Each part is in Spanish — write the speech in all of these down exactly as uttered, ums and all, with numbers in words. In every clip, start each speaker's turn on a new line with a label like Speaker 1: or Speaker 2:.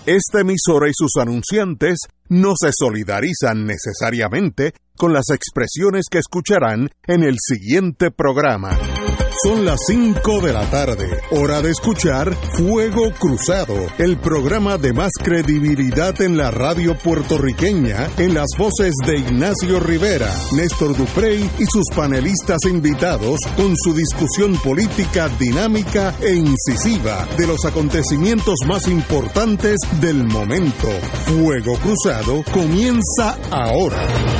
Speaker 1: Esta emisora y sus anunciantes no se solidarizan necesariamente con las expresiones que escucharán en el siguiente programa. Son las cinco de la tarde, hora de escuchar Fuego Cruzado, el programa de más credibilidad en la radio puertorriqueña, en las voces de Ignacio Rivera, Néstor Duprey y sus panelistas invitados, con su discusión política dinámica e incisiva de los acontecimientos más importantes del momento. Fuego Cruzado comienza ahora.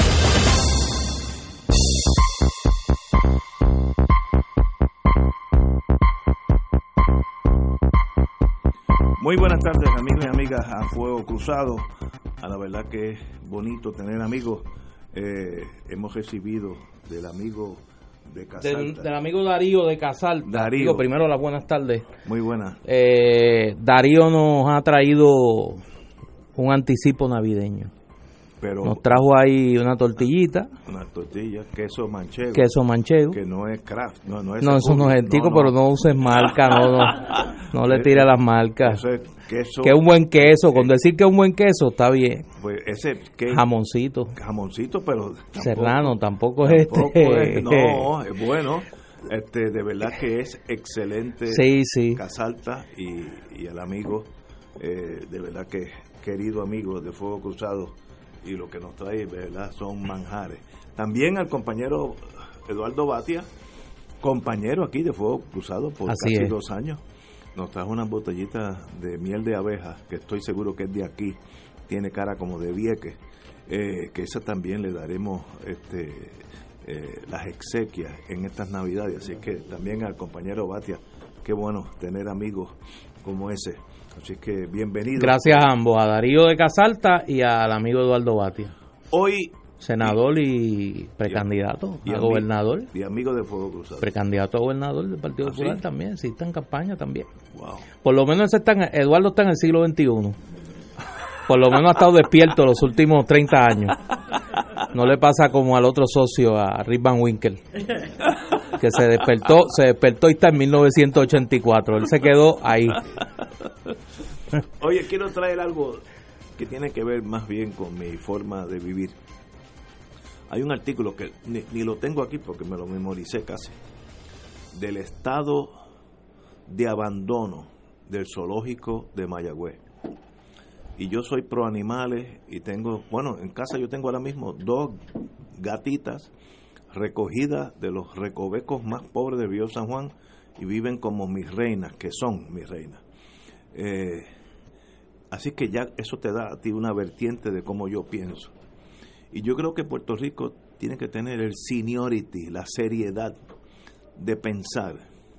Speaker 2: Muy buenas tardes, amigos y amigas a Fuego Cruzado. A la verdad que es bonito tener amigos. Eh, hemos recibido del amigo de Casalta.
Speaker 3: Del, del amigo Darío de Casalta.
Speaker 2: Darío.
Speaker 3: Digo, primero las buenas tardes.
Speaker 2: Muy buenas.
Speaker 3: Eh, Darío nos ha traído un anticipo navideño.
Speaker 2: Pero
Speaker 3: nos trajo ahí una tortillita.
Speaker 2: Una tortilla, queso manchego.
Speaker 3: Queso manchego.
Speaker 2: Que no es craft. No, no, es
Speaker 3: no eso no es el tico, no, no. Pero no uses marca, no, no, no le tire las marcas.
Speaker 2: Eso es queso.
Speaker 3: Que es un buen queso, con decir que es un buen queso está bien.
Speaker 2: Pues ese que
Speaker 3: jamoncito.
Speaker 2: Jamoncito, pero
Speaker 3: tampoco, Serrano, tampoco es
Speaker 2: tampoco
Speaker 3: este.
Speaker 2: Es, no, es bueno. Este, de verdad que es excelente.
Speaker 3: Sí, sí.
Speaker 2: Casalta y, y el amigo, eh, de verdad que querido amigo de Fuego Cruzado. Y lo que nos trae, ¿verdad?, son manjares. También al compañero Eduardo Batia, compañero aquí de Fuego Cruzado por
Speaker 3: Así
Speaker 2: casi
Speaker 3: es.
Speaker 2: dos años, nos trajo unas botellitas de miel de abeja, que estoy seguro que es de aquí, tiene cara como de Vieques, eh, que esa también le daremos este eh, las exequias en estas Navidades. Así que también al compañero Batia, qué bueno tener amigos como ese. Así que bienvenido.
Speaker 3: Gracias a ambos, a Darío de Casalta y al amigo Eduardo Batia.
Speaker 2: Hoy,
Speaker 3: senador y precandidato
Speaker 2: y, y
Speaker 3: a
Speaker 2: amigo,
Speaker 3: gobernador.
Speaker 2: Y amigo de Fuego Cruzado.
Speaker 3: Precandidato a gobernador del Partido
Speaker 2: ¿Ah,
Speaker 3: Popular
Speaker 2: sí?
Speaker 3: también, sí, está en campaña también.
Speaker 2: Wow.
Speaker 3: Por lo menos está en, Eduardo está en el siglo veintiuno. Por lo menos ha estado despierto los últimos treinta años. No le pasa como al otro socio, a Rip Van Winkle, que se despertó, se despertó y está en mil novecientos ochenta y cuatro. Él se quedó ahí.
Speaker 2: Oye, quiero traer algo que tiene que ver más bien con mi forma de vivir. Hay un artículo que ni, ni lo tengo aquí porque me lo memoricé casi, del estado de abandono del zoológico de Mayagüez. Y yo soy pro animales y tengo, bueno, en casa yo tengo ahora mismo dos gatitas recogidas de los recovecos más pobres del Río San Juan y viven como mis reinas, que son mis reinas. Eh, así que ya eso te da a ti una vertiente de cómo yo pienso. Y yo creo que Puerto Rico tiene que tener el seniority, la seriedad de pensar,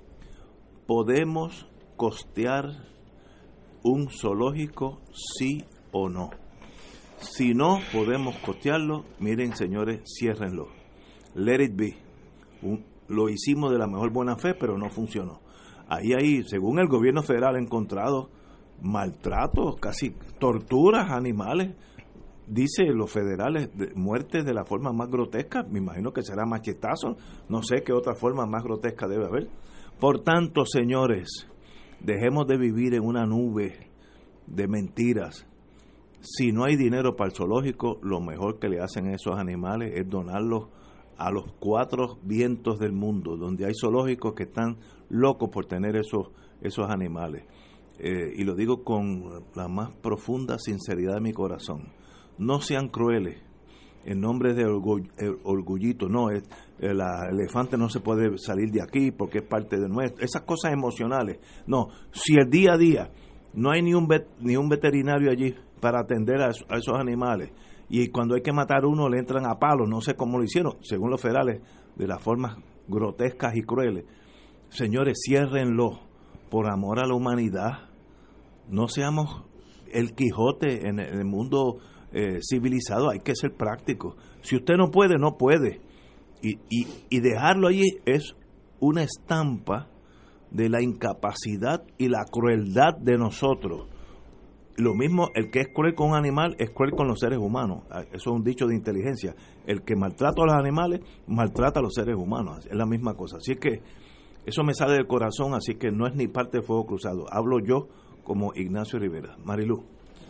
Speaker 2: ¿podemos costear un zoológico, sí o no? Si no podemos costearlo, miren señores, ciérrenlo. Let it be. Un, lo hicimos de la mejor buena fe, pero no funcionó. Ahí, ahí, según el gobierno federal, ha encontrado maltratos, casi torturas animales. Dice los federales, de, muertes de la forma más grotesca. Me imagino que será machetazo. No sé qué otra forma más grotesca debe haber. Por tanto, señores, dejemos de vivir en una nube de mentiras. Si no hay dinero para el zoológico, lo mejor que le hacen a esos animales es donarlos a los cuatro vientos del mundo, donde hay zoológicos que están locos por tener esos, esos animales. Eh, y lo digo con la más profunda sinceridad de mi corazón. No sean crueles en nombre de orgull, orgullito. No, es, el elefante no se puede salir de aquí porque es parte de nuestro. Esas cosas emocionales. No, si el día a día no hay ni un vet, ni un veterinario allí para atender a, a esos animales, y cuando hay que matar uno le entran a palos, no sé cómo lo hicieron, según los federales, de las formas grotescas y crueles. Señores, ciérrenlo por amor a la humanidad. No seamos el Quijote en el mundo eh, civilizado, hay que ser prácticos. Si usted no puede, no puede. Y, y, y dejarlo allí es una estampa de la incapacidad y la crueldad de nosotros. Lo mismo, el que es cruel con un animal es cruel con los seres humanos. Eso es un dicho de inteligencia. El que maltrata a los animales, maltrata a los seres humanos. Es la misma cosa. Así que eso me sale del corazón, así que no es ni parte de Fuego Cruzado. Hablo yo como Ignacio Rivera. Marilú.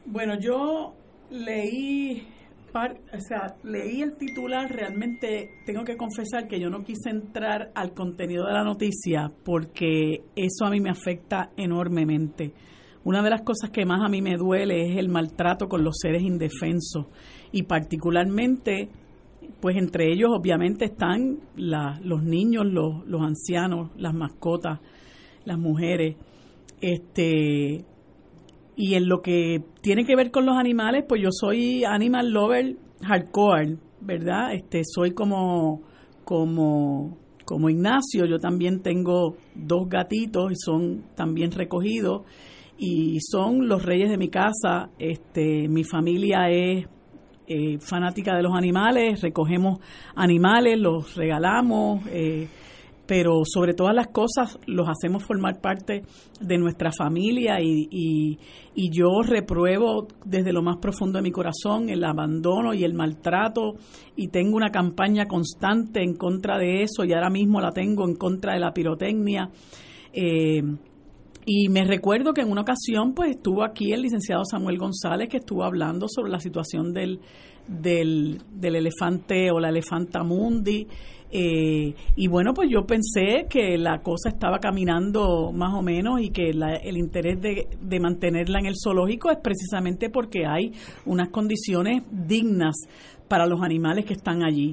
Speaker 4: Bueno, yo leí, par, o sea, leí el titular, realmente tengo que confesar que yo no quise entrar al contenido de la noticia porque eso a mí me afecta enormemente. Una de las cosas que más a mí me duele es el maltrato con los seres indefensos y particularmente, pues entre ellos obviamente están la, los niños, los, los ancianos, las mascotas, las mujeres, este... Y en lo que tiene que ver con los animales, pues yo soy animal lover hardcore, ¿verdad? Este, soy como, como, como Ignacio, yo también tengo dos gatitos y son también recogidos y son los reyes de mi casa. Este, mi familia es eh, fanática de los animales, recogemos animales, los regalamos, eh, pero sobre todas las cosas los hacemos formar parte de nuestra familia y, y, y yo repruebo desde lo más profundo de mi corazón el abandono y el maltrato y tengo una campaña constante en contra de eso y ahora mismo la tengo en contra de la pirotecnia. Eh, y me recuerdo que en una ocasión pues estuvo aquí el licenciado Samuel González que estuvo hablando sobre la situación del, del, del elefante o la elefanta mundi. Eh, y bueno, pues yo pensé que la cosa estaba caminando más o menos y que la, el interés de, de mantenerla en el zoológico es precisamente porque hay unas condiciones dignas para los animales que están allí.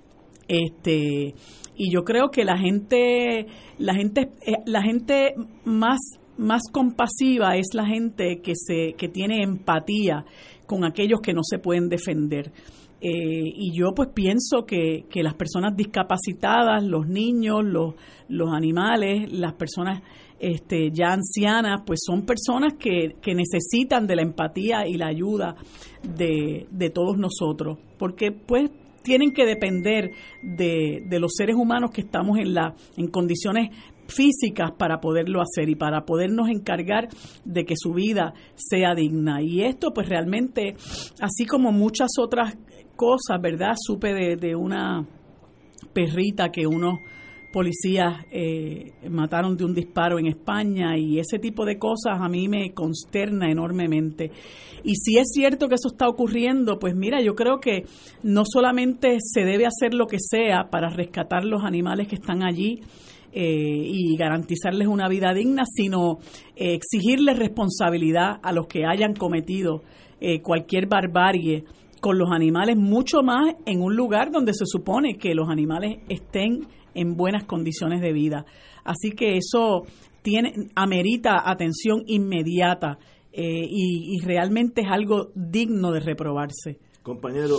Speaker 4: Este, y yo creo que la gente, la gente, la gente más más compasiva es la gente que se, que tiene empatía con aquellos que no se pueden defender. Eh, y yo pues pienso que, que las personas discapacitadas, los niños, los, los animales, las personas este, ya ancianas, pues son personas que, que necesitan de la empatía y la ayuda de, de todos nosotros, porque pues tienen que depender de, de los seres humanos que estamos en, la, en condiciones físicas para poderlo hacer y para podernos encargar de que su vida sea digna. Y esto pues realmente, así como muchas otras cosas, ¿verdad? Supe de, de una perrita que unos policías eh, mataron de un disparo en España y ese tipo de cosas a mí me consterna enormemente. Y si es cierto que eso está ocurriendo, pues mira, yo creo que no solamente se debe hacer lo que sea para rescatar los animales que están allí, Eh, y garantizarles una vida digna, sino eh, exigirles responsabilidad a los que hayan cometido eh, cualquier barbarie con los animales, mucho más en un lugar donde se supone que los animales estén en buenas condiciones de vida. Así que eso tiene amerita atención inmediata eh, y, y realmente es algo digno de reprobarse.
Speaker 2: Compañero,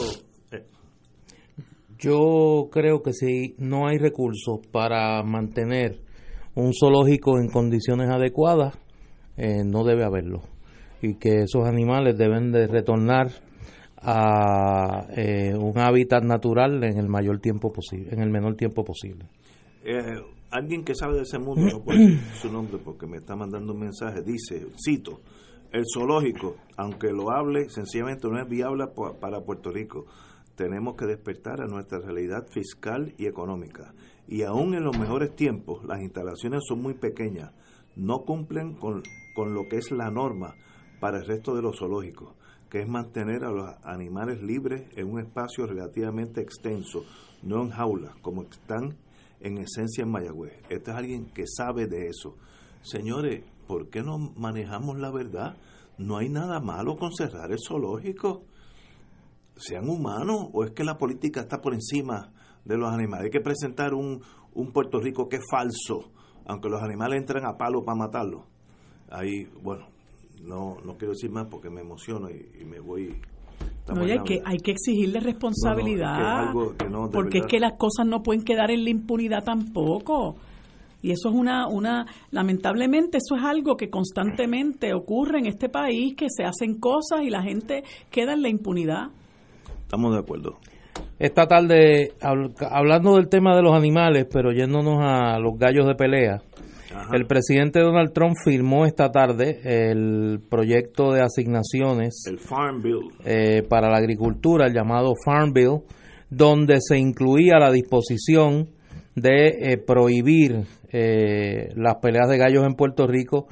Speaker 3: yo creo que si no hay recursos para mantener un zoológico en condiciones adecuadas, eh, no debe haberlo. Y que esos animales deben de retornar a eh, un hábitat natural en el mayor tiempo posible, en el menor tiempo posible.
Speaker 2: Eh, alguien que sabe de ese mundo, no puedo decir su nombre porque me está mandando un mensaje, dice, cito, el zoológico, aunque lo hable, sencillamente no es viable para Puerto Rico. Tenemos que despertar a nuestra realidad fiscal y económica. Y aún en los mejores tiempos, las instalaciones son muy pequeñas. No cumplen con, con lo que es la norma para el resto de los zoológicos, que es mantener a los animales libres en un espacio relativamente extenso, no en jaulas, como están en esencia en Mayagüez. Este es alguien que sabe de eso. Señores, ¿por qué no manejamos la verdad? No hay nada malo con cerrar el zoológico. Sean humanos, o es que la política está por encima de los animales. Hay que presentar un, un Puerto Rico que es falso, aunque los animales entran a palo para matarlos. Ahí, bueno, no no quiero decir más porque me emociono y, y me voy.
Speaker 4: No, hay que hay que exigirle responsabilidad, no, no, es que es no, porque verdad. Es que las cosas no pueden quedar en la impunidad tampoco. Y eso es una, una, lamentablemente eso es algo que constantemente ocurre en este país, que se hacen cosas y la gente queda en la impunidad.
Speaker 2: Estamos de acuerdo.
Speaker 3: Esta tarde, hablando del tema de los animales, pero yéndonos a los gallos de pelea, ajá, el presidente Donald Trump firmó esta tarde el proyecto de asignaciones,
Speaker 2: el Farm Bill,
Speaker 3: eh, para la agricultura, el llamado Farm Bill, donde se incluía la disposición de eh, prohibir eh, las peleas de gallos en Puerto Rico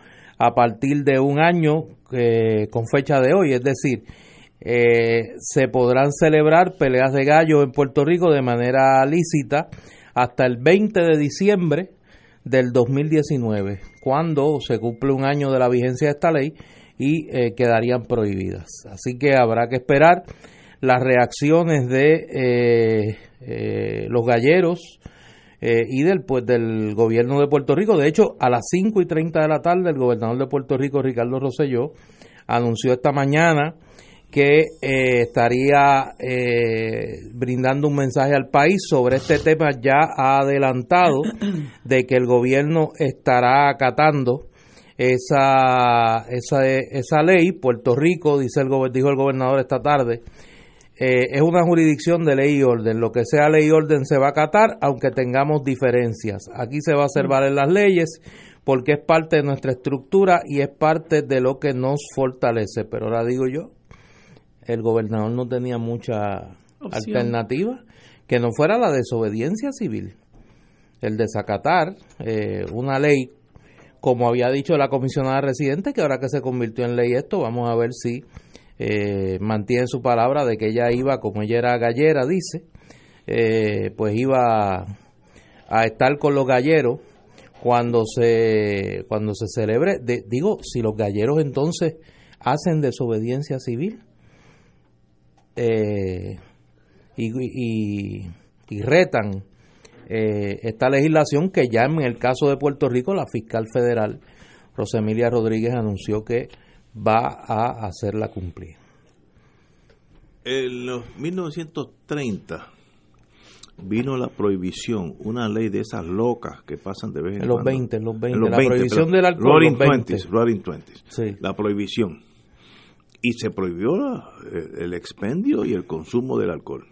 Speaker 3: a partir de un año eh, con fecha de hoy, es decir, eh, se podrán celebrar peleas de gallos en Puerto Rico de manera lícita hasta el veinte de diciembre del dos mil diecinueve, cuando se cumple un año de la vigencia de esta ley y eh, quedarían prohibidas. Así que habrá que esperar las reacciones de eh, eh, los galleros eh, y del pues del gobierno de Puerto Rico. De hecho, a las cinco y treinta de la tarde, el gobernador de Puerto Rico, Ricardo Rosselló, anunció esta mañana que eh, estaría eh, brindando un mensaje al país sobre este tema. Ya ha adelantado de que el gobierno estará acatando esa esa esa ley. Puerto Rico, dice el dijo el gobernador esta tarde, eh, es una jurisdicción de ley y orden. Lo que sea ley y orden se va a acatar, aunque tengamos diferencias. Aquí se va a hacer valer las leyes, porque es parte de nuestra estructura y es parte de lo que nos fortalece. Pero ahora digo yo, el gobernador no tenía mucha opción, alternativa que no fuera la desobediencia civil, el desacatar eh, una ley, como había dicho la comisionada residente, que ahora que se convirtió en ley esto, vamos a ver si eh, mantiene su palabra de que ella iba, como ella era gallera, dice, eh, pues iba a estar con los galleros cuando se cuando se celebre. De, digo, si los galleros entonces hacen desobediencia civil, Eh, y, y, y retan eh, esta legislación, que ya en el caso de Puerto Rico la fiscal federal Rosemilia Rodríguez anunció que va a hacerla cumplir.
Speaker 2: En los mil novecientos treinta vino la prohibición, una ley de esas locas que pasan de vez en,
Speaker 3: en los
Speaker 2: cuando.
Speaker 3: veinte, en los veinte,
Speaker 2: en los
Speaker 3: la
Speaker 2: veinte,
Speaker 3: prohibición
Speaker 2: pero,
Speaker 3: del alcohol.
Speaker 2: Roaring Twenties, Roaring Twenties,
Speaker 3: sí.
Speaker 2: La prohibición. Y se prohibió la, el expendio y el consumo del alcohol.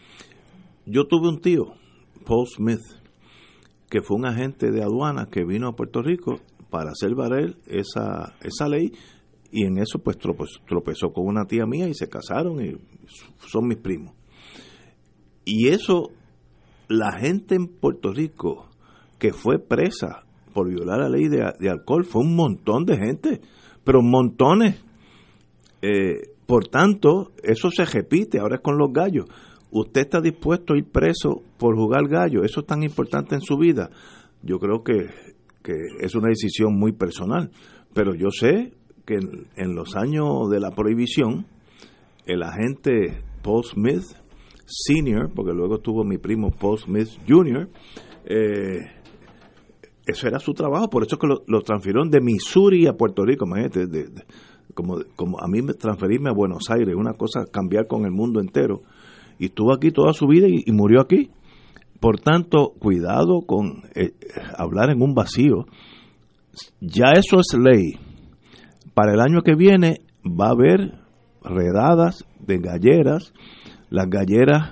Speaker 2: Yo tuve un tío, Paul Smith, que fue un agente de aduana que vino a Puerto Rico para hacer valer esa, esa ley, y en eso pues tropezó, tropezó con una tía mía y se casaron y son mis primos. Y eso, la gente en Puerto Rico que fue presa por violar la ley de, de alcohol, fue un montón de gente, pero montones. Eh, por tanto, eso se repite, ahora es con los gallos. ¿Usted está dispuesto a ir preso por jugar gallo? ¿Eso es tan importante en su vida? Yo creo que, que es una decisión muy personal, pero yo sé que en, en los años de la prohibición, el agente Paul Smith Senior, porque luego tuvo mi primo Paul Smith Junior, eh, eso era su trabajo, por eso que lo, lo transfirieron de Missouri a Puerto Rico, imagínate, de, de, como, como a mí me transferirme a Buenos Aires, una cosa cambiar con el mundo entero, y estuvo aquí toda su vida y, y murió aquí. Por tanto, cuidado con eh, hablar en un vacío. Ya eso es ley. Para el año que viene va a haber redadas de galleras. Las galleras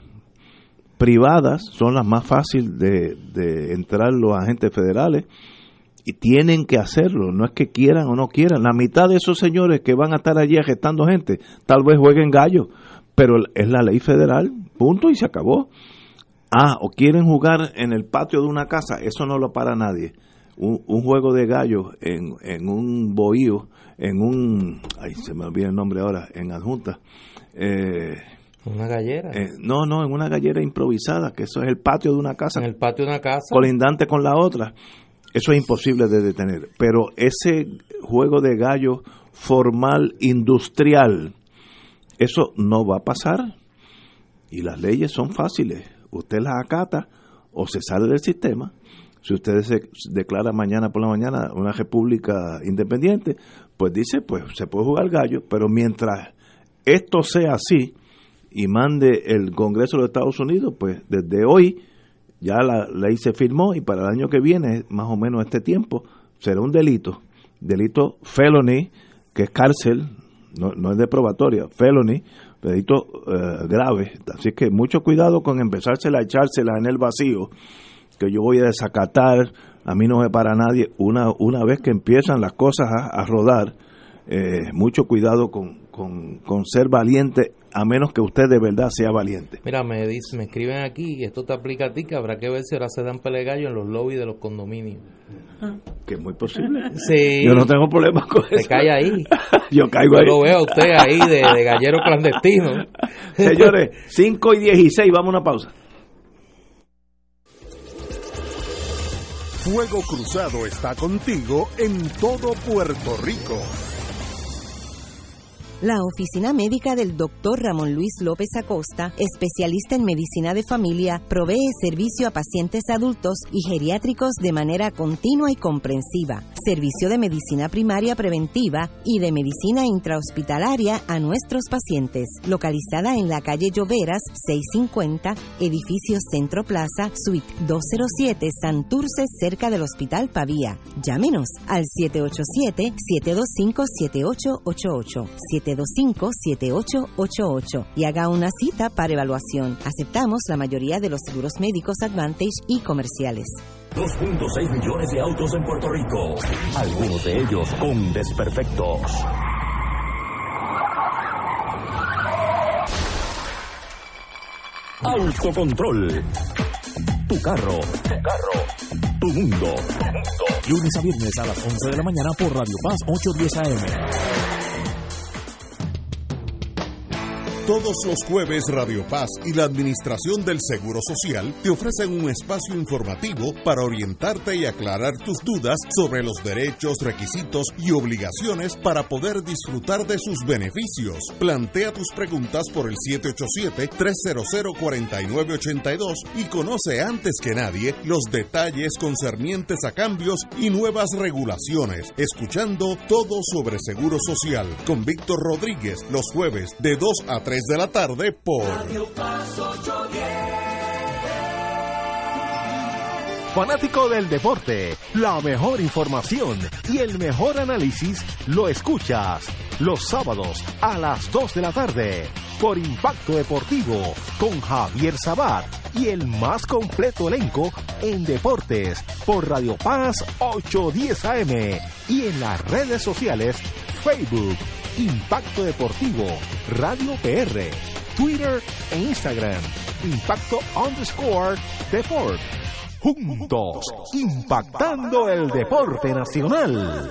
Speaker 2: privadas son las más fáciles de, de entrar los agentes federales, y tienen que hacerlo, no es que quieran o no quieran. La mitad de esos señores que van a estar allí arrestando gente, tal vez jueguen gallo, pero es la ley federal, punto, y se acabó. Ah, o quieren jugar en el patio de una casa, eso no lo para nadie. Un, un juego de gallo en, en un bohío, en un, ay, se me olvida el nombre ahora, en Adjunta. Eh,
Speaker 3: ¿Una gallera?
Speaker 2: Eh, no, no, en una gallera improvisada, que eso es el patio de una casa.
Speaker 3: En el patio de una casa.
Speaker 2: Colindante con la otra. Eso es imposible de detener. Pero ese juego de gallo formal, industrial, eso no va a pasar. Y las leyes son fáciles. Usted las acata o se sale del sistema. Si usted se declara mañana por la mañana una república independiente, pues dice, pues se puede jugar gallo, pero mientras esto sea así y mande el Congreso de los Estados Unidos, pues desde hoy ya la ley se firmó, y para el año que viene, más o menos este tiempo, será un delito, delito felony, que es cárcel, no, no es de probatoria, felony, delito eh, grave. Así que mucho cuidado con empezársela a echársela en el vacío, que yo voy a desacatar, a mí no me para nadie. Una, una vez que empiezan las cosas a, a rodar, eh, mucho cuidado con, con, con ser valiente, a menos que usted de verdad sea valiente.
Speaker 3: Mira, me dice, me escriben aquí, y esto te aplica a ti, que habrá que ver si ahora se dan pelea de gallo en los lobbies de los condominios.
Speaker 2: Que es muy posible.
Speaker 3: Sí.
Speaker 2: Yo no tengo problemas con
Speaker 3: te
Speaker 2: eso.
Speaker 3: Te cae ahí.
Speaker 2: Yo caigo
Speaker 3: Yo
Speaker 2: ahí.
Speaker 3: lo veo a usted ahí de, de gallero clandestino.
Speaker 2: Señores, cinco y dieciséis, vamos a una pausa.
Speaker 1: Fuego Cruzado está contigo en todo Puerto Rico.
Speaker 5: La oficina médica del doctor Ramón Luis López Acosta, especialista en medicina de familia, provee servicio a pacientes adultos y geriátricos de manera continua y comprensiva, servicio de medicina primaria preventiva y de medicina intrahospitalaria a nuestros pacientes, localizada en la calle Lloveras, seiscientos cincuenta, edificio Centro Plaza, suite doscientos siete, Santurce, cerca del Hospital Pavía. Llámenos al siete ocho siete, siete dos cinco, siete ocho ocho ocho, siete dos cinco, siete ocho ocho ocho y haga una cita para evaluación. Aceptamos la mayoría de los seguros médicos Advantage y comerciales.
Speaker 6: dos punto seis millones de autos en Puerto Rico, algunos de ellos con desperfectos. Autocontrol. Tu carro, tu carro, tu mundo. Lunes a viernes a las once de la mañana por Radio Paz ochocientos diez A M.
Speaker 1: Todos los jueves Radio Paz y la Administración del Seguro Social te ofrecen un espacio informativo para orientarte y aclarar tus dudas sobre los derechos, requisitos y obligaciones para poder disfrutar de sus beneficios. Plantea tus preguntas por el siete ocho siete, tres cero cero, cuatro nueve ocho dos y conoce antes que nadie los detalles concernientes a cambios y nuevas regulaciones, escuchando todo sobre Seguro Social con Víctor Rodríguez los jueves de dos a tres de la tarde por Radio Paz ochocientos diez.
Speaker 7: Fanático del deporte, la mejor información y el mejor análisis lo escuchas los sábados a las dos de la tarde por Impacto Deportivo con Javier Sabat y el más completo elenco en deportes por Radio Paz ochocientos diez A M y en las redes sociales Facebook, Impacto Deportivo, Radio P R, Twitter e Instagram, Impacto underscore Deport. Juntos, impactando el deporte nacional.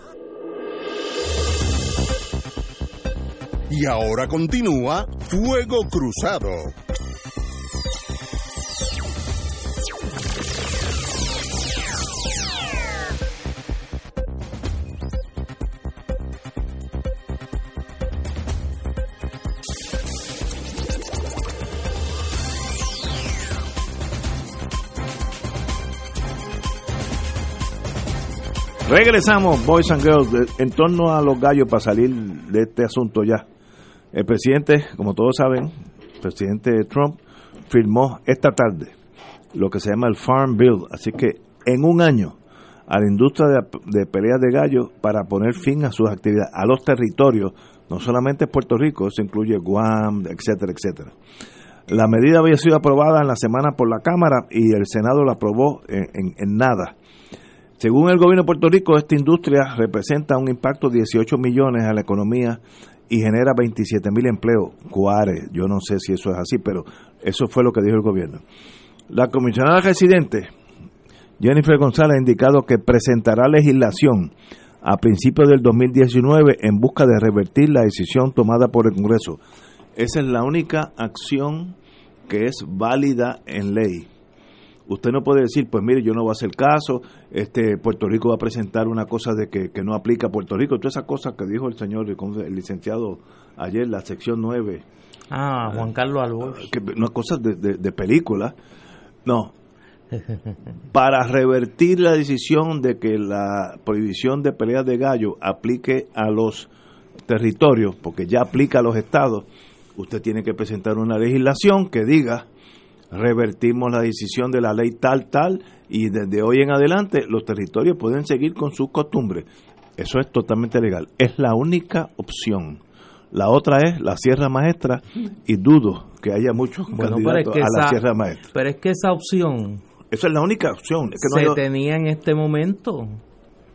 Speaker 1: Y ahora continúa Fuego Cruzado.
Speaker 2: Regresamos, Boys and Girls, en torno a los gallos para salir de este asunto ya. El presidente, como todos saben, el presidente Trump firmó esta tarde lo que se llama el Farm Bill, así que en un año a la industria de, de peleas de gallos para poner fin a sus actividades, a los territorios, no solamente Puerto Rico, eso incluye Guam, etcétera, etcétera. La medida había sido aprobada en la semana por la Cámara y el Senado la aprobó en, en, en nada. Según el gobierno de Puerto Rico, esta industria representa un impacto de dieciocho millones a la economía y genera veintisiete mil empleos. Cuare, yo no sé si eso es así, pero eso fue lo que dijo el gobierno. La comisionada residente, Jennifer González, ha indicado que presentará legislación a principios del dos mil diecinueve en busca de revertir la decisión tomada por el Congreso. Esa es la única acción que es válida en ley. Usted no puede decir, pues mire, yo no voy a hacer caso, este Puerto Rico va a presentar una cosa de que, que no aplica a Puerto Rico. Todas esas cosas que dijo el señor, el licenciado ayer, la sección nueve.
Speaker 3: Ah, Juan Carlos Alborz.
Speaker 2: Que, no cosas de, de, de película. No. Para revertir la decisión de que la prohibición de peleas de gallo aplique a los territorios, porque ya aplica a los estados, usted tiene que presentar una legislación que diga: revertimos la decisión de la ley tal, tal, y desde hoy en adelante los territorios pueden seguir con sus costumbres. Eso es totalmente legal. Es la única opción. La otra es la Sierra Maestra, y dudo que haya muchos
Speaker 3: bueno,
Speaker 2: candidatos
Speaker 3: es que
Speaker 2: a la
Speaker 3: esa,
Speaker 2: Sierra Maestra.
Speaker 3: Pero es que esa opción
Speaker 2: esa es la única opción. Es que no
Speaker 3: se
Speaker 2: hay...
Speaker 3: tenía en este momento.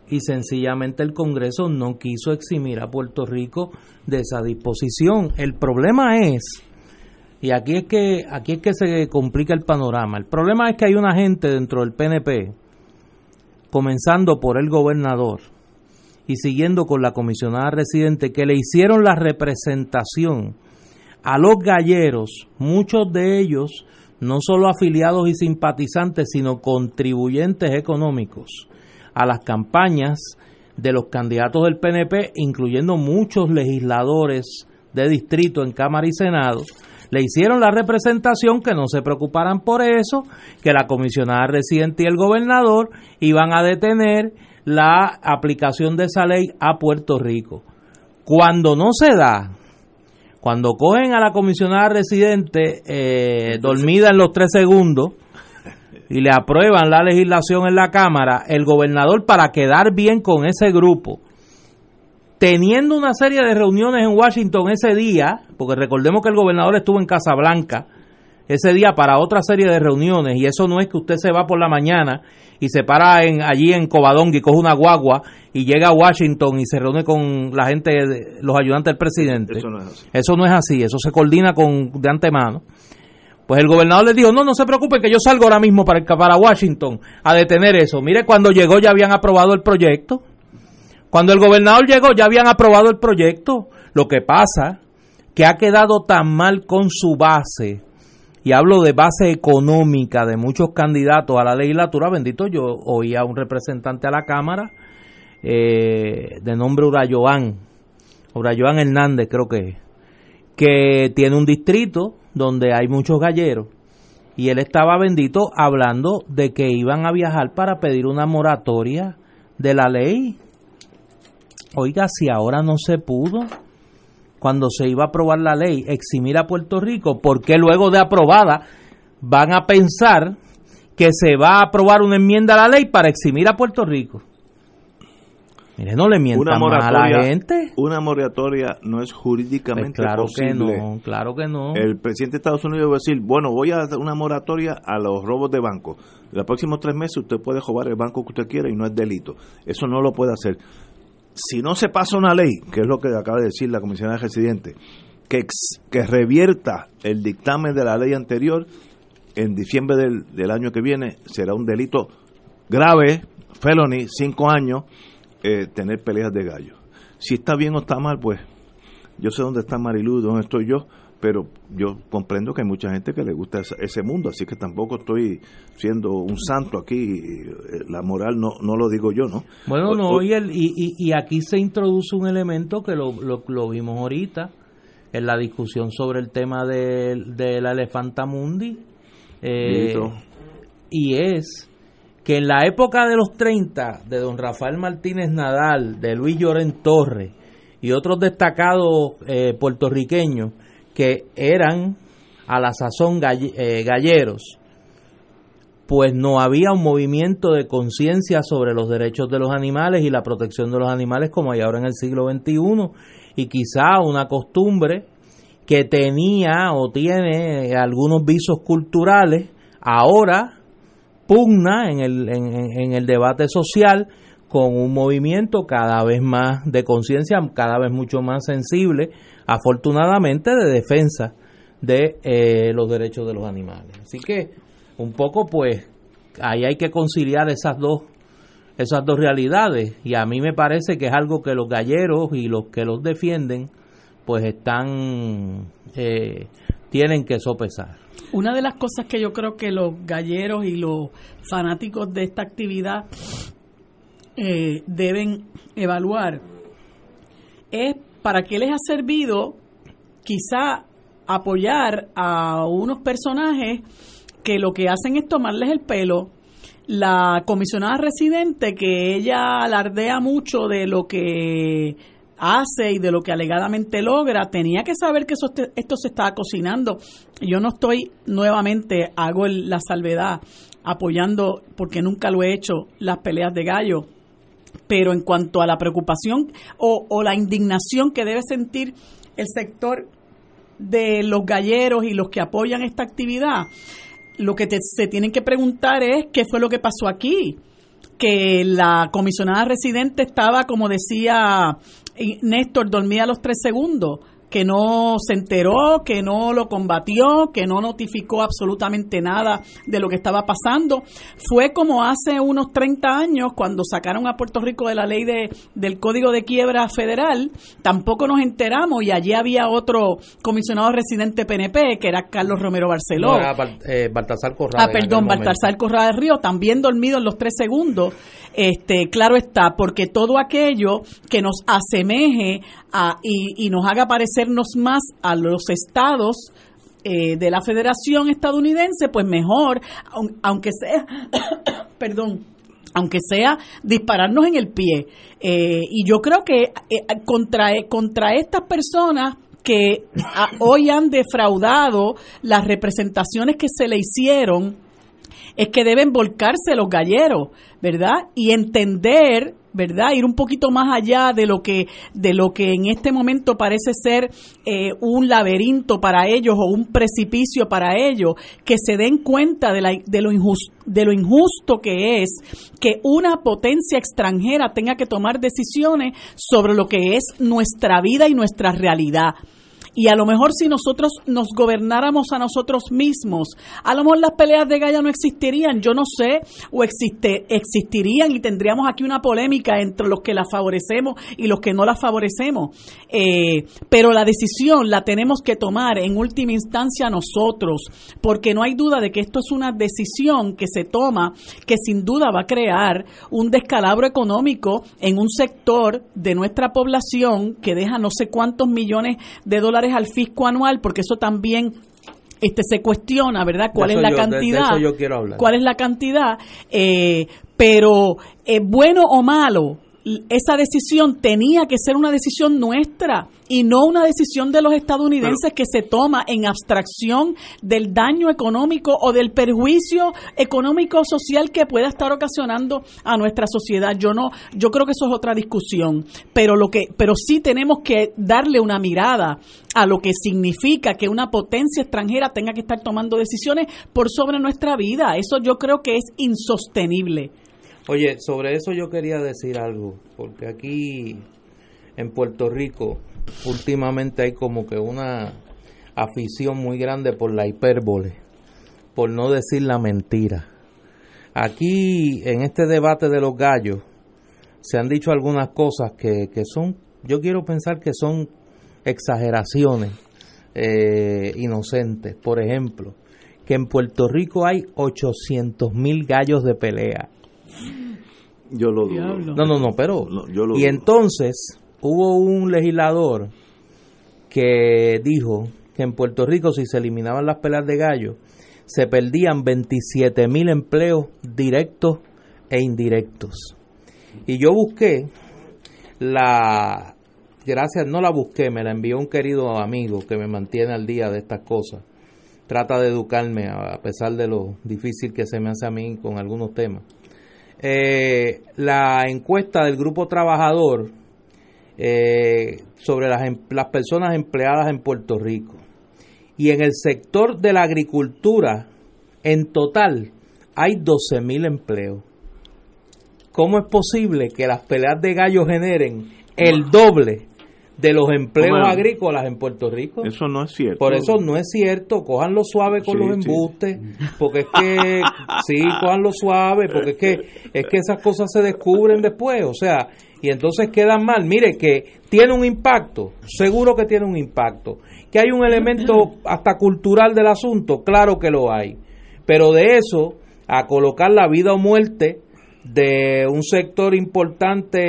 Speaker 3: y sencillamente el Congreso no quiso eximir a Puerto Rico de esa disposición. El problema es, y aquí es que aquí es que se complica el panorama, el problema es que hay una gente dentro del P N P, comenzando por el gobernador y siguiendo con la comisionada residente, que le hicieron la representación a los galleros, muchos de ellos no solo afiliados y simpatizantes, sino contribuyentes económicos a las campañas de los candidatos del P N P, incluyendo muchos legisladores de distrito en Cámara y Senado. Le hicieron la representación que no se preocuparan por eso, que la comisionada residente y el gobernador iban a detener la aplicación de esa ley a Puerto Rico. Cuando no se da, cuando cogen a la comisionada residente eh, dormida en los tres segundos y le aprueban la legislación en la Cámara, el gobernador, para quedar bien con ese grupo, teniendo una serie de reuniones en Washington ese día, porque recordemos que el gobernador estuvo en Casablanca ese día para otra serie de reuniones, y eso no es que usted se va por la mañana y se para en, allí en Covadonga y coge una guagua y llega a Washington y se reúne con la gente, de, los ayudantes del presidente. Eso no es así. Eso no es así, eso se coordina con de antemano. Pues el gobernador le dijo, no, no se preocupe que yo salgo ahora mismo para, para Washington a detener eso. Mire, cuando llegó ya habían aprobado el proyecto. Cuando el gobernador llegó ya habían aprobado el proyecto. Lo que pasa que ha quedado tan mal con su base, y hablo de base económica de muchos candidatos a la legislatura. Bendito, yo oía a un representante a la Cámara eh, de nombre Urayoan, Urayoan Hernández creo que es, que tiene un distrito donde hay muchos galleros, y él estaba, bendito, hablando de que iban a viajar para pedir una moratoria de la ley. Oiga, si ahora no se pudo, cuando se iba a aprobar la ley, eximir a Puerto Rico, ¿por qué luego de aprobada van a pensar que se va a aprobar una enmienda a la ley para eximir a Puerto Rico? Mire, no le mientan más a la gente.
Speaker 2: Una moratoria no es jurídicamente
Speaker 3: pues claro
Speaker 2: posible.
Speaker 3: Que no, claro que no.
Speaker 2: El presidente de Estados Unidos va a decir, bueno, voy a dar una moratoria a los robos de banco. En los próximos tres meses usted puede robar el banco que usted quiera y no es delito. Eso no lo puede hacer. Si no se pasa una ley, que es lo que acaba de decir la comisionada residente, que, ex, que revierta el dictamen de la ley anterior, en diciembre del, del año que viene será un delito grave, felony, cinco años, eh, tener peleas de gallo. Si está bien o está mal, pues yo sé dónde está Marilu, dónde estoy yo, pero yo comprendo que hay mucha gente que le gusta ese, ese mundo, así que tampoco estoy siendo un santo aquí, la moral no no lo digo yo, ¿no?
Speaker 3: Bueno, no,
Speaker 2: o,
Speaker 3: y, el, y, y, y aquí se introduce un elemento que lo, lo, lo vimos ahorita, en la discusión sobre el tema de, de la Elefantamundi, eh, y es que en la época de los treinta, de don Rafael Martínez Nadal, de Luis Llorén Torres y otros destacados eh, puertorriqueños, que eran a la sazón galle, eh, galleros, pues no había un movimiento de conciencia sobre los derechos de los animales y la protección de los animales como hay ahora en el siglo veintiuno, y quizá una costumbre que tenía o tiene algunos visos culturales, ahora pugna en el, en, en el debate social con un movimiento cada vez más de conciencia, cada vez mucho más sensible, afortunadamente, de defensa de eh, los derechos de los animales. Así que un poco, pues, ahí hay que conciliar esas dos esas dos realidades, y a mí me parece que es algo que los galleros y los que los defienden, pues, están eh, tienen que sopesar.
Speaker 4: Una de las cosas que yo creo que los galleros y los fanáticos de esta actividad eh, deben evaluar es para qué les ha servido quizá apoyar a unos personajes que lo que hacen es tomarles el pelo. La comisionada residente, que ella alardea mucho de lo que hace y de lo que alegadamente logra, tenía que saber que eso, esto se estaba cocinando. Yo no estoy, nuevamente hago el, la salvedad, apoyando, porque nunca lo he hecho, las peleas de gallo, pero en cuanto a la preocupación o, o la indignación que debe sentir el sector de los galleros y los que apoyan esta actividad, lo que te, se tienen que preguntar es qué fue lo que pasó aquí. que la comisionada residente estaba, como decía Néstor, dormía a los tres segundos, que no se enteró, que no lo combatió, que no notificó absolutamente nada de lo que estaba pasando. Fue como hace unos treinta años cuando sacaron a Puerto Rico de la ley de, del Código de Quiebra Federal, tampoco nos enteramos y allí había otro comisionado residente P N P, que era Carlos Romero Barceló.
Speaker 3: No, era eh, Baltasar Corrada.
Speaker 4: Ah, perdón, Baltasar Corrada del Río, también dormido en los tres segundos. Este, claro está, porque todo aquello que nos asemeje a, y, y nos haga parecernos más a los estados eh, de la Federación estadounidense, pues mejor, aunque sea, perdón, aunque sea dispararnos en el pie. Eh, y yo creo que eh, contra, contra estas personas que a, hoy han defraudado las representaciones que se le hicieron, es que deben volcarse los galleros, ¿verdad? Y entender, ¿verdad? Ir un poquito más allá de lo que de lo que en este momento parece ser eh, un laberinto para ellos o un precipicio para ellos, que se den cuenta de, la, de, lo injusto, de lo injusto que es que una potencia extranjera tenga que tomar decisiones sobre lo que es nuestra vida y nuestra realidad. Y a lo mejor si nosotros nos gobernáramos a nosotros mismos, a lo mejor las peleas de gallo no existirían, yo no sé, o existe, existirían y tendríamos aquí una polémica entre los que las favorecemos y los que no las favorecemos. Eh, pero la decisión la tenemos que tomar en última instancia nosotros, porque no hay duda de que esto es una decisión que se toma, que sin duda va a crear un descalabro económico en un sector de nuestra población que deja no sé cuántos millones de dólares al fisco anual, porque eso también este se cuestiona, ¿verdad? ¿Cuál es la
Speaker 3: yo,
Speaker 4: cantidad?
Speaker 3: De, de eso yo quiero hablar.
Speaker 4: ¿Cuál es la cantidad? Eh, pero eh, bueno o malo, esa decisión tenía que ser una decisión nuestra y no una decisión de los estadounidenses, pero, que se toma en abstracción del daño económico o del perjuicio económico social que pueda estar ocasionando a nuestra sociedad. Yo no, yo creo que eso es otra discusión, pero lo que, pero sí tenemos que darle una mirada a lo que significa que una potencia extranjera tenga que estar tomando decisiones por sobre nuestra vida. Eso yo creo que es insostenible.
Speaker 3: Oye, sobre eso yo quería decir algo, porque aquí en Puerto Rico últimamente hay como que una afición muy grande por la hipérbole, por no decir la mentira. Aquí en este debate de los gallos se han dicho algunas cosas que, que son, yo quiero pensar que son exageraciones eh, inocentes. Por ejemplo, que en Puerto Rico hay ochocientos mil gallos de pelea.
Speaker 2: Yo lo dudo.
Speaker 3: No, no, no, pero...
Speaker 2: No, yo lo
Speaker 3: y
Speaker 2: dudo.
Speaker 3: Entonces hubo un legislador que dijo que en Puerto Rico, si se eliminaban las peleas de gallo, se perdían veintisiete mil empleos directos e indirectos. Y yo busqué la... Gracias, no la busqué, me la envió un querido amigo que me mantiene al día de estas cosas. Trata de educarme a pesar de lo difícil que se me hace a mí con algunos temas. Eh, la encuesta del Grupo Trabajador eh, sobre las, las personas empleadas en Puerto Rico, y en el sector de la agricultura en total hay doce mil empleos. ¿Cómo es posible que las peleas de gallo generen el doble de los empleos bueno, agrícolas en Puerto Rico?
Speaker 2: Eso no es cierto.
Speaker 3: Por eso no es cierto. Cójanlo suave con sí, los embustes, sí. porque es que sí, cójanlo suave, porque es que es que esas cosas se descubren después, o sea, y entonces quedan mal. Mire que tiene un impacto, seguro que tiene un impacto. Que hay un elemento hasta cultural del asunto, claro que lo hay. Pero de eso a colocar la vida o muerte de un sector importante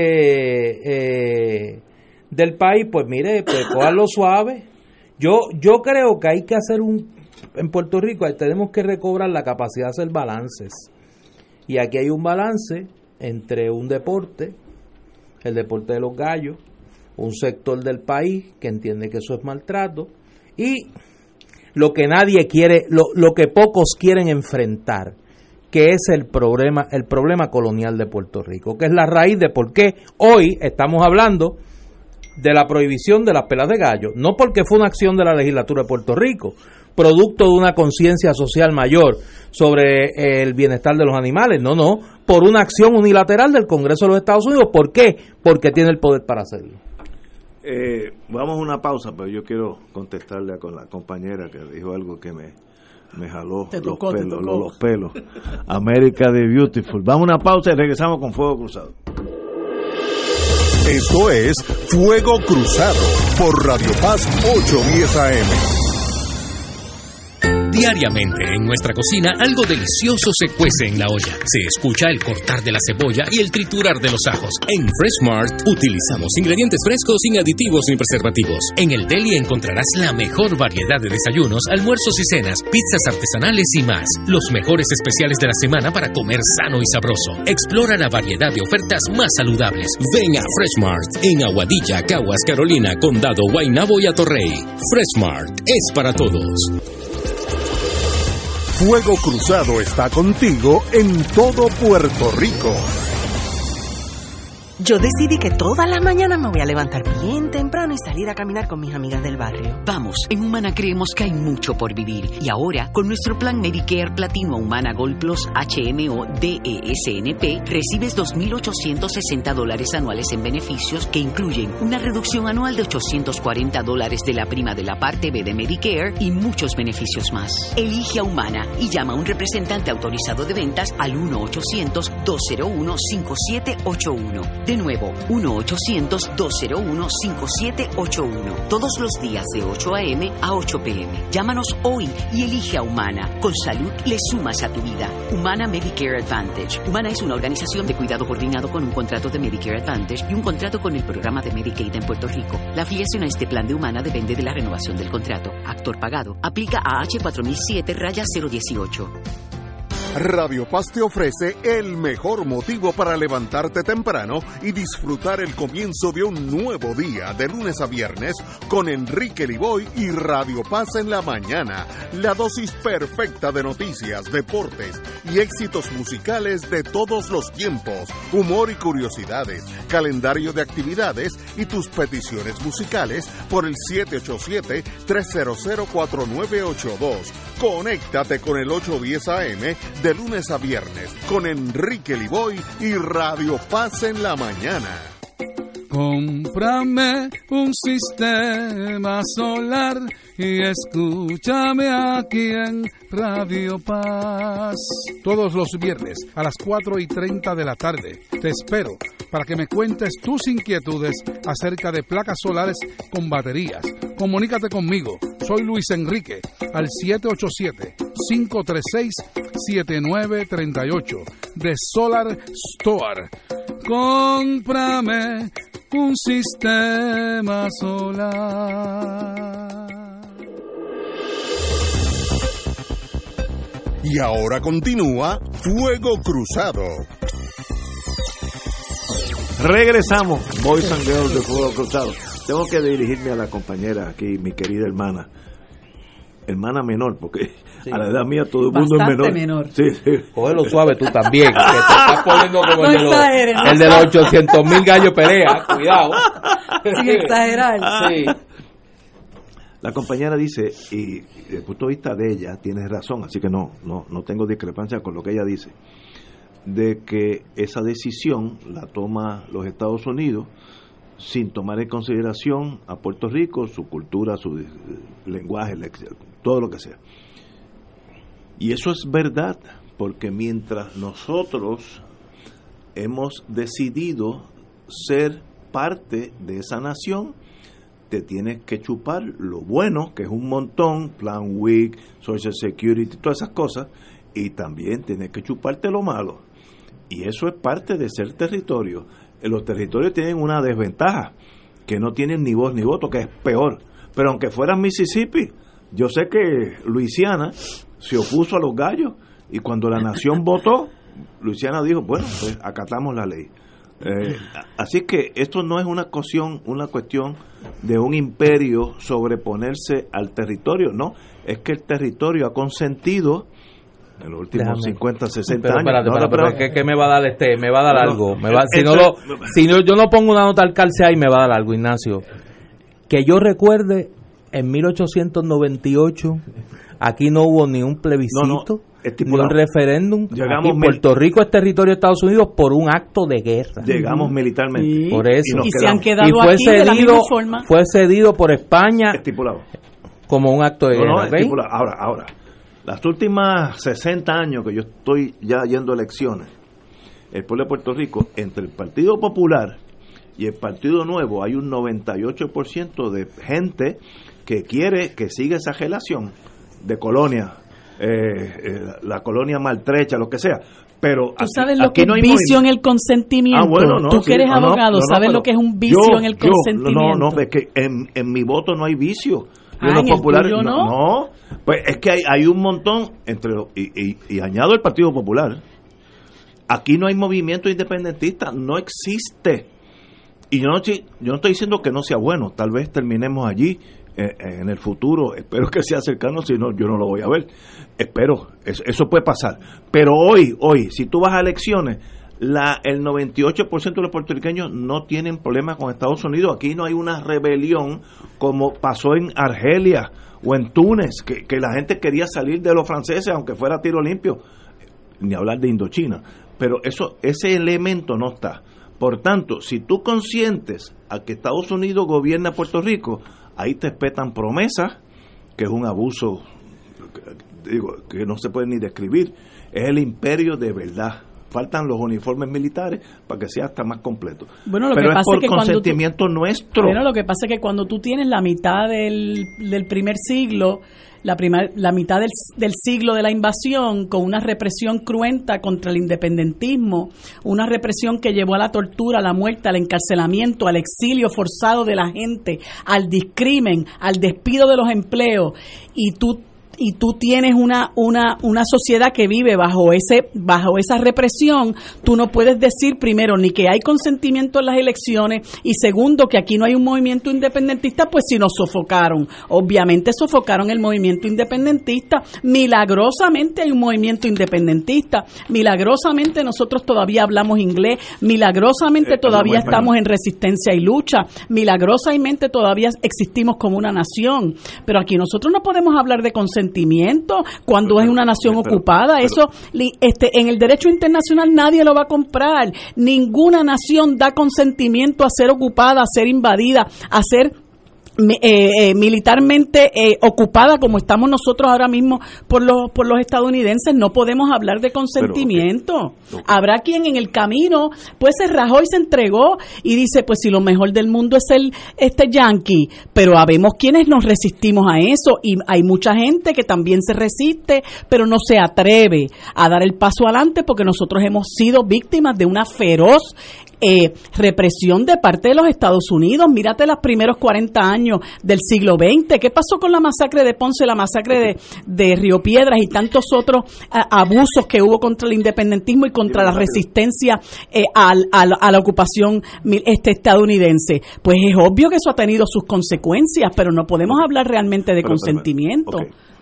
Speaker 3: eh, del país, pues mire, pues cójanlo suave. Yo yo creo que hay que hacer un, en Puerto Rico tenemos que recobrar la capacidad de hacer balances. Y aquí hay un balance entre un deporte, el deporte de los gallos, un sector del país que entiende que eso es maltrato, y lo que nadie quiere, lo, lo que pocos quieren enfrentar, que es el problema, el problema colonial de Puerto Rico, que es la raíz de por qué hoy estamos hablando de la prohibición de las pelas de gallo, no porque fue una acción de la legislatura de Puerto Rico, producto de una conciencia social mayor sobre el bienestar de los animales, no, no, por una acción unilateral del Congreso de los Estados Unidos. ¿Por qué? Porque tiene el poder para hacerlo.
Speaker 2: Eh, vamos a una pausa, pero yo quiero contestarle a con la compañera que dijo algo que me, me jaló
Speaker 4: te tocó,
Speaker 2: los, pelos,
Speaker 4: te tocó.
Speaker 2: los pelos. América de Beautiful. Vamos a una pausa y regresamos con Fuego Cruzado.
Speaker 1: Esto es Fuego Cruzado por Radio Paz ochocientos diez A M.
Speaker 8: Diariamente en nuestra cocina algo delicioso se cuece en la olla. Se escucha el cortar de la cebolla y el triturar de los ajos. En Fresh Mart utilizamos ingredientes frescos sin aditivos ni preservativos. En el deli encontrarás la mejor variedad de desayunos, almuerzos y cenas, pizzas artesanales y más. Los mejores especiales de la semana para comer sano y sabroso. Explora la variedad de ofertas más saludables. Ven a Fresh Mart en Aguadilla, Caguas, Carolina, Condado, Guaynabo y Atorrey. Fresh Mart es para todos.
Speaker 1: Fuego Cruzado está contigo en todo Puerto Rico.
Speaker 9: Yo decidí que todas las mañanas me voy a levantar bien temprano y salir a caminar con mis amigas del barrio.
Speaker 10: Vamos, en Humana creemos que hay mucho por vivir. Y ahora, con nuestro plan Medicare Platino Humana Gold Plus H M O D E S N P, recibes dos mil ochocientos sesenta dólares anuales en beneficios que incluyen una reducción anual de ochocientos cuarenta dólares de la prima de la parte B de Medicare y muchos beneficios más. Elige a Humana y llama a un representante autorizado de ventas al uno ochocientos dos cero uno cinco siete ocho uno. De nuevo, uno ochocientos dos cero uno cinco siete ocho uno. Todos los días de ocho a eme a ocho pe eme. Llámanos hoy y elige a Humana. Con salud le sumas a tu vida. Humana Medicare Advantage. Humana es una organización de cuidado coordinado con un contrato de Medicare Advantage y un contrato con el programa de Medicaid en Puerto Rico. La afiliación a este plan de Humana depende de la renovación del contrato. Actor pagado. Aplica a H cuatro mil siete cero dieciocho.
Speaker 1: Radio Paz te ofrece el mejor motivo para levantarte temprano y disfrutar el comienzo de un nuevo día de lunes a viernes con Enrique Liboy y Radio Paz en la mañana. La dosis perfecta de noticias, deportes y éxitos musicales de todos los tiempos, humor y curiosidades, calendario de actividades y tus peticiones musicales por el siete ocho siete, tres cero cero, cuatro nueve ocho dos. Conéctate con el ochocientos diez A M de lunes a viernes con Enrique Liboy y Radio Paz en la mañana.
Speaker 11: Cómprame un sistema solar y escúchame aquí en Radio Paz. Todos los viernes a las cuatro y treinta de la tarde te espero para que me cuentes tus inquietudes acerca de placas solares con baterías. Comunícate conmigo, soy Luis Enrique, al siete ocho siete, cinco tres seis, siete nueve tres ocho de Solar Store. Cómprame un sistema solar.
Speaker 1: Y ahora continúa Fuego Cruzado.
Speaker 2: Regresamos, Boys and Girls de Fuego Cruzado. Tengo que dirigirme a la compañera aquí, mi querida hermana. Hermana menor, porque sí, a la edad mía todo el mundo es menor. menor. Sí, sí.
Speaker 3: Cógelo suave tú también, que te estás poniendo como
Speaker 4: no
Speaker 3: el, de los,
Speaker 4: exagere, no
Speaker 3: el de los ochocientos mil gallos pelea, cuidado.
Speaker 4: Sin exagerar.
Speaker 3: Sí.
Speaker 2: La compañera dice, y desde el punto de vista de ella, tienes razón, así que no, no, no tengo discrepancia con lo que ella dice, de que esa decisión la toma los Estados Unidos sin tomar en consideración a Puerto Rico, su cultura, su lenguaje, todo lo que sea. Y eso es verdad, porque mientras nosotros hemos decidido ser parte de esa nación, te tienes que chupar lo bueno, que es un montón, Plan W I C, Social Security, todas esas cosas, y también tienes que chuparte lo malo. Y eso es parte de ser territorio. Los territorios tienen una desventaja, que no tienen ni voz ni voto, que es peor. Pero aunque fuera Mississippi, yo sé que Luisiana se opuso a los gallos, y cuando la nación votó, Luisiana dijo, bueno, pues acatamos la ley. Eh, así que esto no es una cuestión, una cuestión de un imperio sobreponerse al territorio, no, es que el territorio ha consentido en los últimos
Speaker 3: Déjame.
Speaker 2: cincuenta, sesenta
Speaker 3: pero,
Speaker 2: años.
Speaker 3: espérate,
Speaker 2: No,
Speaker 3: espérate,
Speaker 2: pero-
Speaker 3: pero ¿qué, qué me va a dar este? Me va a dar
Speaker 2: No,
Speaker 3: algo. Me va, si
Speaker 2: eso-
Speaker 3: no lo, si no, yo no pongo una nota al calce ahí, me va a dar algo, Ignacio. Que yo recuerde, en mil ochocientos noventa y ocho, aquí no hubo ni un plebiscito,
Speaker 2: No, no,
Speaker 3: ni
Speaker 2: estipulado.
Speaker 3: un referéndum.
Speaker 2: Llegamos
Speaker 3: Aquí
Speaker 2: mil-
Speaker 3: Puerto Rico es territorio de Estados Unidos por un acto de guerra.
Speaker 2: Llegamos militarmente.
Speaker 4: Sí.
Speaker 3: Por eso.
Speaker 2: Y nos
Speaker 4: Y se han
Speaker 2: quedamos.
Speaker 3: Y
Speaker 4: quedado
Speaker 3: fue
Speaker 4: aquí de la
Speaker 3: cedido,
Speaker 4: misma forma.
Speaker 3: fue cedido por España
Speaker 2: Estipulado.
Speaker 3: como un acto de
Speaker 2: No, no,
Speaker 3: guerra. ¿ok?
Speaker 2: estipulado. Ahora, ahora, las últimas sesenta años que yo estoy ya yendo a elecciones, el pueblo de Puerto Rico, entre el Partido Popular y el Partido Nuevo, hay un noventa y ocho por ciento de gente que quiere que siga esa relación de colonia, eh, eh, la colonia maltrecha, lo que sea. Pero
Speaker 4: Tú
Speaker 2: aquí-
Speaker 4: sabes lo
Speaker 2: aquí
Speaker 4: que
Speaker 2: no
Speaker 4: es
Speaker 2: hay
Speaker 4: vicio
Speaker 2: movimiento.
Speaker 4: en el consentimiento.
Speaker 2: Ah, bueno, no,
Speaker 4: Tú
Speaker 2: sí,
Speaker 4: que eres
Speaker 2: no, no,
Speaker 4: abogado,
Speaker 2: no, no,
Speaker 4: sabes
Speaker 2: pero
Speaker 4: lo que es un vicio
Speaker 2: yo-
Speaker 4: en el
Speaker 2: yo-
Speaker 4: consentimiento.
Speaker 2: No, no, es que en, en mi voto no hay vicio. Yo
Speaker 4: Ah,
Speaker 2: los
Speaker 4: ¿en el
Speaker 2: populares,
Speaker 4: tuyo no?
Speaker 2: no, pues es que hay, hay un montón entre los- y, y, y añado el Partido Popular. Aquí no hay movimiento independentista, no existe. Y yo no, estoy- yo no estoy diciendo que no sea bueno, tal vez terminemos allí eh, en el futuro, espero que sea cercano, si no, yo no lo voy a ver. Espero, eso, eso puede pasar. Pero hoy, hoy, si tú vas a elecciones, la, el noventa y ocho por ciento de los puertorriqueños no tienen problemas con Estados Unidos. Aquí no hay una rebelión como pasó en Argelia o en Túnez, que, que la gente quería salir de los franceses aunque fuera a tiro limpio, ni hablar de Indochina. Pero eso, ese elemento no está. Por tanto, si tú consientes a que Estados Unidos gobierna Puerto Rico, ahí te espetan promesas, que es un abuso, que, digo, que no se puede ni describir. Es el imperio de verdad. Faltan los uniformes militares para que sea hasta más completo.
Speaker 4: Bueno, lo
Speaker 2: Pero
Speaker 4: que
Speaker 2: es
Speaker 4: pasa
Speaker 2: por
Speaker 4: es que cuando tú-
Speaker 2: consentimiento nuestro.
Speaker 4: Bueno, lo que pasa es que cuando tú tienes la mitad del, del primer siglo, la, primer, la mitad del, del siglo de la invasión, con una represión cruenta contra el independentismo, una represión que llevó a la tortura, a la muerte, al encarcelamiento, al exilio forzado de la gente, al discrimen, al despido de los empleos, y tú y tú tienes una una una sociedad que vive bajo ese bajo esa represión, tú no puedes decir primero ni que hay consentimiento en las elecciones y segundo que aquí no hay un movimiento independentista, pues si nos sofocaron. Obviamente sofocaron el movimiento independentista. Milagrosamente hay un movimiento independentista. Milagrosamente nosotros todavía hablamos inglés. Milagrosamente
Speaker 2: Eh,
Speaker 4: todavía
Speaker 2: hablamos
Speaker 4: estamos
Speaker 2: español.
Speaker 4: en resistencia y lucha. Milagrosamente todavía existimos como una nación. Pero aquí nosotros no podemos hablar de consentimiento cuando
Speaker 2: Pero,
Speaker 4: es una nación
Speaker 2: pero,
Speaker 4: ocupada.
Speaker 2: pero-
Speaker 4: Eso li- este en el derecho internacional nadie lo va a comprar. Ninguna nación da consentimiento a ser ocupada, a ser invadida, a ser mi- eh, eh, militarmente eh, ocupada como estamos nosotros ahora mismo por los por los estadounidenses. No podemos hablar de consentimiento.
Speaker 2: ok, ok.
Speaker 4: Habrá quien en el camino pues se rajó y se entregó y dice, pues si lo mejor del mundo es el este yanqui, pero habemos quienes nos resistimos a eso y hay mucha gente que también se resiste, pero no se atreve a dar el paso adelante porque nosotros hemos sido víctimas de una feroz Eh, represión de parte de los Estados Unidos. Mírate los primeros cuarenta años del siglo veinte. ¿Qué pasó con la masacre de Ponce, la masacre de, de Río Piedras y tantos otros a, abusos que hubo contra el independentismo y contra la resistencia eh, al, al, a la ocupación mil- este, estadounidense? Pues es obvio que eso ha tenido sus consecuencias, pero no podemos hablar realmente de
Speaker 2: Pero, pero,
Speaker 4: consentimiento.
Speaker 2: ok.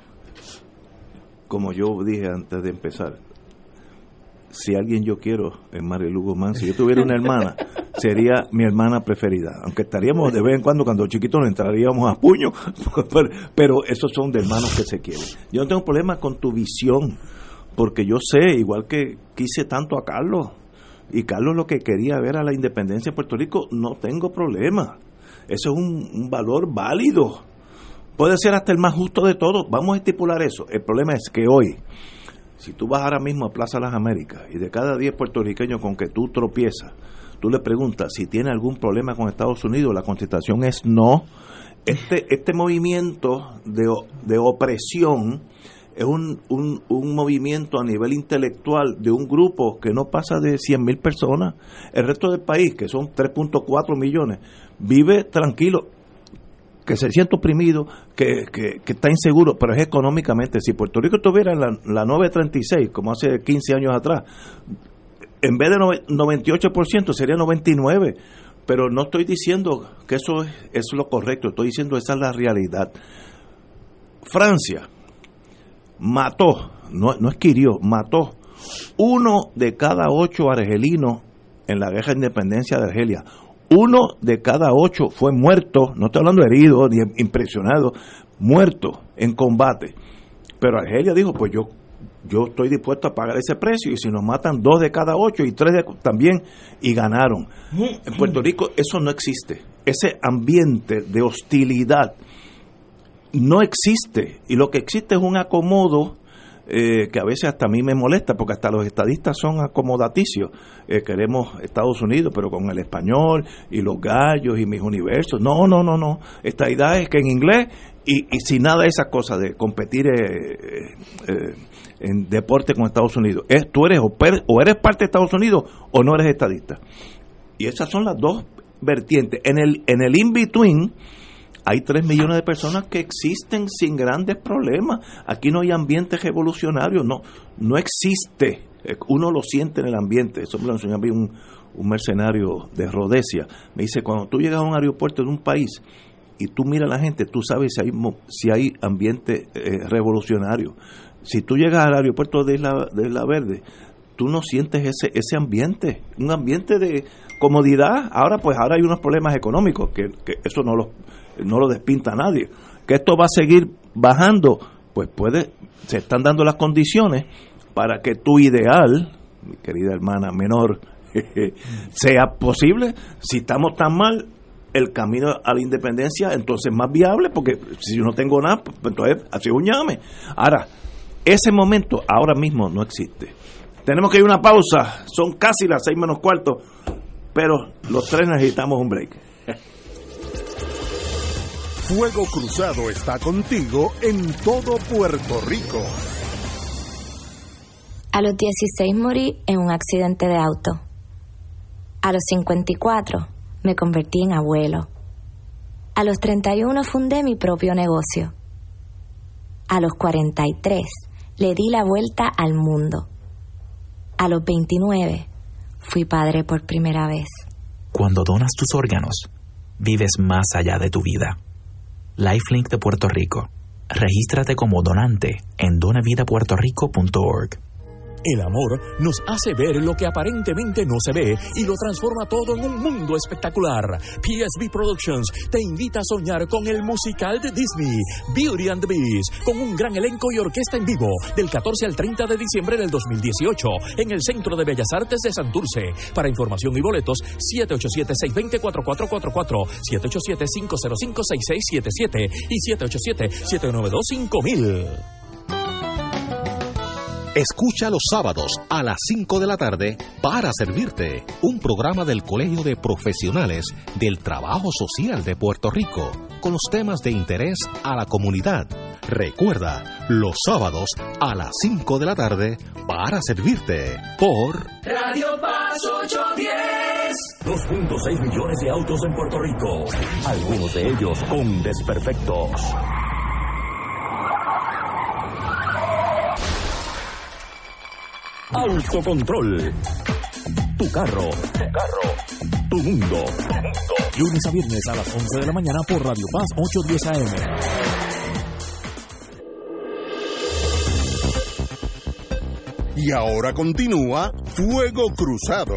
Speaker 2: Como yo dije antes de empezar, si alguien yo quiero es Marilu Guzmán. Si yo tuviera una hermana, sería mi hermana preferida. Aunque estaríamos de vez en cuando, cuando chiquitos, nos entraríamos a puño. Pero, pero esos son de hermanos que se quieren. Yo no tengo problema con tu visión, porque yo sé, igual que quise tanto a Carlos, y Carlos lo que quería ver a la independencia de Puerto Rico, no tengo problema. Eso es un, un valor válido. Puede ser hasta el más justo de todos. Vamos a estipular eso. El problema es que hoy, si tú vas ahora mismo a Plaza Las Américas y de cada diez puertorriqueños con que tú tropiezas, tú le preguntas si tiene algún problema con Estados Unidos, la contestación es no. Este este movimiento de, de opresión es un, un, un movimiento a nivel intelectual de un grupo que no pasa de cien mil personas. El resto del país, que son tres punto cuatro millones, vive tranquilo, que se siente oprimido, que, que, que está inseguro, pero es económicamente. Si Puerto Rico tuviera la, la nueve treinta y seis, como hace quince años atrás, en vez de noventa y ocho por ciento sería noventa y nueve por ciento, pero no estoy diciendo que eso es, es lo correcto, estoy diciendo esa es la realidad. Francia mató no, no es que hirió, mató uno de cada ocho argelinos en la guerra de independencia de Argelia. Uno de cada ocho fue muerto, no estoy hablando de herido ni impresionado, muerto en combate. Pero Argelia dijo, pues yo yo estoy dispuesto a pagar ese precio, y si nos matan dos de cada ocho y tres de, también, y ganaron. En Puerto Rico eso no existe. Ese ambiente de hostilidad no existe, y lo que existe es un acomodo eh, que a veces hasta a mí me molesta, porque hasta los estadistas son acomodaticios. Eh, queremos Estados Unidos, pero con el español y los gallos y mis universos. No, no, no, no. Esta idea es que en inglés y, y sin nada de esas cosas de competir eh, eh, en deporte con Estados Unidos. Es, tú eres o, per, o eres parte de Estados Unidos o no eres estadista. Y esas son las dos vertientes. En el en el in-between hay tres millones de personas que existen sin grandes problemas. Aquí no hay ambiente revolucionario, no no existe. Uno lo siente en el ambiente. Eso me lo enseñó a mí un, un mercenario de Rhodesia. Me dice, cuando tú llegas a un aeropuerto de un país y tú miras a la gente, tú sabes si hay, si hay ambiente eh, revolucionario. Si tú llegas al aeropuerto de Isla, de Isla Verde, tú no sientes ese ese ambiente, un ambiente de comodidad. Ahora pues ahora hay unos problemas económicos, que, que eso no lo, no lo despinta a nadie. Que esto va a seguir bajando, pues puede, se están dando las condiciones para que tu ideal, mi querida hermana menor, sea posible. Si estamos tan mal, el camino a la independencia entonces es más viable, porque si yo no tengo nada, pues entonces así un llame. Ahora, ese momento ahora mismo no existe. Tenemos que ir a una pausa, son casi las seis menos cuarto, pero los tres necesitamos un break.
Speaker 1: Fuego Cruzado está contigo en todo Puerto Rico.
Speaker 12: A los dieciséis morí en un accidente de auto. A los cincuenta y cuatro me convertí en abuelo. A los treinta y uno fundé mi propio negocio. A los cuarenta y tres le di la vuelta al mundo. A los veintinueve fui padre por primera vez.
Speaker 13: Cuando donas tus órganos, vives más allá de tu vida. Lifelink de Puerto Rico. Regístrate como donante en donavida puerto rico punto org.
Speaker 6: El amor nos hace ver lo que aparentemente no se ve y lo transforma todo en un mundo espectacular. P S B Productions te invita a soñar con el musical de Disney, Beauty and the Beast, con un gran elenco y orquesta en vivo, del catorce al treinta de diciembre del dos mil dieciocho, en el Centro de Bellas Artes de Santurce. Para información y boletos, siete ocho siete, seis dos cero, cuatro cuatro cuatro cuatro, siete ocho siete, cinco cero cinco, seis seis siete siete y siete ocho siete, siete nueve dos, cinco mil.
Speaker 7: Escucha los sábados a las cinco de la tarde Para Servirte, un programa del Colegio de Profesionales del Trabajo Social de Puerto Rico, con los temas de interés a la comunidad. Recuerda, los sábados a las cinco de la tarde Para Servirte, por
Speaker 6: Radio Paz ochocientos diez. dos punto seis millones de autos en Puerto Rico, algunos de ellos con desperfectos. Autocontrol. Tu carro. Tu carro. Tu mundo. Tu mundo. Lunes a viernes a las once de la mañana por Radio Paz ochocientos diez A M.
Speaker 1: Y ahora continúa Fuego Cruzado.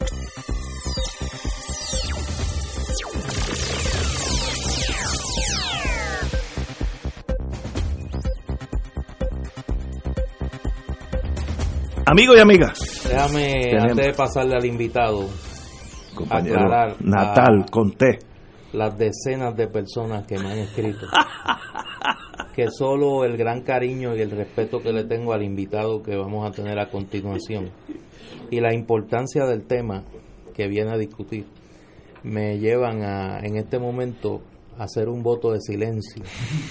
Speaker 2: Amigos y amigas,
Speaker 3: déjame,
Speaker 2: tenemos,
Speaker 3: antes de pasarle al invitado,
Speaker 2: aclarar Natal, conté
Speaker 3: las decenas de personas que me han escrito que solo el gran cariño y el respeto que le tengo al invitado que vamos a tener a continuación y la importancia del tema que viene a discutir me llevan a, en este momento, a hacer un voto de silencio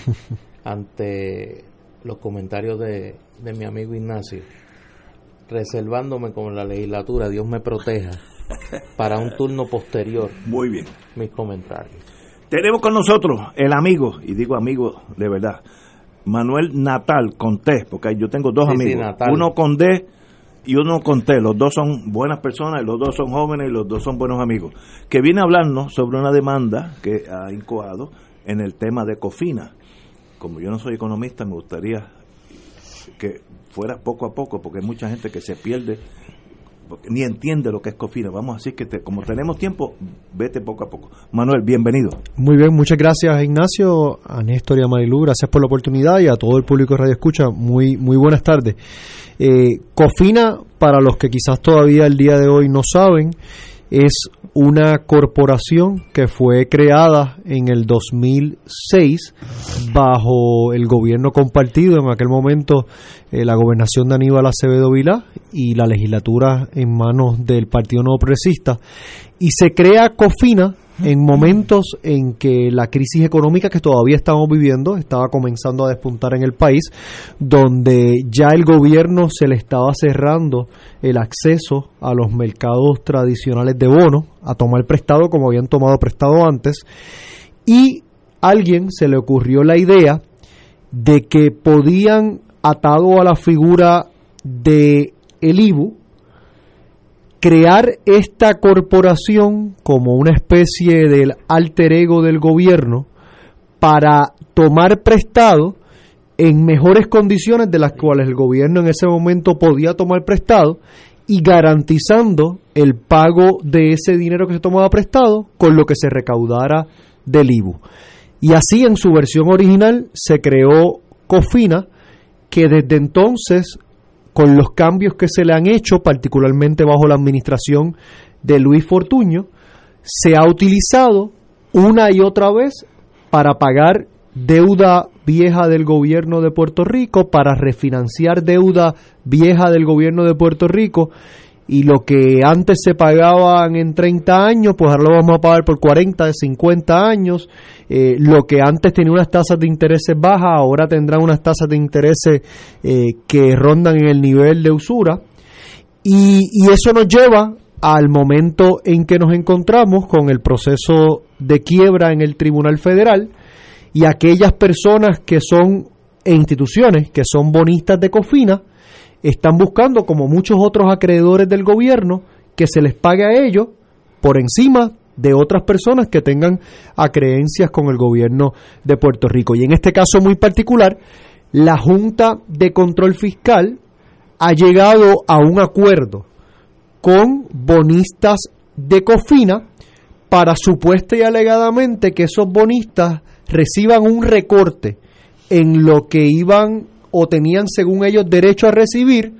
Speaker 3: ante los comentarios de, de mi amigo Ignacio, reservándome con la legislatura, Dios me proteja, para un turno posterior.
Speaker 2: Muy bien.
Speaker 3: Mis comentarios.
Speaker 2: Tenemos con nosotros el amigo, y digo amigo de verdad, Manuel Natal Conté, porque yo tengo dos sí, amigos, sí, uno con D y uno con T, los dos son buenas personas, y los dos son jóvenes y los dos son buenos amigos, que viene a hablarnos sobre una demanda que ha incoado en el tema de Cofina. Como yo no soy economista, me gustaría que fuera poco a poco, porque hay mucha gente que se pierde, ni entiende lo que es COFINA. Vamos a decir que te, como tenemos tiempo, vete poco a poco. Manuel, bienvenido.
Speaker 14: Muy bien, muchas gracias, Ignacio, a Néstor y a Marilú, gracias por la oportunidad, y a todo el público de Radio Escucha, muy, muy buenas tardes. Eh, COFINA, para los que quizás todavía el día de hoy no saben, es una corporación que fue creada en el dos mil seis bajo el gobierno compartido, en aquel momento eh, la gobernación de Aníbal Acevedo Vilá y la legislatura en manos del Partido Nuevo Progresista, y se crea COFINA en momentos en que la crisis económica que todavía estamos viviendo estaba comenzando a despuntar en el país, donde ya el gobierno se le estaba cerrando el acceso a los mercados tradicionales de bonos, a tomar prestado como habían tomado prestado antes, y a alguien se le ocurrió la idea de que podían, atado a la figura de el I B U, crear esta corporación como una especie del alter ego del gobierno para tomar prestado en mejores condiciones de las cuales el gobierno en ese momento podía tomar prestado, y garantizando el pago de ese dinero que se tomaba prestado con lo que se recaudara del I B U. Y así, en su versión original, se creó COFINA, que desde entonces, con los cambios que se le han hecho, particularmente bajo la administración de Luis Fortuño, se ha utilizado una y otra vez para pagar deuda vieja del gobierno de Puerto Rico, para refinanciar deuda vieja del gobierno de Puerto Rico, y lo que antes se pagaban en treinta años, pues ahora lo vamos a pagar por cuarenta, cincuenta años. Eh, lo que antes tenía unas tasas de intereses bajas, ahora tendrán unas tasas de intereses eh, que rondan en el nivel de usura. Y, y eso nos lleva al momento en que nos encontramos con el proceso de quiebra en el Tribunal Federal, y aquellas personas que son, e instituciones que son bonistas de COFINA, están buscando, como muchos otros acreedores del gobierno, que se les pague a ellos por encima de otras personas que tengan acreencias con el gobierno de Puerto Rico. Y en este caso muy particular, la Junta de Control Fiscal ha llegado a un acuerdo con bonistas de COFINA para supuesta y alegadamente que esos bonistas reciban un recorte en lo que iban o tenían, según ellos, derecho a recibir,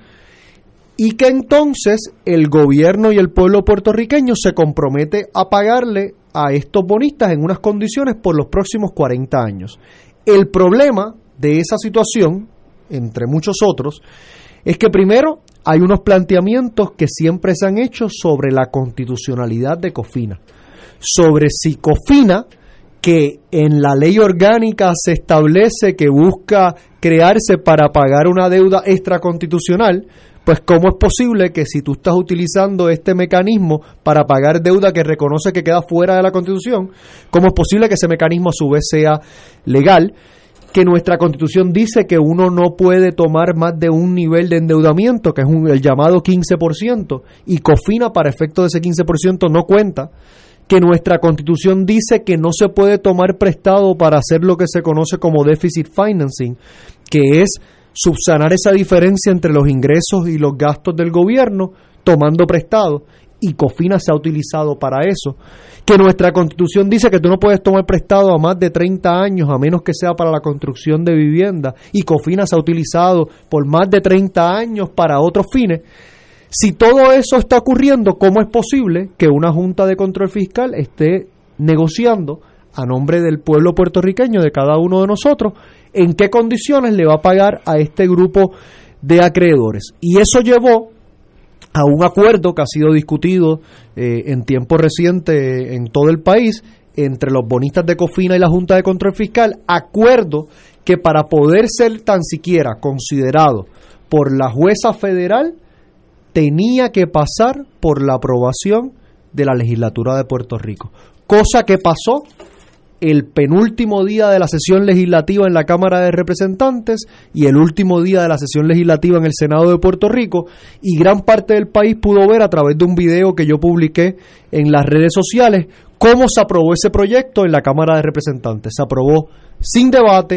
Speaker 14: y que entonces el gobierno y el pueblo puertorriqueño se compromete a pagarle a estos bonistas en unas condiciones por los próximos cuarenta años. El problema de esa situación, entre muchos otros, es que primero hay unos planteamientos que siempre se han hecho sobre la constitucionalidad de COFINA, sobre si COFINA, que en la ley orgánica se establece que busca crearse para pagar una deuda extraconstitucional, pues cómo es posible que si tú estás utilizando este mecanismo para pagar deuda que reconoce que queda fuera de la Constitución, cómo es posible que ese mecanismo a su vez sea legal, que nuestra Constitución dice que uno no puede tomar más de un nivel de endeudamiento, que es un, el llamado quince por ciento, y COFINA para efecto de ese quince por ciento no cuenta, que nuestra Constitución dice que no se puede tomar prestado para hacer lo que se conoce como deficit financing, que es subsanar esa diferencia entre los ingresos y los gastos del gobierno tomando prestado, y COFINA se ha utilizado para eso, que nuestra Constitución dice que tú no puedes tomar prestado a más de treinta años a menos que sea para la construcción de vivienda, y COFINA se ha utilizado por más de treinta años para otros fines. Si todo eso está ocurriendo, ¿cómo es posible que una Junta de Control Fiscal esté negociando a nombre del pueblo puertorriqueño, de cada uno de nosotros, en qué condiciones le va a pagar a este grupo de acreedores? Y eso llevó a un acuerdo que ha sido discutido eh, en tiempo reciente en todo el país entre los bonistas de COFINA y la Junta de Control Fiscal, acuerdo que para poder ser tan siquiera considerado por la jueza federal tenía que pasar por la aprobación de la legislatura de Puerto Rico, cosa que pasó el penúltimo día de la sesión legislativa en la Cámara de Representantes y el último día de la sesión legislativa en el Senado de Puerto Rico, y gran parte del país pudo ver a través de un video que yo publiqué en las redes sociales cómo se aprobó ese proyecto en la Cámara de Representantes. Se aprobó sin debate,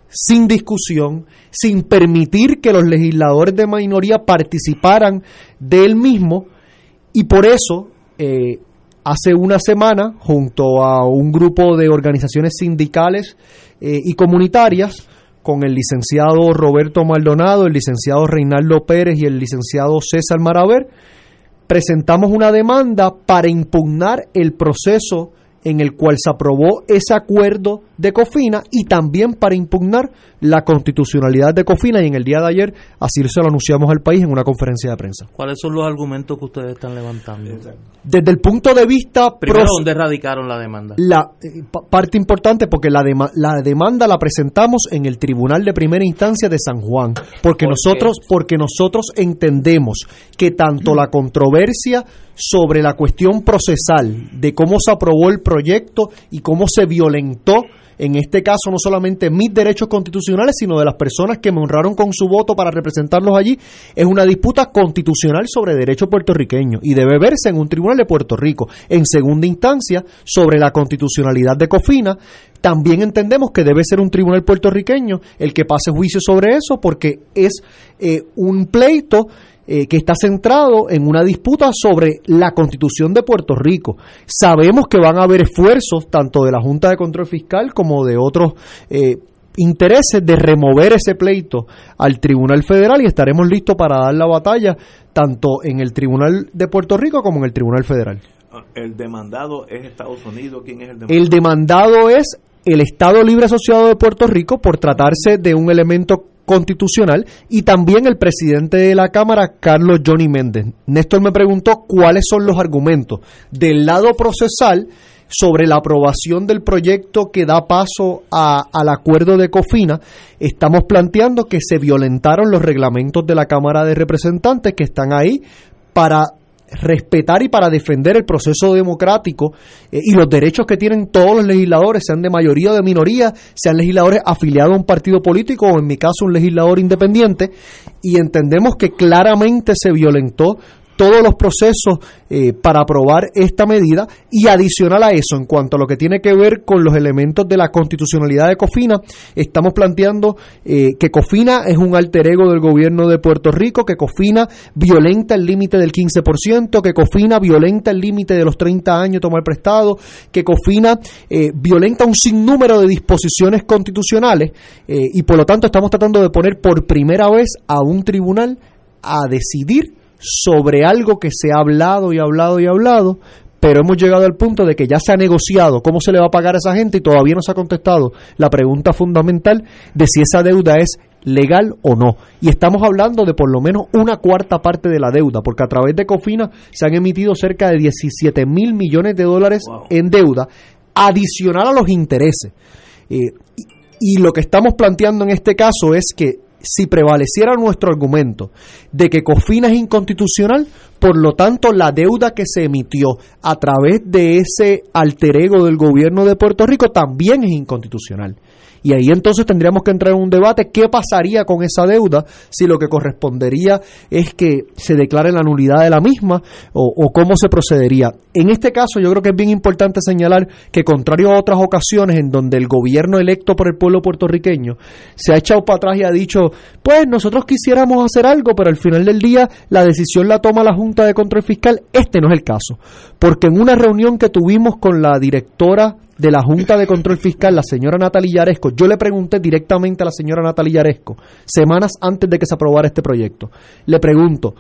Speaker 14: sin discusión, sin permitir que los legisladores de mayoría participaran del mismo, y por eso eh, hace una semana, junto a un grupo de organizaciones sindicales eh, y comunitarias, con el licenciado Roberto Maldonado, el licenciado Reinaldo Pérez y el licenciado César Maraver, presentamos una demanda para impugnar el proceso en el cual se aprobó ese acuerdo de COFINA y también para impugnar la constitucionalidad de COFINA, y en el día de ayer así se lo anunciamos al país en una conferencia de prensa.
Speaker 3: ¿Cuáles son los argumentos que ustedes están levantando?
Speaker 14: Desde el punto de vista...
Speaker 3: Primero, pros, ¿dónde radicaron la demanda?
Speaker 14: La eh, parte importante, porque la, dema, la demanda la presentamos en el Tribunal de Primera Instancia de San Juan, porque ¿Por nosotros qué? porque nosotros entendemos que tanto la controversia sobre la cuestión procesal de cómo se aprobó el proyecto y cómo se violentó, en este caso no solamente mis derechos constitucionales, sino de las personas que me honraron con su voto para representarlos allí, es una disputa constitucional sobre derecho puertorriqueño y debe verse en un tribunal de Puerto Rico. En segunda instancia, sobre la constitucionalidad de COFINA, también entendemos que debe ser un tribunal puertorriqueño el que pase juicio sobre eso, porque es eh, un pleito Eh, que está centrado en una disputa sobre la Constitución de Puerto Rico. Sabemos que van a haber esfuerzos tanto de la Junta de Control Fiscal como de otros eh, intereses de remover ese pleito al Tribunal Federal, y estaremos listos para dar la batalla tanto en el Tribunal de Puerto Rico como en el Tribunal Federal.
Speaker 2: ¿El demandado es Estados Unidos? ¿Quién es el demandado?
Speaker 14: El demandado es el Estado Libre Asociado de Puerto Rico por tratarse de un elemento constitucional, y también el presidente de la Cámara, Carlos Johnny Méndez. Néstor me preguntó cuáles son los argumentos del lado procesal sobre la aprobación del proyecto que da paso a, al acuerdo de COFINA. Estamos planteando que se violentaron los reglamentos de la Cámara de Representantes, que están ahí para respetar y para defender el proceso democrático eh, y los derechos que tienen todos los legisladores, sean de mayoría o de minoría, sean legisladores afiliados a un partido político o en mi caso un legislador independiente, y entendemos que claramente se violentó todos los procesos eh, para aprobar esta medida. Y adicional a eso, en cuanto a lo que tiene que ver con los elementos de la constitucionalidad de COFINA, estamos planteando eh, que COFINA es un alter ego del gobierno de Puerto Rico, que COFINA violenta el límite del quince por ciento, que COFINA violenta el límite de los treinta años de tomar prestado, que COFINA eh, violenta un sinnúmero de disposiciones constitucionales, eh, y por lo tanto estamos tratando de poner por primera vez a un tribunal a decidir sobre algo que se ha hablado y hablado y hablado, pero hemos llegado al punto de que ya se ha negociado cómo se le va a pagar a esa gente y todavía no se ha contestado la pregunta fundamental de si esa deuda es legal o no. Y estamos hablando de por lo menos una cuarta parte de la deuda, porque a través de COFINA se han emitido cerca de diecisiete mil millones de dólares wow. en deuda, adicional a los intereses. Eh, y, y lo que estamos planteando en este caso es que si prevaleciera nuestro argumento de que COFINA es inconstitucional, por lo tanto la deuda que se emitió a través de ese alter ego del gobierno de Puerto Rico también es inconstitucional. Y ahí entonces tendríamos que entrar en un debate qué pasaría con esa deuda, si lo que correspondería es que se declare la nulidad de la misma o, o cómo se procedería. En este caso yo creo que es bien importante señalar que, contrario a otras ocasiones en donde el gobierno electo por el pueblo puertorriqueño se ha echado para atrás y ha dicho, pues nosotros quisiéramos hacer algo, pero al final del día la decisión la toma la Junta de Control Fiscal, este no es el caso, porque en una reunión que tuvimos con la directora de la Junta de Control Fiscal, la señora Natalia Yaresco, yo le pregunté directamente a la señora Natalia Yaresco, semanas antes de que se aprobara este proyecto, le pregunto,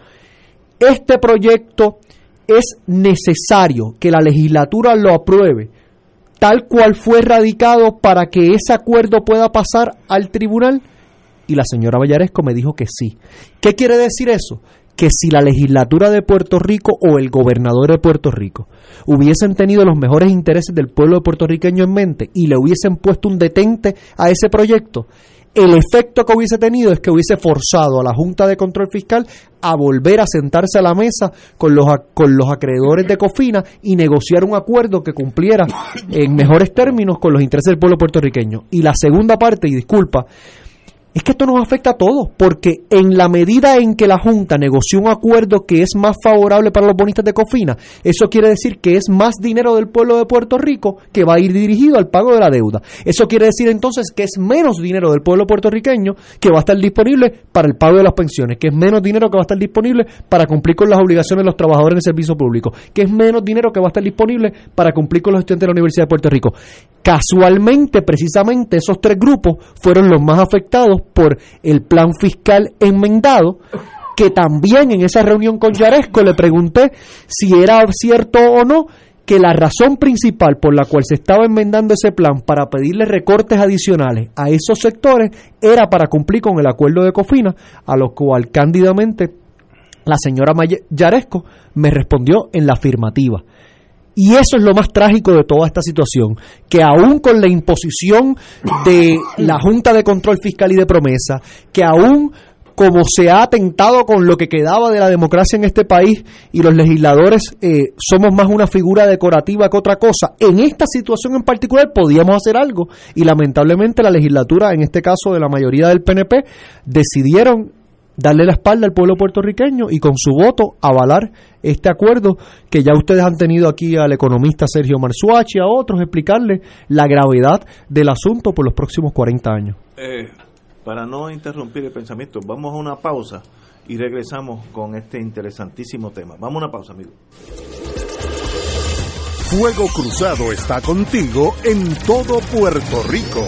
Speaker 14: ¿este proyecto es necesario que la legislatura lo apruebe tal cual fue radicado para que ese acuerdo pueda pasar al tribunal? Y la señora Yaresco me dijo que sí. ¿Qué quiere decir eso? Que si la legislatura de Puerto Rico o el gobernador de Puerto Rico hubiesen tenido los mejores intereses del pueblo puertorriqueño en mente y le hubiesen puesto un detente a ese proyecto, el efecto que hubiese tenido es que hubiese forzado a la Junta de Control Fiscal a volver a sentarse a la mesa con los, con los acreedores de COFINA y negociar un acuerdo que cumpliera en mejores términos con los intereses del pueblo puertorriqueño. Y la segunda parte, y disculpa, es que esto nos afecta a todos, porque en la medida en que la Junta negoció un acuerdo que es más favorable para los bonistas de Cofina, eso quiere decir que es más dinero del pueblo de Puerto Rico que va a ir dirigido al pago de la deuda. Eso quiere decir entonces que es menos dinero del pueblo puertorriqueño que va a estar disponible para el pago de las pensiones, que es menos dinero que va a estar disponible para cumplir con las obligaciones de los trabajadores en servicio público, que es menos dinero que va a estar disponible para cumplir con los estudiantes de la Universidad de Puerto Rico. Casualmente, precisamente, esos tres grupos fueron los más afectados por el plan fiscal enmendado, que también en esa reunión con Yaresco le pregunté si era cierto o no que la razón principal por la cual se estaba enmendando ese plan para pedirle recortes adicionales a esos sectores era para cumplir con el acuerdo de Cofina, a lo cual cándidamente la señora Yaresco me respondió en la afirmativa. Y eso es lo más trágico de toda esta situación, que aún con la imposición de la Junta de Control Fiscal y de Promesa, que aún como se ha atentado con lo que quedaba de la democracia en este país y los legisladores eh, somos más una figura decorativa que otra cosa, en esta situación en particular podíamos hacer algo y lamentablemente la legislatura, en este caso de la mayoría del P N P, decidieron darle la espalda al pueblo puertorriqueño y con su voto avalar este acuerdo que ya ustedes han tenido aquí al economista Sergio Marzuachi y a otros explicarle la gravedad del asunto por los próximos cuarenta años.
Speaker 2: Eh, para no interrumpir el pensamiento, vamos a una pausa y regresamos con este interesantísimo tema. Vamos a una pausa, amigos.
Speaker 1: Fuego Cruzado está contigo en todo Puerto Rico.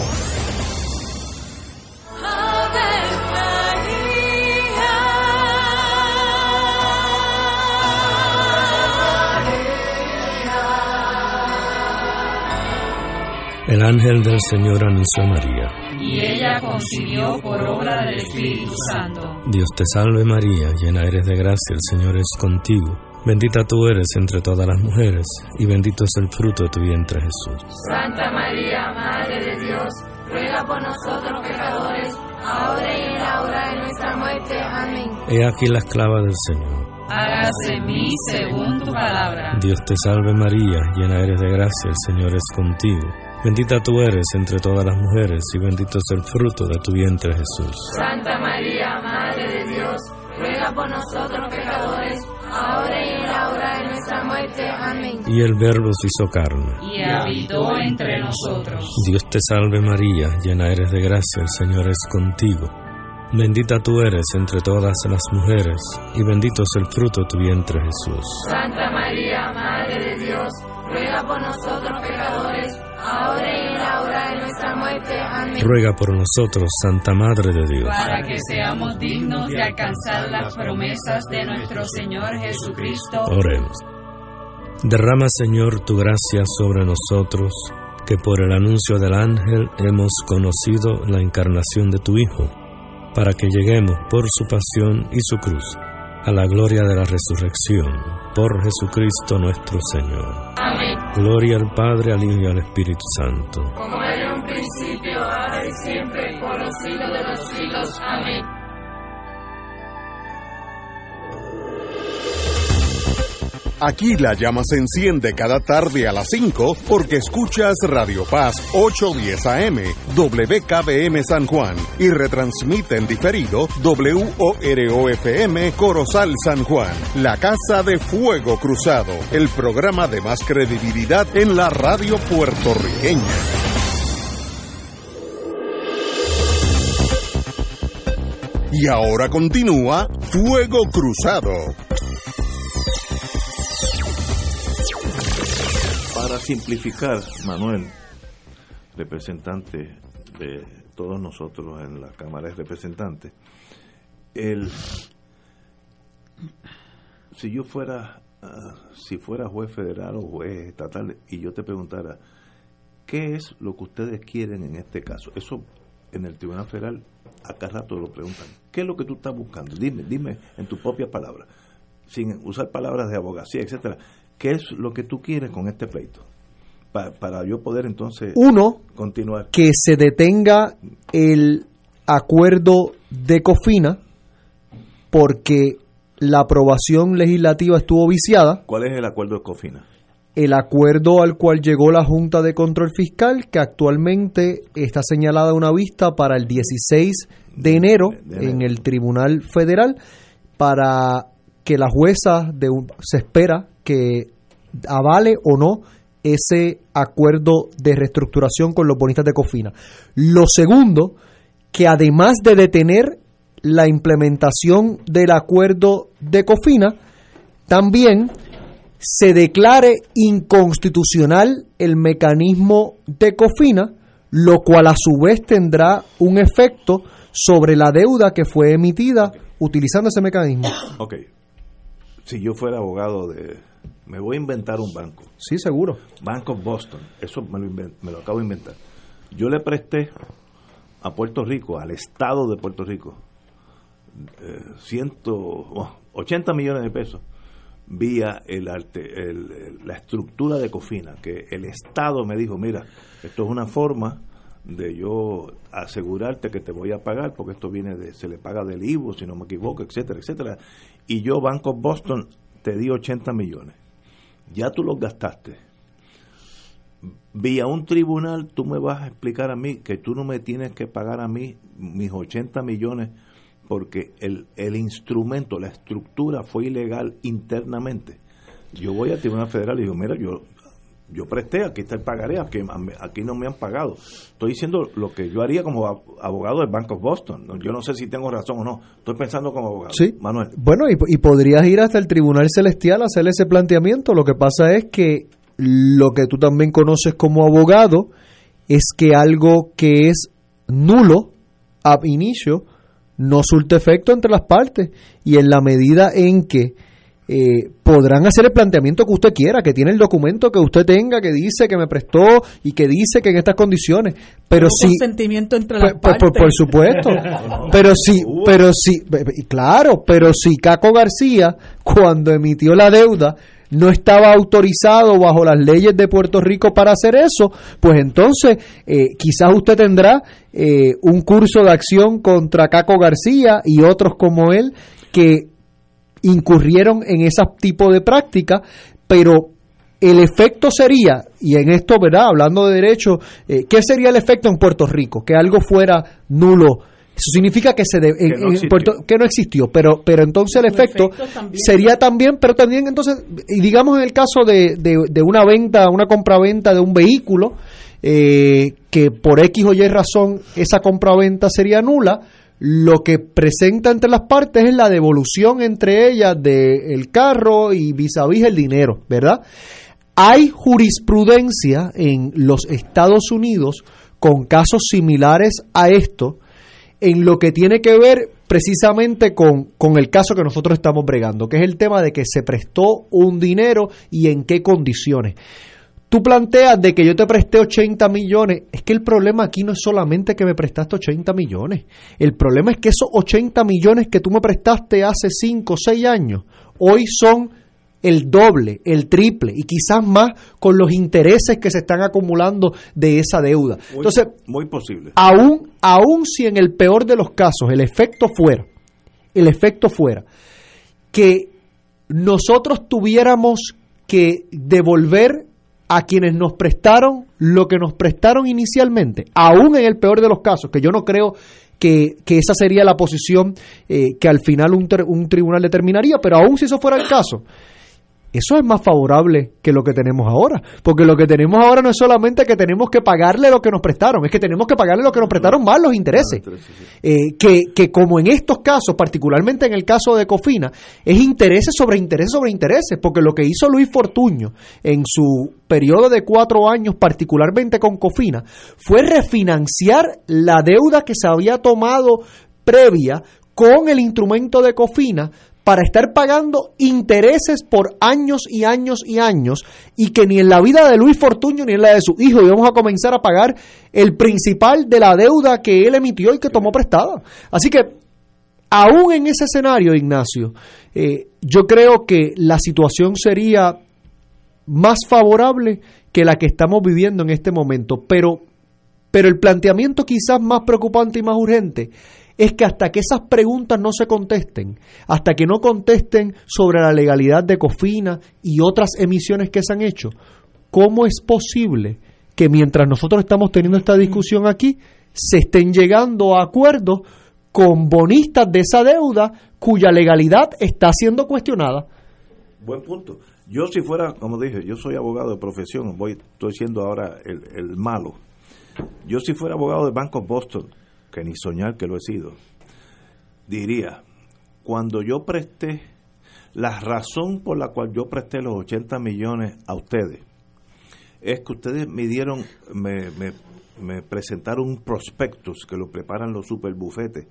Speaker 15: El ángel del Señor anunció a María,
Speaker 16: y ella concibió por obra del Espíritu Santo.
Speaker 15: Dios te salve María, llena eres de gracia, el Señor es contigo. Bendita tú eres entre todas las mujeres, y bendito es el fruto de tu vientre Jesús.
Speaker 16: Santa María, Madre de Dios, ruega por nosotros pecadores, ahora y en la hora de nuestra muerte. Amén.
Speaker 15: He aquí la esclava del Señor.
Speaker 16: Hágase en mí según tu palabra.
Speaker 15: Dios te salve María, llena eres de gracia, el Señor es contigo. Bendita tú eres entre todas las mujeres, y bendito es el fruto de tu vientre Jesús.
Speaker 16: Santa María, Madre de Dios, ruega por nosotros pecadores, ahora y en la hora de nuestra muerte. Amén.
Speaker 15: Y el Verbo se hizo carne,
Speaker 16: y habitó entre nosotros.
Speaker 15: Dios te salve María, llena eres de gracia, el Señor es contigo. Bendita tú eres entre todas las mujeres, y bendito es el fruto de tu vientre Jesús.
Speaker 16: Santa María, Madre de Dios, ruega por nosotros pecadores, ahora y en la hora de nuestra muerte. Amén.
Speaker 15: Ruega por nosotros, Santa Madre de Dios,
Speaker 16: para que seamos dignos de alcanzar las promesas de nuestro Señor Jesucristo.
Speaker 15: Oremos. Derrama, Señor, tu gracia sobre nosotros, que por el anuncio del ángel hemos conocido la encarnación de tu Hijo, para que lleguemos por su pasión y su cruz a la gloria de la resurrección, por Jesucristo nuestro Señor.
Speaker 16: Amén.
Speaker 15: Gloria al Padre, al Hijo y al Espíritu Santo.
Speaker 16: Como era en un principio, ahora y siempre, por los siglos de los siglos. Amén.
Speaker 1: Aquí la llama se enciende cada tarde a las cinco porque escuchas Radio Paz ochocientos diez A M, W K B M San Juan y retransmite en diferido W O R O F M Corozal San Juan, la Casa de Fuego Cruzado, el programa de más credibilidad en la radio puertorriqueña. Y ahora continúa Fuego Cruzado.
Speaker 2: Para simplificar, Manuel, representante de todos nosotros en la Cámara de Representantes, el si yo fuera uh, si fuera juez federal o juez estatal y yo te preguntara ¿qué es lo que ustedes quieren en este caso? Eso en el Tribunal Federal a cada rato lo preguntan. ¿Qué es lo que tú estás buscando? Dime, dime en tus propias palabras, sin usar palabras de abogacía, etcétera. ¿Qué es lo que tú quieres con este pleito? Pa, para yo poder entonces
Speaker 14: Uno,
Speaker 2: continuar.
Speaker 14: Que se detenga el acuerdo de Cofina porque la aprobación legislativa estuvo viciada.
Speaker 2: ¿Cuál es el acuerdo de Cofina?
Speaker 14: el acuerdo al cual llegó la Junta de Control Fiscal, que actualmente está señalada una vista para el dieciséis de enero en el Tribunal Federal, para que la jueza de un, se espera que avale o no ese acuerdo de reestructuración con los bonistas de Cofina. Lo segundo, que además de detener la implementación del acuerdo de Cofina, también se declare inconstitucional el mecanismo de Cofina, lo cual a su vez tendrá un efecto sobre la deuda que fue emitida utilizando ese mecanismo.
Speaker 2: Ok. Si yo fuera abogado de... Me voy a inventar un banco.
Speaker 14: Sí, seguro.
Speaker 2: Bank of Boston. Eso me lo, invent, me lo acabo de inventar. Yo le presté a Puerto Rico, al Estado de Puerto Rico, eh, ciento, oh, ochenta millones de pesos vía el arte, el, el, la estructura de Cofina, que el Estado me dijo, mira, esto es una forma de yo asegurarte que te voy a pagar, porque esto viene de, se le paga del I V U, si no me equivoco, etcétera, etcétera. Y yo, Bank of Boston, te di ochenta millones. Ya tú los gastaste. Vía un tribunal, tú me vas a explicar a mí que tú no me tienes que pagar a mí mis ochenta millones porque el, el instrumento, la estructura fue ilegal internamente. Yo voy al Tribunal Federal y digo, mira, yo yo presté, aquí está el pagaré, aquí, aquí no me han pagado. Estoy diciendo lo que yo haría como abogado del Bank of Boston. Yo no sé si tengo razón o no. Estoy pensando como abogado.
Speaker 14: Sí.
Speaker 2: Manuel.
Speaker 14: Bueno, y, y podrías ir hasta el Tribunal Celestial a hacer ese planteamiento. Lo que pasa es que lo que tú también conoces como abogado es que algo que es nulo ab inicio no surte efecto entre las partes, y en la medida en que eh, podrán hacer el planteamiento que usted quiera, que tiene el documento que usted tenga, que dice que me prestó y que dice que en estas condiciones, pero si
Speaker 4: consentimiento entre las
Speaker 14: por,
Speaker 4: partes.
Speaker 14: Por, por supuesto, pero sí, pero sí, claro, pero si Caco García, cuando emitió la deuda, no estaba autorizado bajo las leyes de Puerto Rico para hacer eso, pues entonces eh, quizás usted tendrá eh, un curso de acción contra Caco García y otros como él que incurrieron en ese tipo de prácticas, pero el efecto sería, y en esto, ¿verdad?, hablando de derecho, eh, ¿qué sería el efecto en Puerto Rico? Que algo fuera nulo. Eso significa que se de, que, en, no en Puerto, que no existió, pero pero entonces el efecto, efecto también sería también, pero también entonces, y digamos en el caso de, de, de una venta, una compraventa de un vehículo, eh, que por X o Y razón esa compraventa sería nula, lo que presenta entre las partes es la devolución entre ellas del carro y vis a vis el dinero, ¿verdad? Hay jurisprudencia en los Estados Unidos con casos similares a esto, en lo que tiene que ver precisamente con, con el caso que nosotros estamos bregando, que es el tema de que se prestó un dinero y en qué condiciones. Tú planteas de que yo te presté ochenta millones, es que el problema aquí no es solamente que me prestaste ochenta millones, el problema es que esos ochenta millones que tú me prestaste hace cinco o seis años, hoy son el doble, el triple y quizás más con los intereses que se están acumulando de esa deuda.
Speaker 2: Muy,
Speaker 14: Entonces,
Speaker 2: muy posible.
Speaker 14: Aún, aún si en el peor de los casos el efecto fuera, el efecto fuera que nosotros tuviéramos que devolver a quienes nos prestaron lo que nos prestaron inicialmente, aún en el peor de los casos, que yo no creo que, que esa sería la posición eh, que al final un, ter, un tribunal determinaría, pero aún si eso fuera el caso, eso es más favorable que lo que tenemos ahora, porque lo que tenemos ahora no es solamente que tenemos que pagarle lo que nos prestaron, es que tenemos que pagarle lo que nos prestaron más los intereses, eh, que, que como en estos casos, particularmente en el caso de Cofina, es intereses sobre intereses sobre intereses, porque lo que hizo Luis Fortuño en su periodo de cuatro años, particularmente con Cofina, fue refinanciar la deuda que se había tomado previa con el instrumento de Cofina, para estar pagando intereses por años y años y años, y que ni en la vida de Luis Fortuño ni en la de su hijo íbamos a comenzar a pagar el principal de la deuda que él emitió y que tomó prestada. Así que, aún en ese escenario, Ignacio, eh, yo creo que la situación sería más favorable que la que estamos viviendo en este momento, pero, pero el planteamiento quizás más preocupante y más urgente es que hasta que esas preguntas no se contesten, hasta que no contesten sobre la legalidad de Cofina y otras emisiones que se han hecho, ¿cómo es posible que mientras nosotros estamos teniendo esta discusión aquí, se estén llegando a acuerdos con bonistas de esa deuda cuya legalidad está siendo cuestionada?
Speaker 2: Buen punto. Yo si fuera, como dije, yo soy abogado de profesión, voy, estoy siendo ahora el, el malo. Yo si fuera abogado del Banco Boston, que ni soñar que lo he sido, diría, cuando yo presté, la razón por la cual yo presté los ochenta millones a ustedes, es que ustedes me dieron, me, me, me presentaron un prospectus que lo preparan los superbufetes,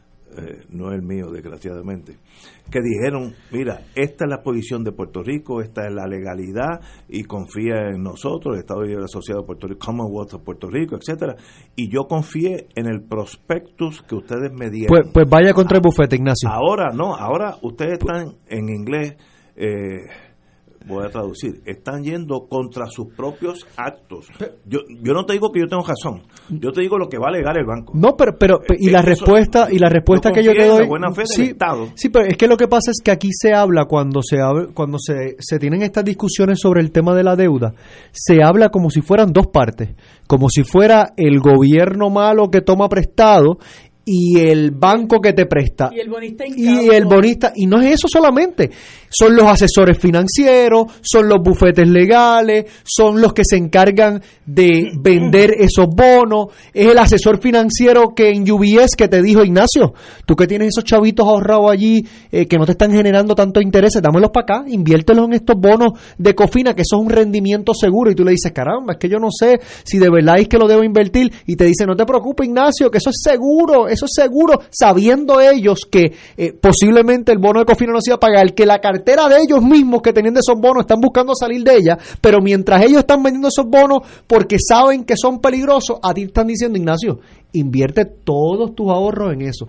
Speaker 2: eh, no el mío desgraciadamente, que dijeron, mira, esta es la posición de Puerto Rico, esta es la legalidad y confía en nosotros, el Estado Libre Asociado de Puerto Rico, Commonwealth of Puerto Rico, etcétera, y yo confié en el prospectus que ustedes me dieron.
Speaker 14: Pues, pues vaya contra el bufete, Ignacio.
Speaker 2: Ahora no, ahora ustedes están en inglés, eh, voy a traducir, están yendo contra sus propios actos. Yo yo no te digo que yo tengo razón, yo te digo lo que va a alegar el banco.
Speaker 14: No, pero pero y la
Speaker 2: Eso,
Speaker 14: respuesta y la respuesta
Speaker 2: yo
Speaker 14: que yo te
Speaker 2: confío en
Speaker 14: doy,
Speaker 2: la buena fe del
Speaker 14: sí,
Speaker 2: Estado.
Speaker 14: sí, pero es que lo que pasa es que aquí se habla cuando se habla, cuando se se tienen estas discusiones sobre el tema de la deuda, se habla como si fueran dos partes, como si fuera el gobierno malo que toma prestado y el banco que te presta
Speaker 4: y el bonista
Speaker 14: y el bonista, y no es eso solamente, son los asesores financieros, son los bufetes legales, son los que se encargan de vender esos bonos, es el asesor financiero que en U B S que te dijo, Ignacio, tú que tienes esos chavitos ahorrados allí eh, que no te están generando tanto interés, dámelos para acá, inviértelos en estos bonos de Cofina, que eso es un rendimiento seguro, y tú le dices, caramba, es que yo no sé si de verdad es que lo debo invertir, y te dice, no te preocupes, Ignacio, que eso es seguro, eso es seguro, sabiendo ellos que eh, posiblemente el bono de Cofina no se iba a pagar, que la cartera de ellos mismos que tenían de esos bonos están buscando salir de ella, pero mientras ellos están vendiendo esos bonos porque saben que son peligrosos, a ti están diciendo, Ignacio, invierte todos tus ahorros en eso.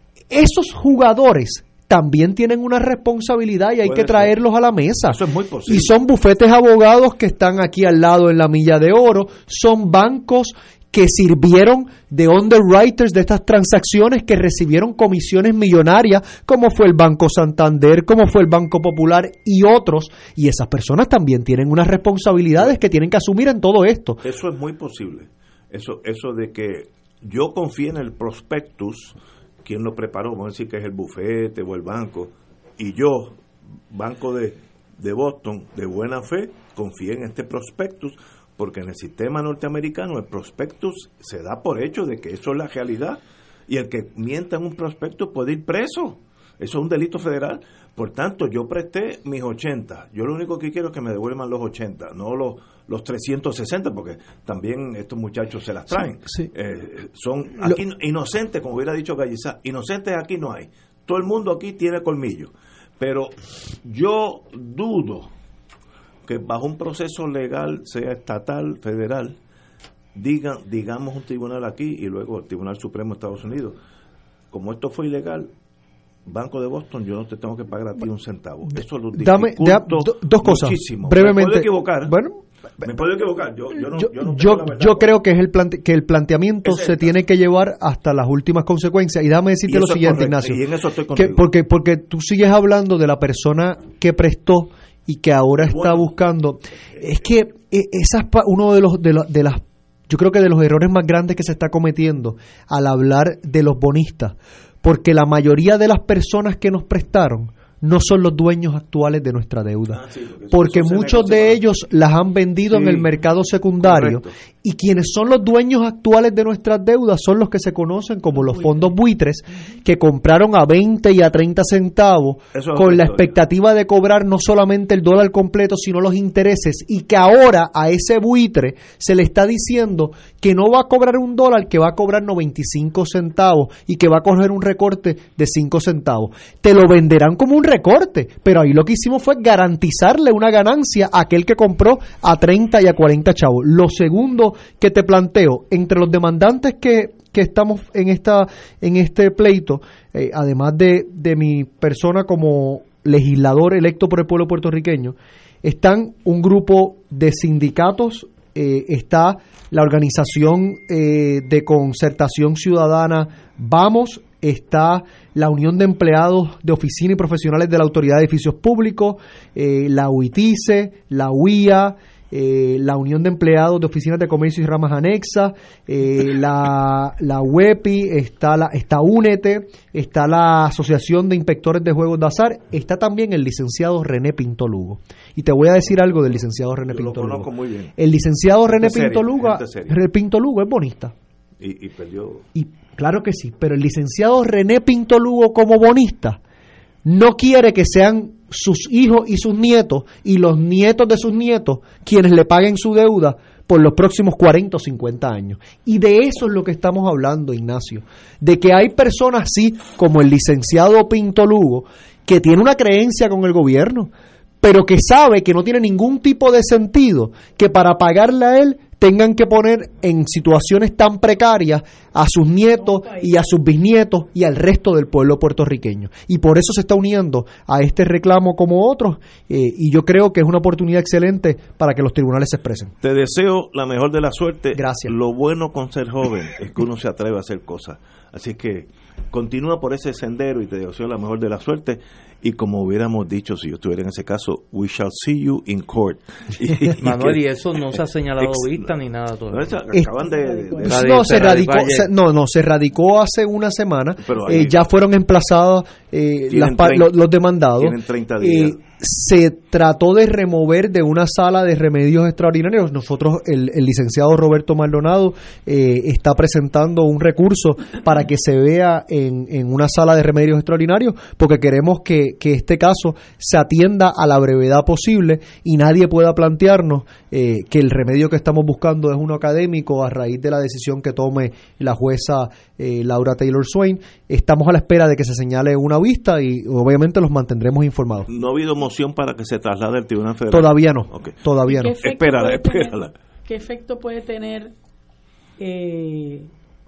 Speaker 14: Esos jugadores también tienen una responsabilidad y hay que traerlos a la mesa.
Speaker 2: Eso es muy posible.
Speaker 14: Y son bufetes abogados que están aquí al lado en la milla de oro, son bancos que sirvieron de underwriters de estas transacciones, que recibieron comisiones millonarias, como fue el Banco Santander, como fue el Banco Popular y otros, y esas personas también tienen unas responsabilidades que tienen que asumir en todo esto.
Speaker 2: Eso es muy posible. Eso eso de que yo confíe en el prospectus, quien lo preparó, vamos a decir que es el bufete o el banco, y yo, Banco de, de Boston, de buena fe, confié en este prospectus, porque en el sistema norteamericano el prospectus se da por hecho de que eso es la realidad, y el que mienta en un prospectus puede ir preso. Eso es un delito federal. Por tanto, yo presté mis ochenta. Yo lo único que quiero es que me devuelvan los ochenta, no los, los trescientos sesenta, porque también estos muchachos se las traen.
Speaker 14: Sí, sí.
Speaker 2: Eh, son aquí lo, inocentes, como hubiera dicho Gallizá. Inocentes aquí no hay. Todo el mundo aquí tiene colmillo. Pero yo dudo que bajo un proceso legal, sea estatal, federal, digan, digamos un tribunal aquí y luego el Tribunal Supremo de Estados Unidos, como esto fue ilegal, Banco de Boston, yo no te tengo que pagar a ti un centavo. Eso lo
Speaker 14: Dame da, do, dos cosas
Speaker 2: muchísimo.
Speaker 14: brevemente.
Speaker 2: Me puedo equivocar.
Speaker 14: Bueno,
Speaker 2: me puedo equivocar. Yo, yo, no,
Speaker 14: yo,
Speaker 2: yo, no
Speaker 14: yo,
Speaker 2: la
Speaker 14: yo creo que es el plante, que el planteamiento
Speaker 2: es
Speaker 14: se tiene que llevar hasta las últimas consecuencias. Y déjame decirte lo siguiente, Ignacio.
Speaker 2: Y en eso estoy
Speaker 14: que, porque, porque tú sigues hablando de la persona que prestó y que ahora está bueno. buscando. Es que esa es uno de los de, la, de las yo creo que de los errores más grandes que se está cometiendo al hablar de los bonistas, porque la mayoría de las personas que nos prestaron no son los dueños actuales de nuestra deuda, ah, sí, porque, porque eso muchos de para... ellos las han vendido sí, en el mercado secundario, correcto. Y quienes son los dueños actuales de nuestras deudas son los que se conocen como los fondos buitres, que compraron a veinte y a treinta centavos con la expectativa de cobrar no solamente el dólar completo, sino los intereses, y que ahora a ese buitre se le está diciendo que no va a cobrar un dólar, que va a cobrar noventa y cinco centavos y que va a coger un recorte de cinco centavos. Te lo venderán como un recorte, pero ahí lo que hicimos fue garantizarle una ganancia a aquel que compró a treinta y a cuarenta chavos. Lo segundo que te planteo, entre los demandantes que, que estamos en esta en este pleito, eh, además de, de mi persona como legislador electo por el pueblo puertorriqueño, están un grupo de sindicatos, eh, está la organización eh, de concertación ciudadana Vamos, está la Unión de Empleados de Oficina y Profesionales de la Autoridad de Edificios Públicos, eh, la U I T I C E, la U I A, eh, la Unión de Empleados de Oficinas de Comercio y Ramas Anexas, eh, la, la U E P I, está, la, está Únete, está la Asociación de Inspectores de Juegos de Azar, está también el licenciado René Pinto Lugo. Y te voy a decir algo del licenciado René
Speaker 2: Yo
Speaker 14: Pinto
Speaker 2: lo
Speaker 14: Lugo.
Speaker 2: conozco muy bien.
Speaker 14: El licenciado René
Speaker 2: Gente
Speaker 14: Pinto
Speaker 2: seria,
Speaker 14: Lugo,
Speaker 2: gente seria.
Speaker 14: René Pinto Lugo es bonista.
Speaker 2: Y, y perdió.
Speaker 14: Y claro que sí, pero el licenciado René Pinto Lugo como bonista no quiere que sean sus hijos y sus nietos y los nietos de sus nietos quienes le paguen su deuda por los próximos cuarenta o cincuenta años. Y de eso es lo que estamos hablando, Ignacio. De que hay personas así como el licenciado Pinto Lugo que tiene una creencia con el gobierno, pero que sabe que no tiene ningún tipo de sentido que para pagarle a él tengan que poner en situaciones tan precarias a sus nietos y a sus bisnietos y al resto del pueblo puertorriqueño. Y por eso se está uniendo a este reclamo como otros, eh, y yo creo que es una oportunidad excelente para que los tribunales se expresen.
Speaker 2: Te deseo la mejor de la suerte.
Speaker 14: Gracias.
Speaker 2: Lo bueno con ser joven es que uno se atreve a hacer cosas. Así que continúa por ese sendero y te deseo la mejor de la suerte. Y como hubiéramos dicho, si yo estuviera en ese caso, we shall see you in court. Y, y
Speaker 3: Manuel,
Speaker 2: que,
Speaker 3: y eso no se ha señalado
Speaker 2: ex,
Speaker 3: vista ni nada todavía.
Speaker 2: No, esa, acaban de, de, de,
Speaker 14: no, se radicó,
Speaker 3: radicó
Speaker 14: se, no, no, se radicó hace una semana.
Speaker 2: Ahí,
Speaker 14: eh, ya fueron emplazados eh, las,
Speaker 2: treinta,
Speaker 14: los, los demandados.
Speaker 2: Tienen treinta días.
Speaker 14: Eh, se trató de remover de una sala de remedios extraordinarios. Nosotros, el, el licenciado Roberto Maldonado eh, está presentando un recurso para que se vea en, en una sala de remedios extraordinarios, porque queremos que, que este caso se atienda a la brevedad posible y nadie pueda plantearnos eh, que el remedio que estamos buscando es uno académico a raíz de la decisión que tome la jueza eh, Laura Taylor Swain. Estamos a la espera de que se señale una vista y obviamente los mantendremos informados.
Speaker 2: No ha habido moción para que se traslade al Tribunal Federal.
Speaker 14: Todavía no.
Speaker 2: Okay.
Speaker 14: Todavía no.
Speaker 2: Espérala, espérala.
Speaker 4: Tener, ¿Qué efecto puede tener eh,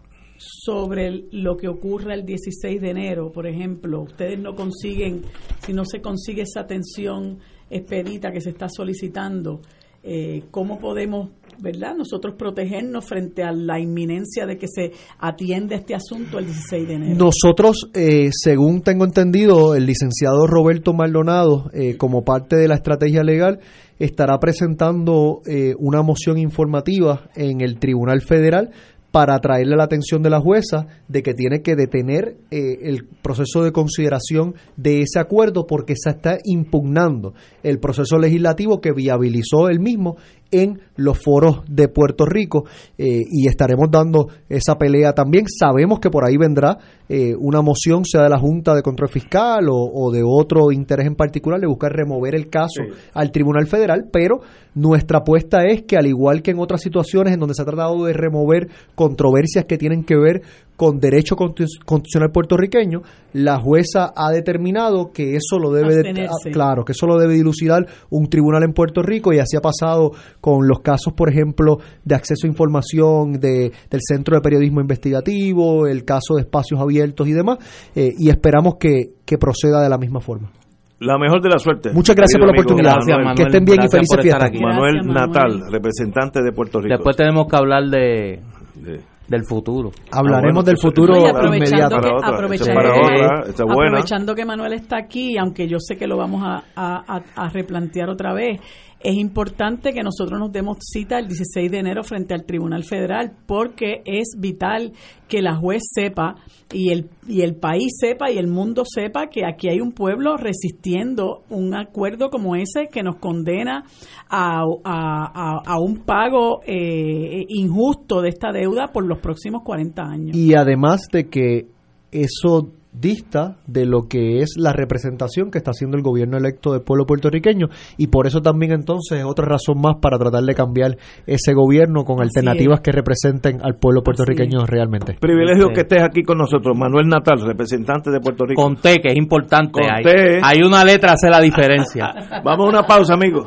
Speaker 4: sobre lo que ocurra el dieciséis de enero? Por ejemplo, ustedes no consiguen, si no se consigue esa atención expedita que se está solicitando, eh, ¿cómo podemos, verdad, nosotros protegernos frente a la inminencia de que se atienda este asunto el dieciséis de enero?
Speaker 14: Nosotros, eh, según tengo entendido, el licenciado Roberto Maldonado, eh, como parte de la estrategia legal, estará presentando eh, una moción informativa en el Tribunal Federal para traerle la atención de la jueza de que tiene que detener eh, el proceso de consideración de ese acuerdo, porque se está impugnando el proceso legislativo que viabilizó el mismo en los foros de Puerto Rico, eh, y estaremos dando esa pelea también. Sabemos que por ahí vendrá eh, una moción, sea de la Junta de Control Fiscal o, o de otro interés en particular, de buscar remover el caso sí. al Tribunal Federal, pero nuestra apuesta es que, al igual que en otras situaciones en donde se ha tratado de remover controversias que tienen que ver con derecho constitucional puertorriqueño, la jueza ha determinado que eso lo debe de, claro, que eso lo debe dilucidar un tribunal en Puerto Rico, y así ha pasado con los casos, por ejemplo, de acceso a información de, del Centro de Periodismo Investigativo, el caso de espacios abiertos y demás, eh, y esperamos que, que proceda de la misma forma.
Speaker 2: La mejor de la suerte.
Speaker 14: Muchas gracias por la oportunidad. Gracias, Manuel. Que estén bien y felices fiestas.
Speaker 2: Manuel
Speaker 4: Gracias,
Speaker 2: Natal,
Speaker 4: Manuel.
Speaker 2: representante de Puerto Rico.
Speaker 3: Después tenemos que hablar de, de del futuro.
Speaker 14: Hablaremos ah, bueno, del futuro
Speaker 4: no, aprovechando
Speaker 14: inmediato.
Speaker 4: Que, aprovechando,
Speaker 2: para otra, está buena.
Speaker 4: aprovechando que Manuel está aquí, aunque yo sé que lo vamos a, a, a replantear otra vez, es importante que nosotros nos demos cita el dieciséis de enero frente al Tribunal Federal, porque es vital que la juez sepa y el y el país sepa y el mundo sepa que aquí hay un pueblo resistiendo un acuerdo como ese que nos condena a, a, a, a un pago eh, injusto de esta deuda por los próximos cuarenta años.
Speaker 14: Y además de que eso dista de lo que es la representación que está haciendo el gobierno electo del pueblo puertorriqueño, y por eso también entonces es otra razón más para tratar de cambiar ese gobierno con
Speaker 4: Así
Speaker 14: alternativas
Speaker 4: es.
Speaker 14: que representen al pueblo puertorriqueño realmente.
Speaker 2: Privilegio sí. que estés aquí con nosotros, Manuel Natal, representante de Puerto Rico.
Speaker 3: Con T, que es importante.
Speaker 2: Con
Speaker 3: hay,
Speaker 2: T.
Speaker 3: hay una letra hace la diferencia.
Speaker 2: Vamos a una pausa, amigos.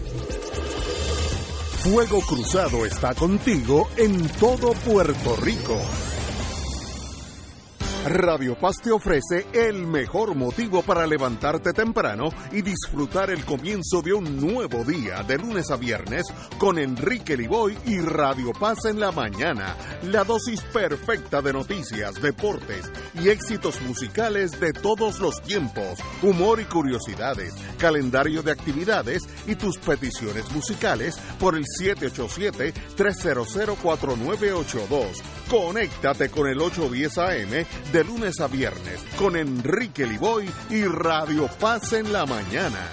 Speaker 1: Fuego Cruzado está contigo en todo Puerto Rico. Radio Paz te ofrece el mejor motivo para levantarte temprano y disfrutar el comienzo de un nuevo día de lunes a viernes con Enrique Liboy y Radio Paz en la mañana. La dosis perfecta de noticias, deportes y éxitos musicales de todos los tiempos, humor y curiosidades, calendario de actividades y tus peticiones musicales por el siete ocho siete, tres cero cero, cuatro nueve ocho dos. Conéctate con el ocho diez A M de lunes a viernes con Enrique Liboy y Radio Paz en la mañana.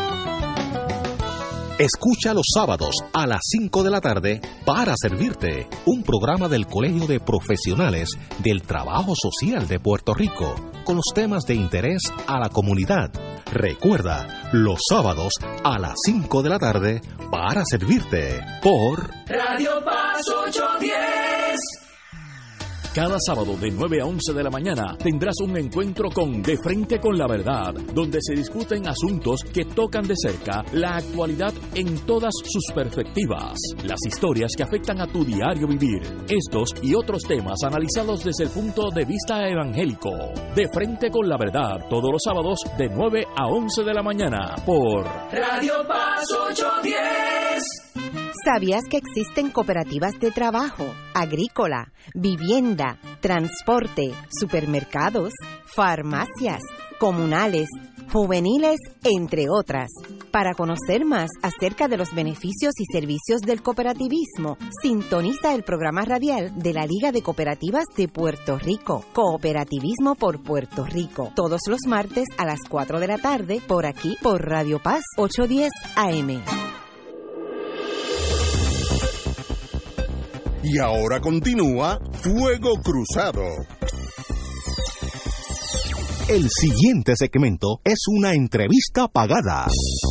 Speaker 7: Escucha los sábados a las cinco de la tarde Para Servirte, un programa del Colegio de Profesionales del Trabajo Social de Puerto Rico, con los temas de interés a la comunidad. Recuerda, los sábados a las cinco de la tarde Para Servirte, por
Speaker 16: Radio Paz ochocientos diez.
Speaker 6: Cada sábado de nueve a once de la mañana tendrás un encuentro con De Frente con la Verdad, donde se discuten asuntos que tocan de cerca la actualidad en todas sus perspectivas, las historias que afectan a tu diario vivir, estos y otros temas analizados desde el punto de vista evangélico. De Frente con la Verdad, todos los sábados de nueve a once de la mañana por
Speaker 16: Radio Paz ochocientos diez.
Speaker 5: ¿Sabías que existen cooperativas de trabajo, agrícola, vivienda, transporte, supermercados, farmacias, comunales, juveniles, entre otras? Para conocer más acerca de los beneficios y servicios del cooperativismo, sintoniza el programa radial de la Liga de Cooperativas de Puerto Rico, Cooperativismo por Puerto Rico, todos los martes a las cuatro de la tarde, por aquí, por Radio Paz ochocientos diez A M.
Speaker 1: Y ahora continúa Fuego Cruzado.
Speaker 7: El siguiente segmento es una entrevista pagada.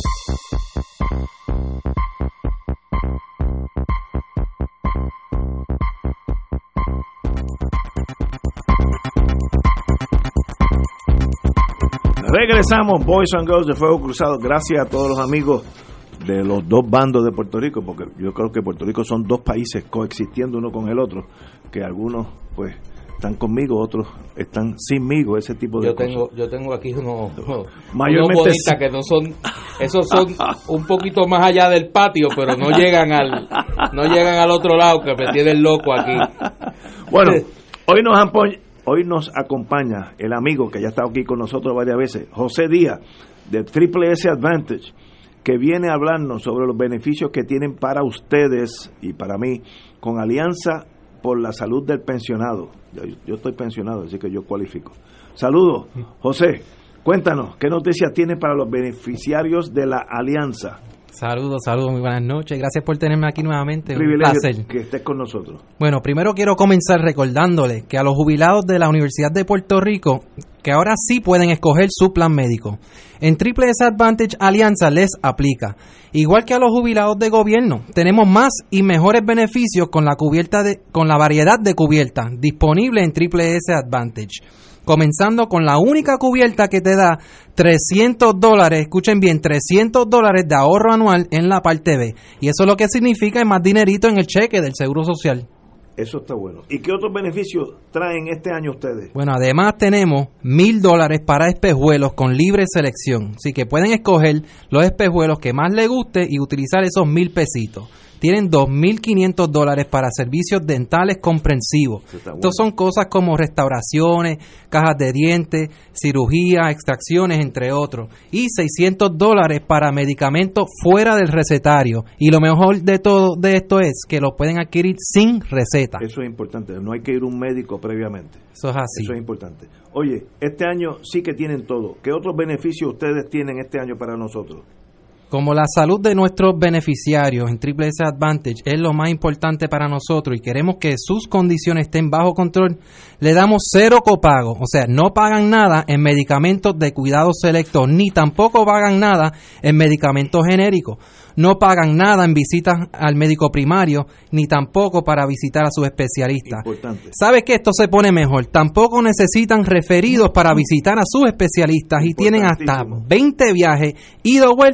Speaker 2: Regresamos, Boys and Girls de Fuego Cruzado. Gracias a todos los amigos de los dos bandos de Puerto Rico, porque yo creo que Puerto Rico son dos países coexistiendo uno con el otro, que algunos pues están conmigo, otros están sinmigo, ese tipo de
Speaker 3: yo
Speaker 2: cosas.
Speaker 3: Tengo, yo tengo aquí unos,
Speaker 2: Mayormente
Speaker 3: unos bonitas que no son, esos son un poquito más allá del patio, pero no llegan al no llegan al otro lado, que me tienen loco aquí.
Speaker 2: Bueno, hoy nos ampo- hoy nos acompaña el amigo que ya ha estado aquí con nosotros varias veces, José Díaz, de Triple S Advantage, que viene a hablarnos sobre los beneficios que tienen para ustedes y para mí con Alianza por la Salud del Pensionado. Yo, yo estoy pensionado, así que yo cualifico. Saludos, José. Cuéntanos, ¿qué noticias tienes para los beneficiarios de la Alianza?
Speaker 17: Saludos, saludos, muy buenas noches. Gracias por tenerme aquí nuevamente.
Speaker 2: Un privilegio un que estés con nosotros.
Speaker 17: Bueno, primero quiero comenzar recordándoles que a los jubilados de la Universidad de Puerto Rico, que ahora sí pueden escoger su plan médico, en Triple S Advantage Alianza les aplica. Igual que a los jubilados de gobierno, tenemos más y mejores beneficios con la cubierta de, con la variedad de cubiertas disponible en Triple S Advantage. Comenzando con la única cubierta que te da trescientos dólares, escuchen bien, trescientos dólares de ahorro anual en la parte B. Y eso lo que significa es más dinerito en el cheque del Seguro Social.
Speaker 2: Eso está bueno. ¿Y qué otros beneficios traen este año ustedes?
Speaker 17: Bueno, además tenemos mil dólares para espejuelos con libre selección. Así que pueden escoger los espejuelos que más les guste y utilizar esos mil pesitos. Tienen dos mil quinientos dólares para servicios dentales comprensivos. Bueno. Estos son cosas como restauraciones, cajas de dientes, cirugía, extracciones, entre otros. Y seiscientos dólares para medicamentos fuera del recetario. Y lo mejor de todo de esto es que lo pueden adquirir sin receta.
Speaker 2: Eso es importante. No hay que ir a un médico previamente.
Speaker 17: Eso es así.
Speaker 2: Eso es importante. Oye, este año sí que tienen todo. ¿Qué otros beneficios ustedes tienen este año para nosotros?
Speaker 17: Como la salud de nuestros beneficiarios en Triple S Advantage es lo más importante para nosotros y queremos que sus condiciones estén bajo control, le damos cero copago, o sea, no pagan nada en medicamentos de cuidado selecto, ni tampoco pagan nada en medicamentos genéricos. No pagan nada en visitas al médico primario, ni tampoco para visitar a sus especialistas.
Speaker 2: Importante.
Speaker 17: ¿Sabes que esto se pone mejor? Tampoco necesitan referidos para visitar a sus especialistas y tienen hasta veinte viajes ida o vuelta para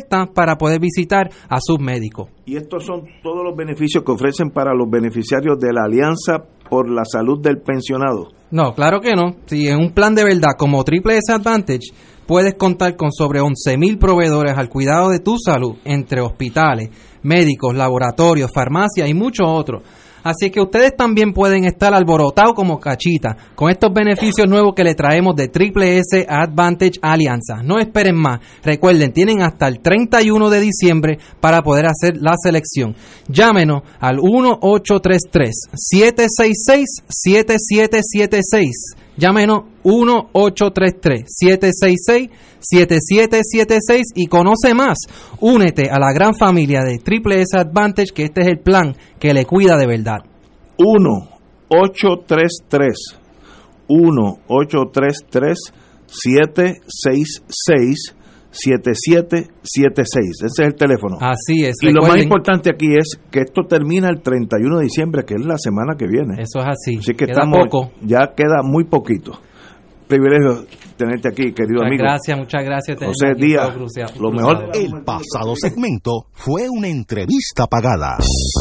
Speaker 17: para poder visitar a sus médicos.
Speaker 2: Y estos son todos los beneficios que ofrecen para los beneficiarios de la Alianza por la Salud del Pensionado.
Speaker 17: No, claro que no. Si en un plan de verdad como Triple S Advantage puedes contar con sobre once mil proveedores al cuidado de tu salud, entre hospitales, médicos, laboratorios, farmacias y muchos otros. Así que ustedes también pueden estar alborotados como cachita con estos beneficios nuevos que le traemos de Triple S Advantage Alianza. No esperen más. Recuerden, tienen hasta el treinta y uno de diciembre para poder hacer la selección. Llámenos al uno ocho tres tres, siete seis seis, siete siete siete seis. Llámenos uno ocho tres tres, siete seis seis, siete siete siete seis y conoce más. Únete a la gran familia de Triple S Advantage, que este es el plan que le cuida de verdad.
Speaker 2: uno ocho tres tres, uno ocho tres tres, siete seis seis, siete siete siete seis. Ese es el teléfono.
Speaker 17: Así es.
Speaker 2: Y recuerden, lo más importante aquí es que esto termina el treinta y uno de diciembre, que es la semana que viene.
Speaker 17: Eso es así.
Speaker 2: Así que
Speaker 17: queda
Speaker 2: estamos,
Speaker 17: poco.
Speaker 2: Ya queda muy poquito. Privilegio tenerte aquí, querido
Speaker 17: muchas
Speaker 2: amigo.
Speaker 17: Gracias, muchas gracias.
Speaker 2: José Díaz, lo mejor.
Speaker 7: El pasado segmento fue una entrevista pagada.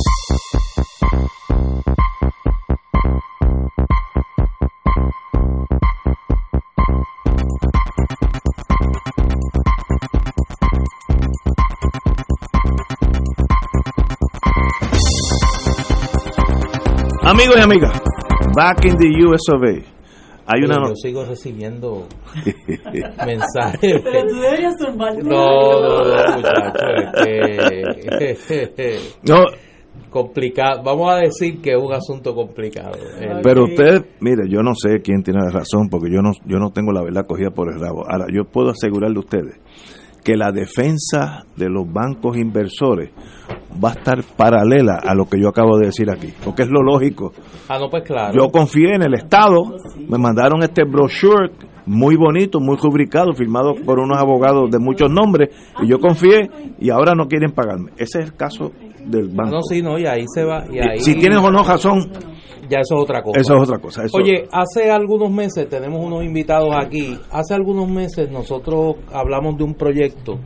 Speaker 2: Amigos y amigas, back in the U S of A. Hay una
Speaker 3: yo,
Speaker 2: no...
Speaker 3: yo sigo recibiendo mensajes.
Speaker 4: Pero tú deberías zumbar.
Speaker 3: No, no, no, muchachos, es que...
Speaker 2: no.
Speaker 3: Complicado. Vamos a decir que es un asunto complicado. El...
Speaker 2: Pero usted, mire, yo no sé quién tiene la razón, porque yo no, yo no tengo la verdad cogida por el rabo. Ahora, yo puedo asegurarle a ustedes que la defensa de los bancos inversores va a estar paralela a lo que yo acabo de decir aquí, porque es lo lógico.
Speaker 3: Ah, no, pues claro.
Speaker 2: Yo confié en el Estado, me mandaron este brochure muy bonito, muy rubricado, firmado por unos abogados de muchos nombres, y yo confié y ahora no quieren pagarme. Ese es el caso del banco.
Speaker 3: No, sí, no, y ahí se va. Y ahí,
Speaker 2: si tienes o no razón,
Speaker 3: ya eso es otra cosa.
Speaker 2: Eso es otra cosa. Eso...
Speaker 3: Oye, hace algunos meses, tenemos unos invitados aquí, hace algunos meses nosotros hablamos de un proyecto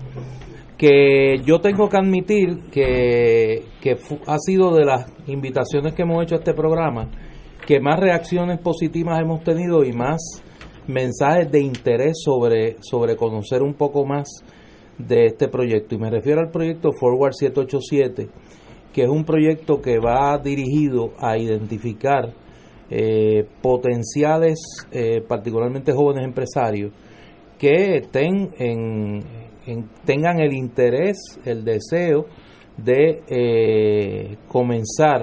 Speaker 3: que yo tengo que admitir que, que fu- ha sido de las invitaciones que hemos hecho a este programa, que más reacciones positivas hemos tenido y más mensajes de interés sobre, sobre conocer un poco más de este proyecto. Y me refiero al proyecto Forward siete ocho siete, que es un proyecto que va dirigido a identificar eh, potenciales, eh, particularmente jóvenes empresarios, que estén en, en, tengan el interés, el deseo de eh, comenzar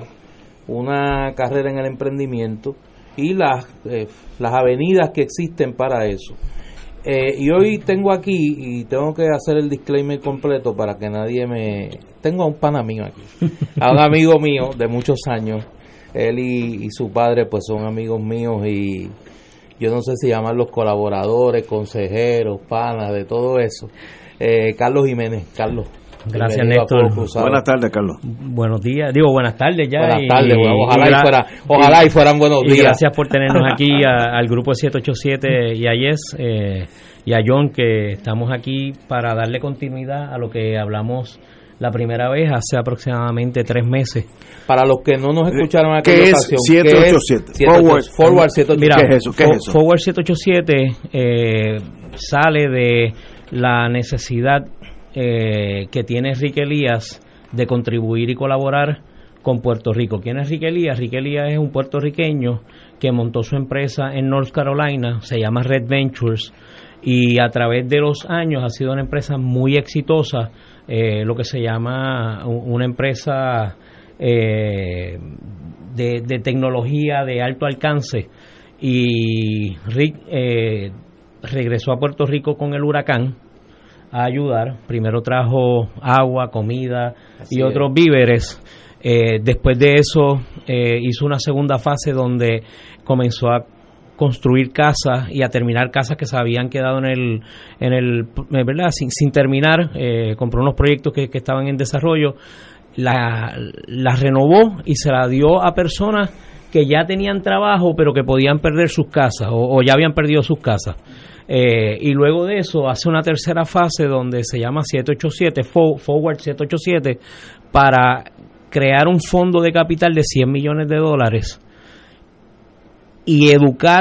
Speaker 3: una carrera en el emprendimiento y las, eh, las avenidas que existen para eso. Eh, y hoy tengo aquí, y tengo que hacer el disclaimer completo para que nadie me... Tengo a un pana mío aquí, a un amigo mío de muchos años. Él y, y su padre pues son amigos míos y yo no sé si llamarlos colaboradores, consejeros, panas, de todo eso. Eh, Carlos Jiménez. Carlos.
Speaker 18: Gracias, Néstor.
Speaker 2: Buenas tardes, Carlos.
Speaker 18: Buenos días, digo buenas tardes ya.
Speaker 3: Buenas
Speaker 18: y,
Speaker 3: tardes,
Speaker 18: y,
Speaker 3: ojalá,
Speaker 18: y,
Speaker 3: y, fuera, ojalá y, y fueran buenos días.
Speaker 18: Y gracias por tenernos aquí a, al grupo siete ocho siete y a Yes eh, y a John, que estamos aquí para darle continuidad a lo que hablamos la primera vez hace aproximadamente tres meses.
Speaker 3: Para los que no nos escucharon en aquella
Speaker 2: ¿Qué
Speaker 3: ocasión,
Speaker 2: es siete ocho siete?
Speaker 3: Forward, Forward siete ocho siete.
Speaker 18: Mira,
Speaker 2: ¿qué es eso? ¿Qué es eso?
Speaker 18: Forward siete ocho siete eh, sale de la necesidad eh, que tiene Rick Elías de contribuir y colaborar con Puerto Rico. ¿Quién es Rick Elías? Rick Elías es un puertorriqueño que montó su empresa en North Carolina, se llama Red Ventures, y a través de los años ha sido una empresa muy exitosa, eh, lo que se llama una empresa eh, de, de tecnología de alto alcance. Y Rick eh, regresó a Puerto Rico con el huracán a ayudar. Primero trajo agua, comida
Speaker 3: Así
Speaker 18: y
Speaker 3: es.
Speaker 18: otros víveres. Eh, después de eso eh, hizo una segunda fase donde comenzó a construir casas y a terminar casas que se habían quedado en el, en el ¿verdad? Sin, sin terminar. Eh, compró unos proyectos que, que estaban en desarrollo, las la renovó y se la dio a personas que ya tenían trabajo pero que podían perder sus casas o, o ya habían perdido sus casas. Eh, y luego de eso hace una tercera fase donde se llama siete ocho siete, Forward siete ocho siete, para crear un fondo de capital de cien millones de dólares y educar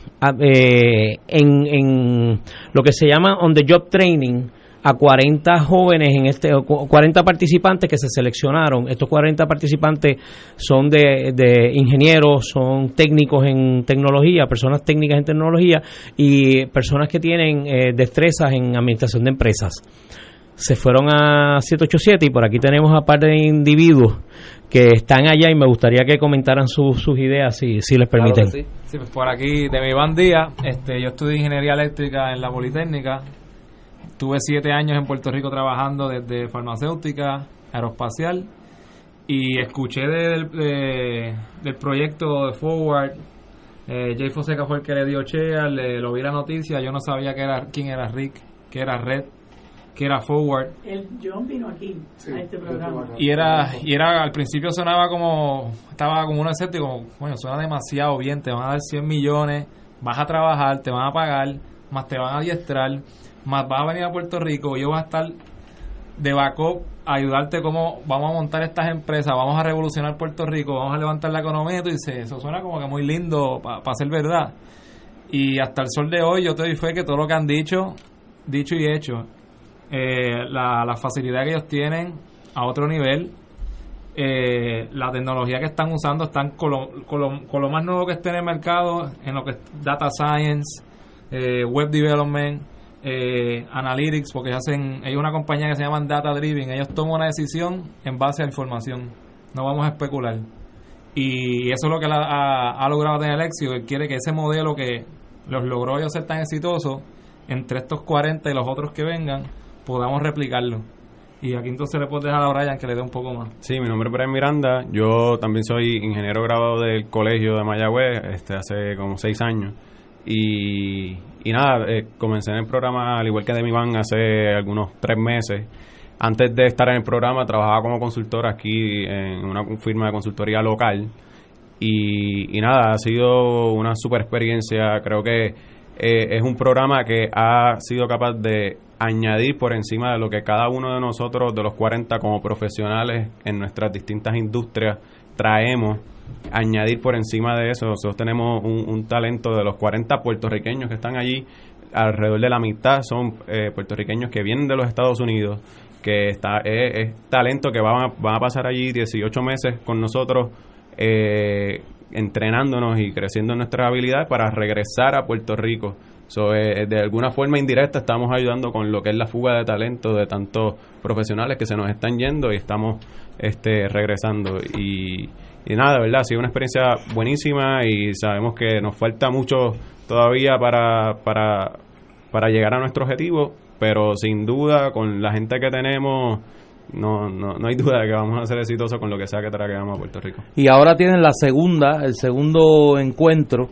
Speaker 18: eh, en, en lo que se llama on the job training a cuarenta jóvenes, en este cuarenta participantes que se seleccionaron. Estos cuarenta participantes son de, de ingenieros, son técnicos en tecnología, personas técnicas en tecnología y personas que tienen eh, destrezas en administración de empresas. Se fueron a siete ocho siete y por aquí tenemos a par de individuos que están allá y me gustaría que comentaran su, sus ideas si, si les permiten.
Speaker 19: Claro que sí. Sí, pues por aquí de mi bandía, este, yo estudié ingeniería eléctrica en la Politécnica. Tuve siete años en Puerto Rico trabajando desde farmacéutica, aeroespacial, y escuché de, de, del proyecto de Forward. Eh, Jay Fonseca fue el que le dio share, le, lo vi la noticia, yo no sabía que era, quién era Rick, que era Red, que era Forward.
Speaker 4: El John vino aquí sí, a este programa.
Speaker 19: Y era, y era, al principio sonaba como, estaba como un escéptico, bueno, suena demasiado bien, te van a dar cien millones, vas a trabajar, te van a pagar, más te van a adiestrar, más vas a venir a Puerto Rico, yo voy a estar de backup a ayudarte cómo vamos a montar estas empresas, vamos a revolucionar Puerto Rico, vamos a levantar la economía. Y tú dices, eso suena como que muy lindo para pa ser verdad. Y hasta el sol de hoy yo te doy fe que todo lo que han dicho, dicho y hecho, eh, la, la facilidad que ellos tienen a otro nivel, eh, la tecnología que están usando, están con lo, con, lo, con lo más nuevo que esté en el mercado, en lo que es data science, eh, web development, Eh, analytics, porque hacen, hay una compañía que se llama Data Driven, ellos toman una decisión en base a información, no vamos a especular, y eso es lo que la, ha, ha logrado tener el éxito. Él quiere que ese modelo que los logró ellos ser tan exitosos, entre estos cuarenta y los otros que vengan, podamos replicarlo. Y aquí entonces le puedo dejar a Brian que le dé un poco más.
Speaker 20: Sí, mi nombre es Brian Miranda, yo también soy ingeniero graduado del colegio de Mayagüez, este, hace como seis años. Y, y nada, eh, comencé en el programa al igual que de mi van hace algunos tres meses. Antes de estar en el programa trabajaba como consultor aquí en una firma de consultoría local y, y nada, ha sido una super experiencia. Creo que eh, es un programa que ha sido capaz de añadir por encima de lo que cada uno de nosotros, de los cuarenta como profesionales en nuestras distintas industrias, traemos. Añadir por encima de eso. Nosotros tenemos un, un talento de los cuarenta puertorriqueños que están allí, alrededor de la mitad son eh, puertorriqueños que vienen de los Estados Unidos, que está es, es talento que van a, van a pasar allí dieciocho meses con nosotros eh, entrenándonos y creciendo en nuestras habilidades para regresar a Puerto Rico. So, eh, de alguna forma indirecta estamos ayudando con lo que es la fuga de talento de tantos profesionales que se nos están yendo y estamos este regresando. Y Y nada, de verdad, ha sido una experiencia buenísima y sabemos que nos falta mucho todavía para, para, para llegar a nuestro objetivo, pero sin duda, con la gente que tenemos, no, no, no hay duda de que vamos a ser exitosos con lo que sea que traigamos a Puerto Rico.
Speaker 3: Y ahora tienen la segunda, el segundo encuentro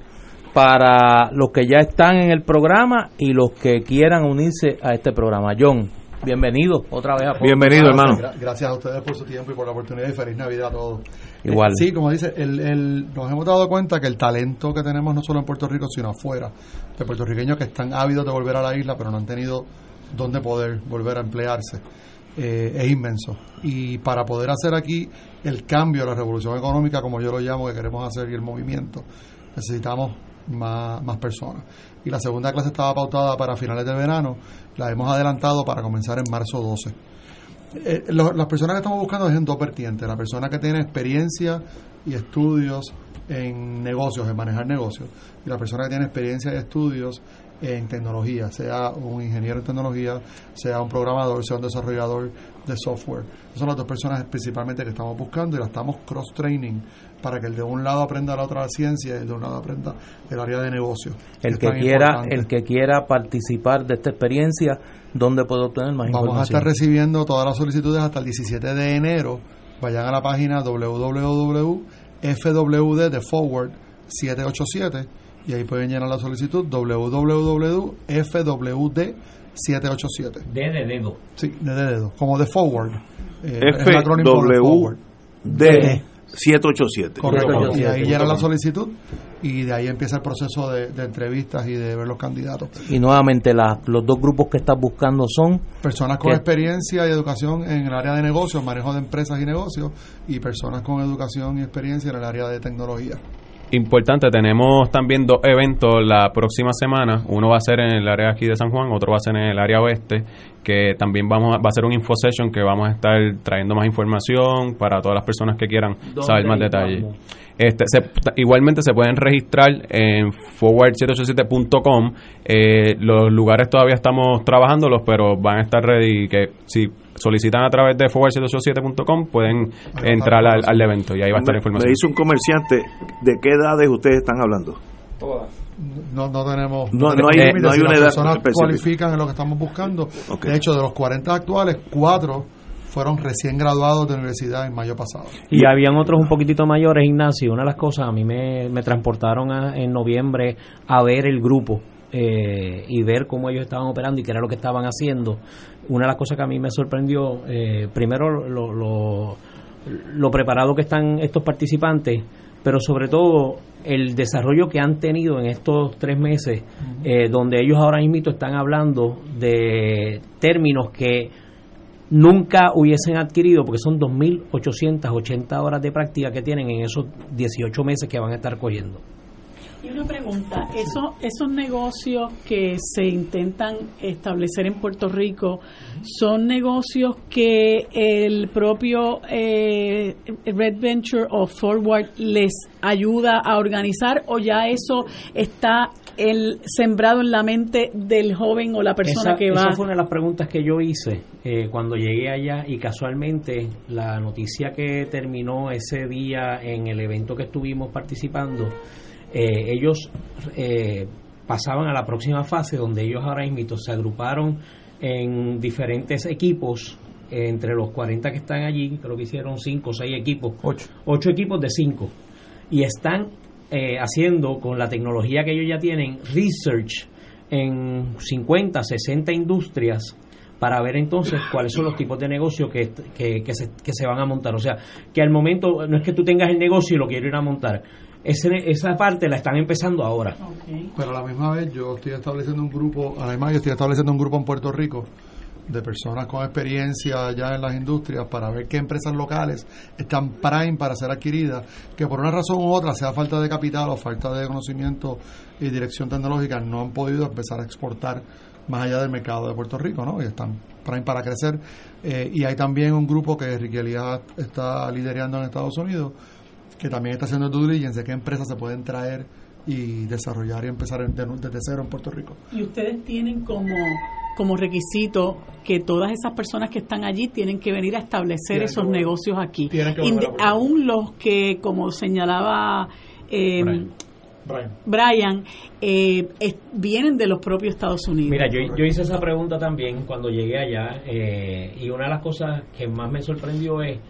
Speaker 3: para los que ya están en el programa y los que quieran unirse a este programa. John, bienvenido otra vez a
Speaker 2: Bienvenido, hermano.
Speaker 21: Gracias a ustedes por su tiempo y por la oportunidad y feliz Navidad a todos.
Speaker 3: Igual.
Speaker 21: Eh, sí, como dice, el, el, nos hemos dado cuenta que el talento que tenemos no solo en Puerto Rico, sino afuera, de puertorriqueños que están ávidos de volver a la isla, pero no han tenido dónde poder volver a emplearse, eh, es inmenso. Y para poder hacer aquí el cambio, la revolución económica, como yo lo llamo, que queremos hacer, y el movimiento, necesitamos más, más personas. Y la segunda clase estaba pautada para finales del verano, la hemos adelantado para comenzar en marzo doce. Eh, lo, las personas que estamos buscando es en dos vertientes: la persona que tiene experiencia y estudios en negocios, en manejar negocios, y la persona que tiene experiencia y estudios en tecnología, sea un ingeniero en tecnología, sea un programador, sea un desarrollador de software. Esas son las dos personas principalmente que estamos buscando y las estamos cross-training para que el de un lado aprenda la otra ciencia y el de un lado aprenda el área de negocio.
Speaker 3: El que quiera el que quiera participar de esta experiencia, ¿dónde puede obtener más
Speaker 21: Vamos
Speaker 3: información?
Speaker 21: Vamos a estar recibiendo todas las solicitudes hasta el diecisiete de enero. Vayan a la página doble u doble u doble u punto f w d de Forward siete ocho siete y ahí pueden llenar la solicitud doble u doble u doble u punto f w d siete ocho siete.
Speaker 18: D de dedo.
Speaker 21: Sí, de dedo, como de Forward.
Speaker 2: Eh, F W D siete ocho siete.
Speaker 21: Correcto. Y ahí llena la solicitud y de ahí empieza el proceso de, de entrevistas y de ver los candidatos.
Speaker 3: Y nuevamente la, los dos grupos que estás buscando son
Speaker 21: personas con
Speaker 3: ¿qué?
Speaker 21: experiencia y educación en el área de negocios, manejo de empresas y negocios, y personas con educación y experiencia en el área de tecnología.
Speaker 20: Importante, tenemos también dos eventos la próxima semana. Uno va a ser en el área aquí de San Juan, otro va a ser en el área oeste, que también vamos a, va a ser un info session que vamos a estar trayendo más información para todas las personas que quieran saber más detalles. Este, se, igualmente se pueden registrar en forward siete ocho siete punto com. Eh, los lugares todavía estamos trabajándolos, pero van a estar ready. Que si solicitan a través de forward siete ocho siete punto com pueden entrar al, al evento y ahí va a estar la información.
Speaker 2: Me dice un comerciante, ¿de qué edades ustedes están hablando?
Speaker 21: Todas. No, no tenemos
Speaker 2: no, no, hay, no hay una edad.
Speaker 21: Las personas cualifican en lo que estamos buscando. Okay. De hecho, de los cuarenta actuales, cuatro fueron recién graduados de universidad en mayo pasado.
Speaker 18: Y habían otros un poquitito mayores, Ignacio. Una de las cosas, a mí me, me transportaron a, en noviembre a ver el grupo eh, y ver cómo ellos estaban operando y qué era lo que estaban haciendo. Una de las cosas que a mí me sorprendió, eh, primero lo, lo, lo preparado que están estos participantes, pero sobre todo el desarrollo que han tenido en estos tres meses, uh-huh. eh, donde ellos ahora mismo están hablando de términos que nunca hubiesen adquirido, porque son dos mil ochocientas ochenta horas de práctica que tienen en esos dieciocho meses que van a estar cogiendo.
Speaker 4: Y una pregunta, ¿esos, esos negocios que se intentan establecer en Puerto Rico son negocios que el propio eh, Red Venture o Forward les ayuda a organizar, o ya eso está el sembrado en la mente del joven o la persona
Speaker 18: esa,
Speaker 4: que va?
Speaker 18: Esa fue una de las preguntas que yo hice eh, cuando llegué allá, y casualmente la noticia que terminó ese día en el evento que estuvimos participando, Eh, ellos eh, pasaban a la próxima fase, donde ellos ahora mismo se agruparon en diferentes equipos, eh, entre los cuarenta que están allí, creo que hicieron cinco o seis equipos, ocho equipos de cinco, y están eh, haciendo con la tecnología que ellos ya tienen research en cincuenta, sesenta industrias para ver entonces cuáles son los tipos de negocio que, que, que, se, que se van a montar. O sea, que al momento no es que tú tengas el negocio y lo quiero ir a montar. Ese, esa parte la están empezando ahora.
Speaker 21: Okay. Pero a la misma vez yo estoy estableciendo un grupo, además yo estoy estableciendo un grupo en Puerto Rico de personas con experiencia ya en las industrias para ver qué empresas locales están prime para ser adquiridas, que por una razón u otra, sea falta de capital o falta de conocimiento y dirección tecnológica, no han podido empezar a exportar más allá del mercado de Puerto Rico, ¿no? Y están prime para crecer. Eh, y hay también un grupo que Ricky Elías está liderando en Estados Unidos, que también está haciendo due diligence de qué empresas se pueden traer y desarrollar y empezar desde cero en Puerto Rico.
Speaker 4: Y ustedes tienen como como requisito que todas esas personas que están allí tienen que venir a establecer esos que negocios aquí. Inde- aún los que, como señalaba eh, Brian, Brian. Brian eh, es, vienen de los propios Estados Unidos.
Speaker 18: Mira, yo, yo hice esa pregunta también cuando llegué allá, eh, y una de las cosas que más me sorprendió es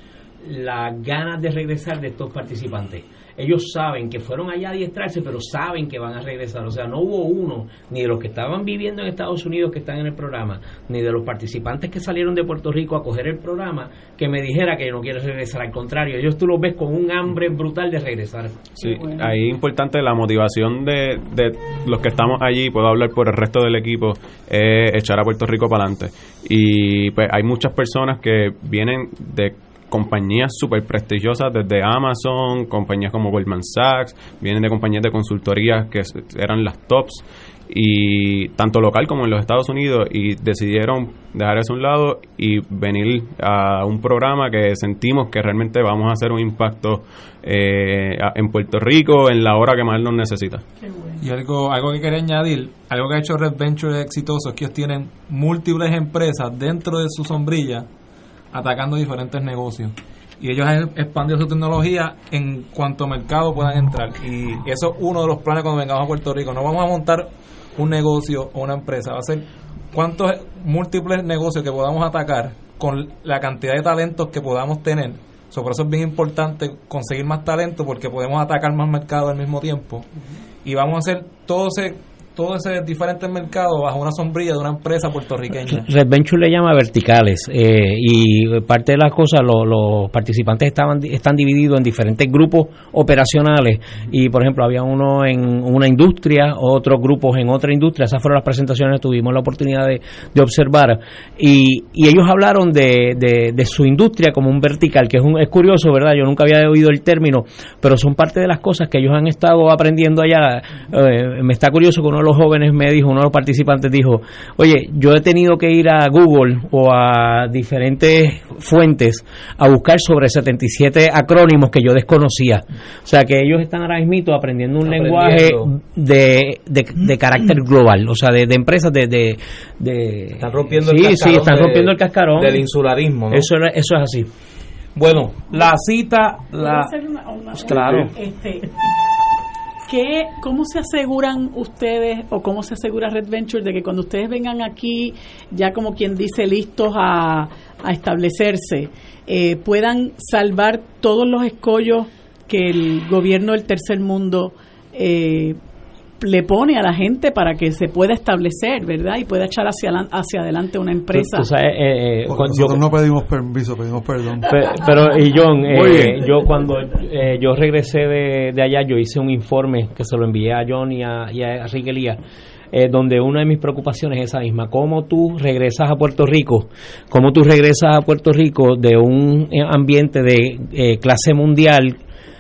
Speaker 18: las ganas de regresar de estos participantes. Ellos saben que fueron allá a adiestrarse, pero saben que van a regresar. O sea, no hubo uno, ni de los que estaban viviendo en Estados Unidos que están en el programa, ni de los participantes que salieron de Puerto Rico a coger el programa, que me dijera que no quiere regresar. Al contrario, ellos tú los ves con un hambre brutal de regresar.
Speaker 20: Sí, bueno. Ahí es importante la motivación de, de los que estamos allí, puedo hablar por el resto del equipo, es echar a Puerto Rico para adelante. Y pues hay muchas personas que vienen de compañías súper prestigiosas, desde Amazon, compañías como Goldman Sachs, vienen de compañías de consultoría que eran las tops, y tanto local como en los Estados Unidos, y decidieron dejar eso a un lado y venir a un programa que sentimos que realmente vamos a hacer un impacto eh, en Puerto Rico en la hora que más nos necesita.
Speaker 19: Y algo algo que quería añadir, algo que ha hecho Red Venture exitoso, es que ellos tienen múltiples empresas dentro de su sombrilla atacando diferentes negocios, y ellos han expandido su tecnología en cuanto mercado puedan entrar, y eso es uno de los planes cuando vengamos a Puerto Rico. No vamos a montar un negocio o una empresa, va a ser cuántos múltiples negocios que podamos atacar con la cantidad de talentos que podamos tener. So, por eso es bien importante conseguir más talento, porque podemos atacar más mercados al mismo tiempo, uh-huh. y vamos a hacer todo ese todos esos diferentes mercados bajo una sombrilla de una empresa puertorriqueña.
Speaker 18: Red Venture le llama verticales eh, y parte de las cosas, lo, los participantes estaban están divididos en diferentes grupos operacionales y, por ejemplo, había uno en una industria, otros grupos en otra industria. Esas fueron las presentaciones que tuvimos la oportunidad de, de observar y, y ellos hablaron de, de, de su industria como un vertical, que es, un, es curioso, ¿verdad? Yo nunca había oído el término, pero son parte de las cosas que ellos han estado aprendiendo allá. Eh, me está curioso que uno de los jóvenes me dijo, uno de los participantes dijo, oye, yo he tenido que ir a Google o a diferentes fuentes a buscar sobre setenta y siete acrónimos que yo desconocía. O sea que ellos están ahora mismo aprendiendo un lenguaje de, de, de carácter global, o sea, de, de empresas de, de, de...
Speaker 3: Están rompiendo
Speaker 18: sí,
Speaker 3: el cascarón.
Speaker 18: Sí, están
Speaker 3: de,
Speaker 18: rompiendo el cascarón.
Speaker 3: Del insularismo, ¿no?
Speaker 18: Eso, eso es así.
Speaker 3: Bueno, la cita... la
Speaker 4: Una, una,
Speaker 3: pues claro.
Speaker 4: Este, ¿qué, ¿Cómo se aseguran ustedes o cómo se asegura Red Venture de que cuando ustedes vengan aquí, ya como quien dice, listos a, a establecerse, eh, puedan salvar todos los escollos que el gobierno del tercer mundo eh, le pone a la gente para que se pueda establecer, ¿verdad? Y pueda echar hacia, hacia adelante una empresa.
Speaker 18: Tú, tú sabes, eh, eh,
Speaker 21: nosotros yo, no pedimos permiso, pedimos perdón.
Speaker 18: Pero, pero y John, eh, yo cuando eh, yo regresé de, de allá, yo hice un informe que se lo envié a John y a, y a Enrique Elías, eh, donde una de mis preocupaciones es esa misma, cómo tú regresas a Puerto Rico, cómo tú regresas a Puerto Rico de un ambiente de eh, clase mundial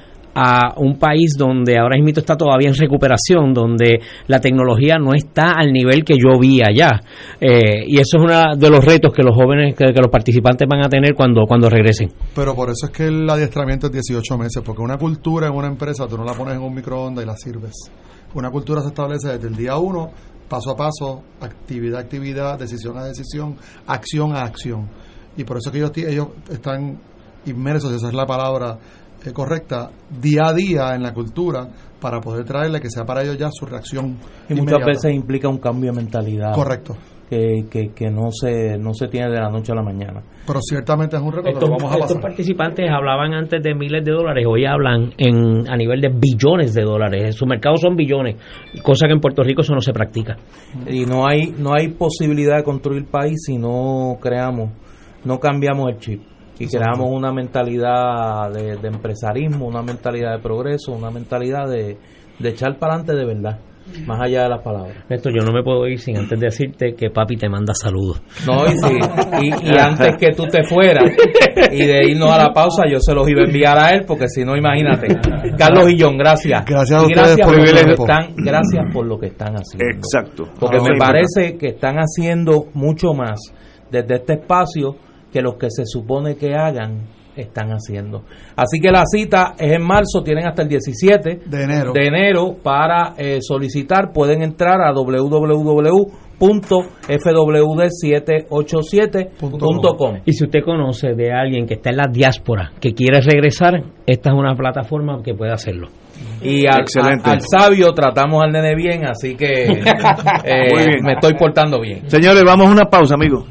Speaker 18: a un país donde ahora mismo está todavía en recuperación, donde la tecnología no está al nivel que yo vi allá. Eh, y eso es uno de los retos que los jóvenes, que, que los participantes van a tener cuando, cuando regresen.
Speaker 21: Pero por eso es que el adiestramiento es dieciocho meses, porque una cultura en una empresa tú no la pones en un microondas y la sirves. Una cultura se establece desde el día uno, paso a paso, actividad a actividad, decisión a decisión, acción a acción. Y por eso es que ellos, ellos están inmersos, esa es la palabra Eh, correcta, día a día en la cultura para poder traerle que sea para ellos ya su reacción
Speaker 3: y muchas inmediata. Veces implica un cambio de mentalidad.
Speaker 21: Correcto.
Speaker 3: Que, que, que no se no se tiene de la noche a la mañana.
Speaker 21: Pero ciertamente es un reto
Speaker 18: estos,
Speaker 21: que lo vamos a pasar.
Speaker 18: Estos participantes hablaban antes de miles de dólares, hoy hablan en a nivel de billones de dólares. Su mercado son billones, cosa que en Puerto Rico eso no se practica.
Speaker 3: Y no hay no hay posibilidad de construir país si no creamos, no cambiamos el chip. Y creamos una mentalidad de, de empresarismo, una mentalidad de progreso, una mentalidad de, de echar para adelante de verdad, más allá de las palabras.
Speaker 18: Esto yo no me puedo ir sin antes decirte que papi te manda saludos.
Speaker 3: No, y, sí, y, y antes que tú te fueras y de irnos a la pausa, yo se los iba a enviar a él, porque si no, imagínate. Carlos y John, gracias.
Speaker 21: Gracias a
Speaker 3: y
Speaker 21: ustedes
Speaker 3: gracias
Speaker 21: por,
Speaker 3: por
Speaker 21: lo
Speaker 3: que están, gracias por lo que están haciendo.
Speaker 2: Exacto.
Speaker 3: Porque
Speaker 2: ah,
Speaker 3: me
Speaker 2: sí,
Speaker 3: parece que están haciendo mucho más desde este espacio que los que se supone que hagan están haciendo. Así que la cita es en marzo, tienen hasta el diecisiete
Speaker 21: de enero,
Speaker 3: de enero para eh, solicitar. Pueden entrar a doble u doble u doble u punto f w d setecientos ochenta y siete punto com.
Speaker 18: Y si usted conoce de alguien que está en la diáspora que quiere regresar, esta es una plataforma que puede hacerlo.
Speaker 3: Y al, al, al sabio tratamos al nene bien, así que eh,
Speaker 2: Muy bien.
Speaker 3: me estoy portando bien.
Speaker 2: Señores, vamos a una pausa, amigos.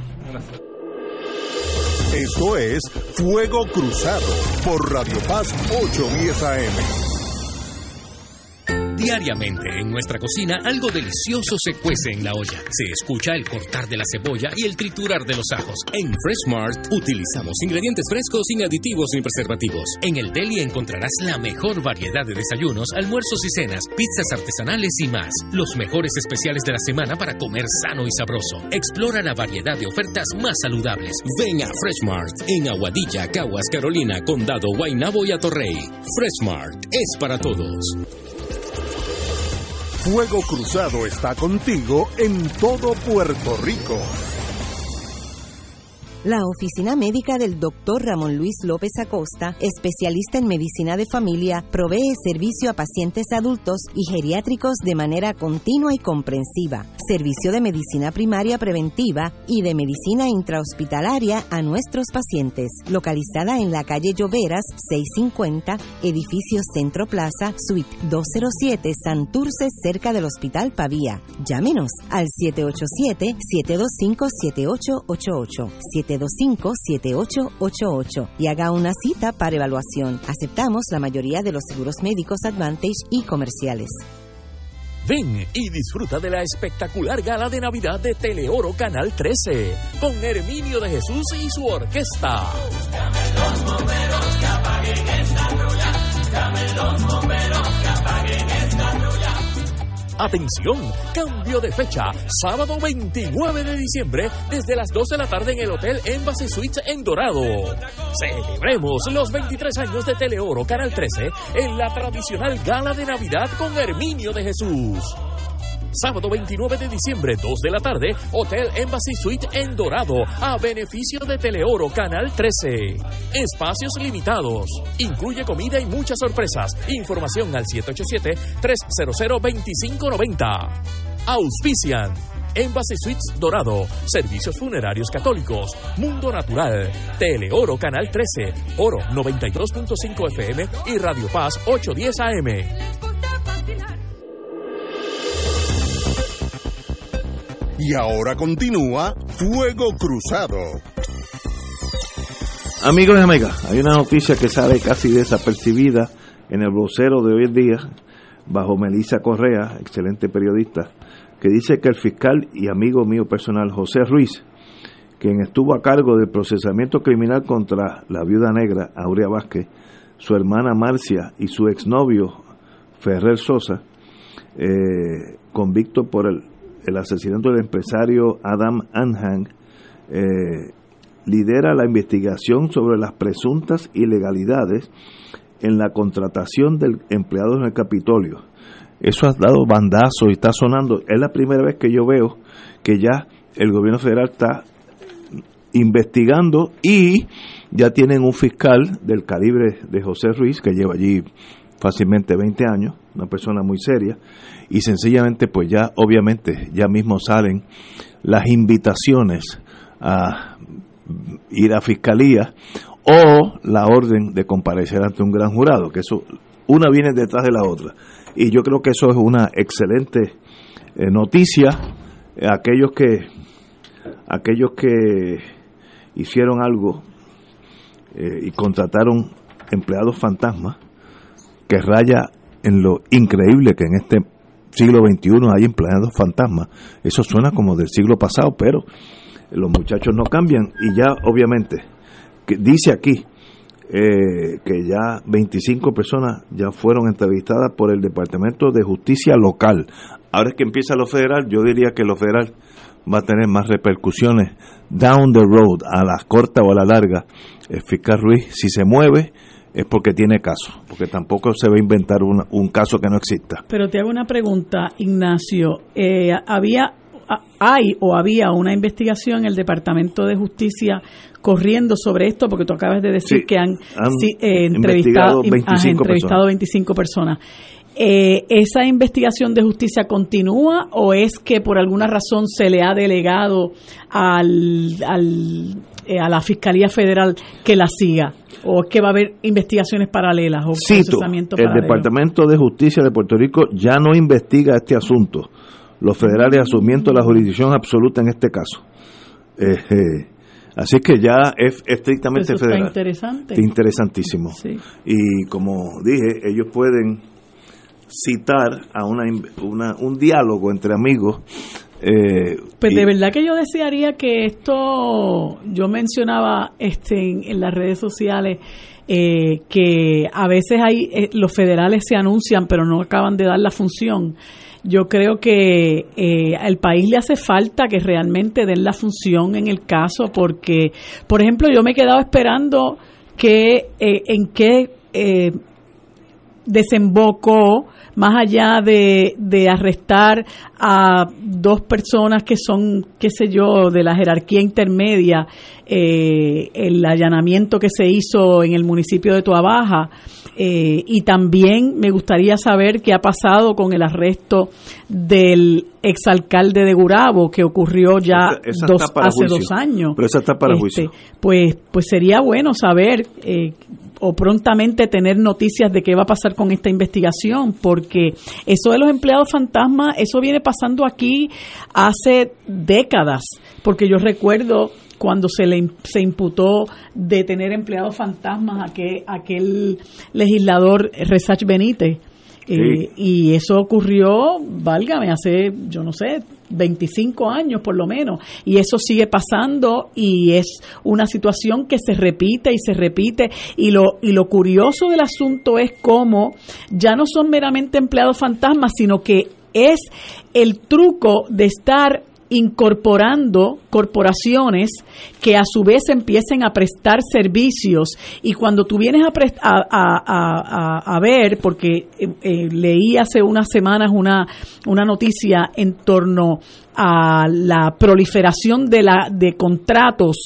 Speaker 1: Esto es Fuego Cruzado por Radio Paz ochocientos diez A M.
Speaker 8: Diariamente en nuestra cocina algo delicioso se cuece en la olla. Se escucha el cortar de la cebolla y el triturar de los ajos. En Fresh Mart utilizamos ingredientes frescos sin aditivos ni preservativos. En el deli encontrarás la mejor variedad de desayunos, almuerzos y cenas, pizzas artesanales y más. Los mejores especiales de la semana para comer sano y sabroso. Explora la variedad de ofertas más saludables. Ven a Fresh Mart en Aguadilla, Caguas, Carolina, Condado, Guaynabo y Atorrey. Fresh Mart es para todos.
Speaker 1: Fuego Cruzado está contigo en todo Puerto Rico.
Speaker 5: La oficina médica del doctor Ramón Luis López Acosta, especialista en medicina de familia, provee servicio a pacientes adultos y geriátricos de manera continua y comprensiva, servicio de medicina primaria preventiva y de medicina intrahospitalaria a nuestros pacientes, localizada en la calle Lloveras seiscientos cincuenta, edificio Centro Plaza, suite doscientos siete, Santurce, cerca del Hospital Pavía. Llámenos al siete ocho siete, siete dos cinco, siete ocho ocho ocho, siete dos cinco, siete ocho ocho ocho y haga una cita para evaluación. Aceptamos la mayoría de los seguros médicos Advantage y comerciales.
Speaker 6: Ven y disfruta de la espectacular gala de Navidad de Teleoro Canal trece, con Herminio de Jesús y su orquesta.
Speaker 16: Llamen los bomberos que apaguen esta trulla. Llamen los bomberos que apaguen esta trulla.
Speaker 6: Atención, cambio de fecha, sábado veintinueve de diciembre, desde las dos de la tarde en el Hotel Embassy Suites en Dorado. Celebremos los veintitrés años de Teleoro Canal trece en la tradicional gala de Navidad con Herminio de Jesús. Sábado veintinueve de diciembre, dos de la tarde, Hotel Embassy Suite en Dorado, a beneficio de Teleoro Canal trece. Espacios limitados. Incluye comida y muchas sorpresas. Información al siete ocho siete, tres cero cero, dos cinco nueve cero. Auspician Embassy Suites Dorado, Servicios Funerarios Católicos, Mundo Natural, Teleoro Canal trece, Oro noventa y dos punto cinco F M y Radio Paz ochocientos diez A M.
Speaker 1: Y ahora continúa Fuego Cruzado.
Speaker 2: Amigos y amigas, hay una noticia que sale casi desapercibida en el vocero de hoy en día, bajo Melissa Correa, excelente periodista, que dice que el fiscal y amigo mío personal, José Ruiz, quien estuvo a cargo del procesamiento criminal contra la viuda negra, Aurea Vázquez, su hermana Marcia y su exnovio, Ferrer Sosa, eh, convicto por el el asesinato del empresario Adam Anhang, eh, lidera la investigación sobre las presuntas ilegalidades en la contratación de empleados en el Capitolio. Eso ha dado bandazo y está sonando. Es la primera vez que yo veo que ya el gobierno federal está investigando y ya tienen un fiscal del calibre de José Ruiz, que lleva allí fácilmente veinte años, una persona muy seria, y sencillamente pues ya obviamente ya mismo salen las invitaciones a ir a fiscalía o la orden de comparecer ante un gran jurado, que eso una viene detrás de la otra, y yo creo que eso es una excelente eh, noticia. Aquellos que aquellos que hicieron algo eh, y contrataron empleados fantasmas, que raya en lo increíble que en este siglo veintiuno hay empleados fantasmas. Eso suena como del siglo pasado, pero los muchachos no cambian, y ya obviamente que dice aquí eh, que ya veinticinco personas ya fueron entrevistadas por el Departamento de Justicia local. Ahora es que empieza lo federal. Yo diría que lo federal va a tener más repercusiones down the road, a la corta o a la larga. El fiscal Ruiz, si se mueve, es porque tiene caso, porque tampoco se va a inventar una, un caso que no exista.
Speaker 4: Pero te hago una pregunta, Ignacio. Eh, ¿había, hay o había una investigación en el Departamento de Justicia corriendo sobre esto? Porque tú acabas de decir sí, que han, han sí, eh, entrevistado, veinticinco, entrevistado veinticinco personas. Eh, ¿Esa investigación de justicia continúa o es que por alguna razón se le ha delegado al, al, eh, a la Fiscalía Federal que la siga? ¿O es que va a haber investigaciones paralelas o
Speaker 2: Cito,
Speaker 4: procesamiento
Speaker 2: el
Speaker 4: paralelo?
Speaker 2: Departamento de Justicia de Puerto Rico ya no investiga este asunto. Los federales asumiendo la jurisdicción absoluta en este caso. Eh, eh, así que ya es estrictamente
Speaker 4: Eso
Speaker 2: federal.
Speaker 4: Está interesante.
Speaker 2: Interesantísimo.
Speaker 4: Sí.
Speaker 2: Y como dije, ellos pueden citar a una, una un diálogo entre amigos. Eh,
Speaker 4: pues
Speaker 2: y,
Speaker 4: de verdad que yo desearía que esto, yo mencionaba este en, en las redes sociales eh, que a veces hay eh, los federales se anuncian pero no acaban de dar la función. Yo creo que eh, al país le hace falta que realmente den la función en el caso, porque por ejemplo yo me he quedado esperando que eh, en qué eh, desembocó, más allá de, de arrestar a dos personas que son, qué sé yo, de la jerarquía intermedia, eh, el allanamiento que se hizo en el municipio de Toabaja, eh, y también me gustaría saber qué ha pasado con el arresto del exalcalde de Gurabo, que ocurrió ya esa, esa dos, hace juicio, dos años.
Speaker 2: Pero esa está para
Speaker 4: este,
Speaker 2: juicio.
Speaker 4: Pues, pues sería bueno saber eh, o prontamente tener noticias de qué va a pasar con esta investigación, porque eso de los empleados fantasmas, eso viene pasando aquí hace décadas, porque yo recuerdo cuando se le se imputó de tener empleados fantasmas a aquel, aquel legislador Resach Benítez, Sí. Eh, y eso ocurrió, válgame, hace, yo no sé, veinticinco años por lo menos, y eso sigue pasando y es una situación que se repite y se repite, y lo y lo curioso del asunto es cómo ya no son meramente empleados fantasmas, sino que es el truco de estar incorporando corporaciones que a su vez empiecen a prestar servicios, y cuando tú vienes a, prest- a, a, a, a ver, porque eh, eh, leí hace unas semanas una, una noticia en torno a la proliferación de, la, de contratos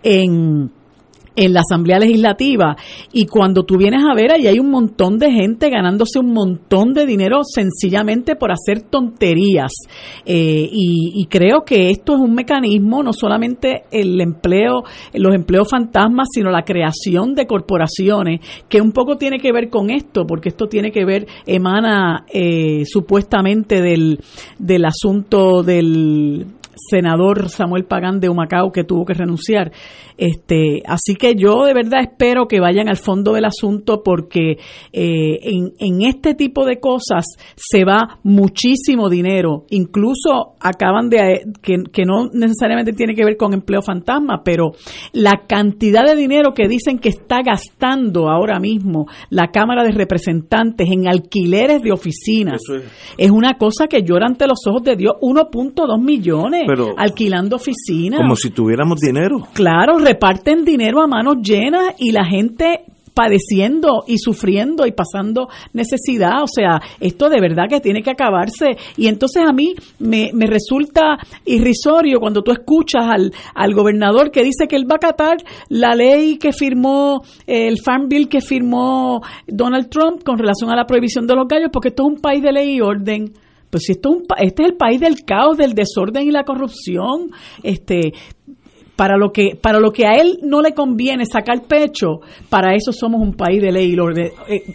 Speaker 4: en en la Asamblea Legislativa, y cuando tú vienes a ver, ahí hay un montón de gente ganándose un montón de dinero sencillamente por hacer tonterías, eh, y, y creo que esto es un mecanismo, no solamente el empleo, los empleos fantasmas, sino la creación de corporaciones, que un poco tiene que ver con esto, porque esto tiene que ver, emana eh, supuestamente del, del asunto del senador Samuel Pagán de Humacao, que tuvo que renunciar. Este, así que yo de verdad espero que vayan al fondo del asunto, porque eh, en, en este tipo de cosas se va muchísimo dinero. Incluso acaban de, que, que no necesariamente tiene que ver con empleo fantasma, pero la cantidad de dinero que dicen que está gastando ahora mismo la Cámara de Representantes en alquileres de oficinas, es. es una cosa que llora ante los ojos de Dios. uno punto dos millones pero, alquilando oficinas.
Speaker 2: Como si tuviéramos dinero.
Speaker 4: Claro, reparten dinero a manos llenas y la gente padeciendo y sufriendo y pasando necesidad. O sea, esto de verdad que tiene que acabarse. Y entonces a mí me, me resulta irrisorio cuando tú escuchas al, al gobernador que dice que él va a acatar la ley que firmó, el Farm Bill que firmó Donald Trump con relación a la prohibición de los gallos, porque esto es un país de ley y orden. Pues si esto es un, este es el país del caos, del desorden y la corrupción, este... Para lo que para lo que a él no le conviene sacar pecho, para eso somos un país de ley y orden,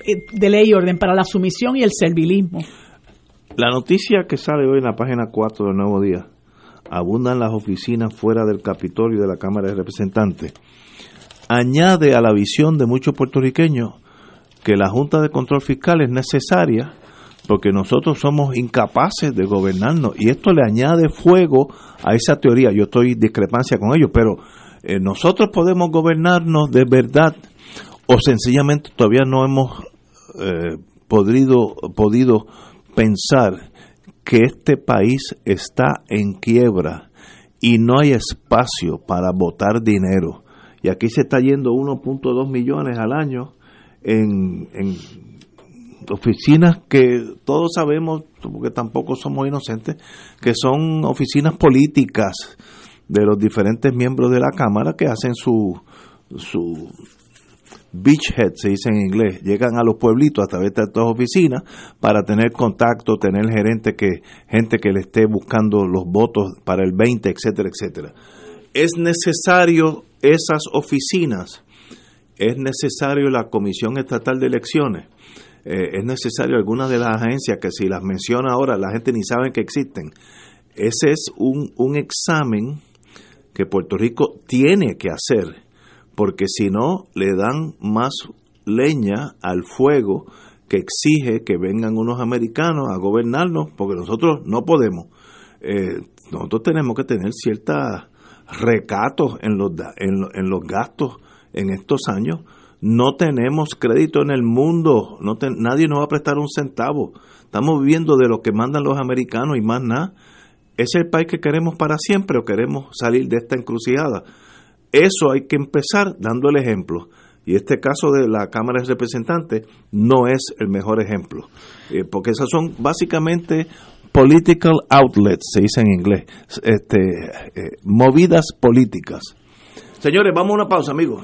Speaker 4: de ley y orden, para la sumisión y el servilismo.
Speaker 2: La noticia que sale hoy en la página cuatro del Nuevo Día: abundan las oficinas fuera del Capitolio de la Cámara de Representantes. Añade a la visión de muchos puertorriqueños que la Junta de Control Fiscal es necesaria porque nosotros somos incapaces de gobernarnos, y esto le añade fuego a esa teoría. Yo estoy en discrepancia con ellos, pero eh, nosotros podemos gobernarnos de verdad, o sencillamente todavía no hemos eh, podido, podido pensar que este país está en quiebra y no hay espacio para botar dinero. Y aquí se está yendo uno punto dos millones al año en... en oficinas que todos sabemos, porque tampoco somos inocentes, que son oficinas políticas de los diferentes miembros de la Cámara que hacen su su beachhead, se dice en inglés, llegan a los pueblitos a través de estas oficinas para tener contacto, tener gerente que gente que le esté buscando los votos para el veinte, etcétera, etcétera. Es necesario esas oficinas, es necesario la Comisión Estatal de Elecciones. Eh, es necesario algunas de las agencias que si las menciona ahora la gente ni sabe que existen. Ese es un, un examen que Puerto Rico tiene que hacer, porque si no le dan más leña al fuego que exige que vengan unos americanos a gobernarnos, porque nosotros no podemos. Eh, nosotros tenemos que tener ciertos recatos en los, en, en los gastos en estos años. No tenemos crédito en el mundo, no te, nadie nos va a prestar un centavo. Estamos viviendo de lo que mandan los americanos y más nada. ¿Es el país que queremos para siempre o queremos salir de esta encrucijada? Eso hay que empezar dando el ejemplo. Y este caso de la Cámara de Representantes no es el mejor ejemplo, eh, porque esas son básicamente political outlets, se dice en inglés, este, eh, movidas políticas. Señores, vamos a una pausa, amigos.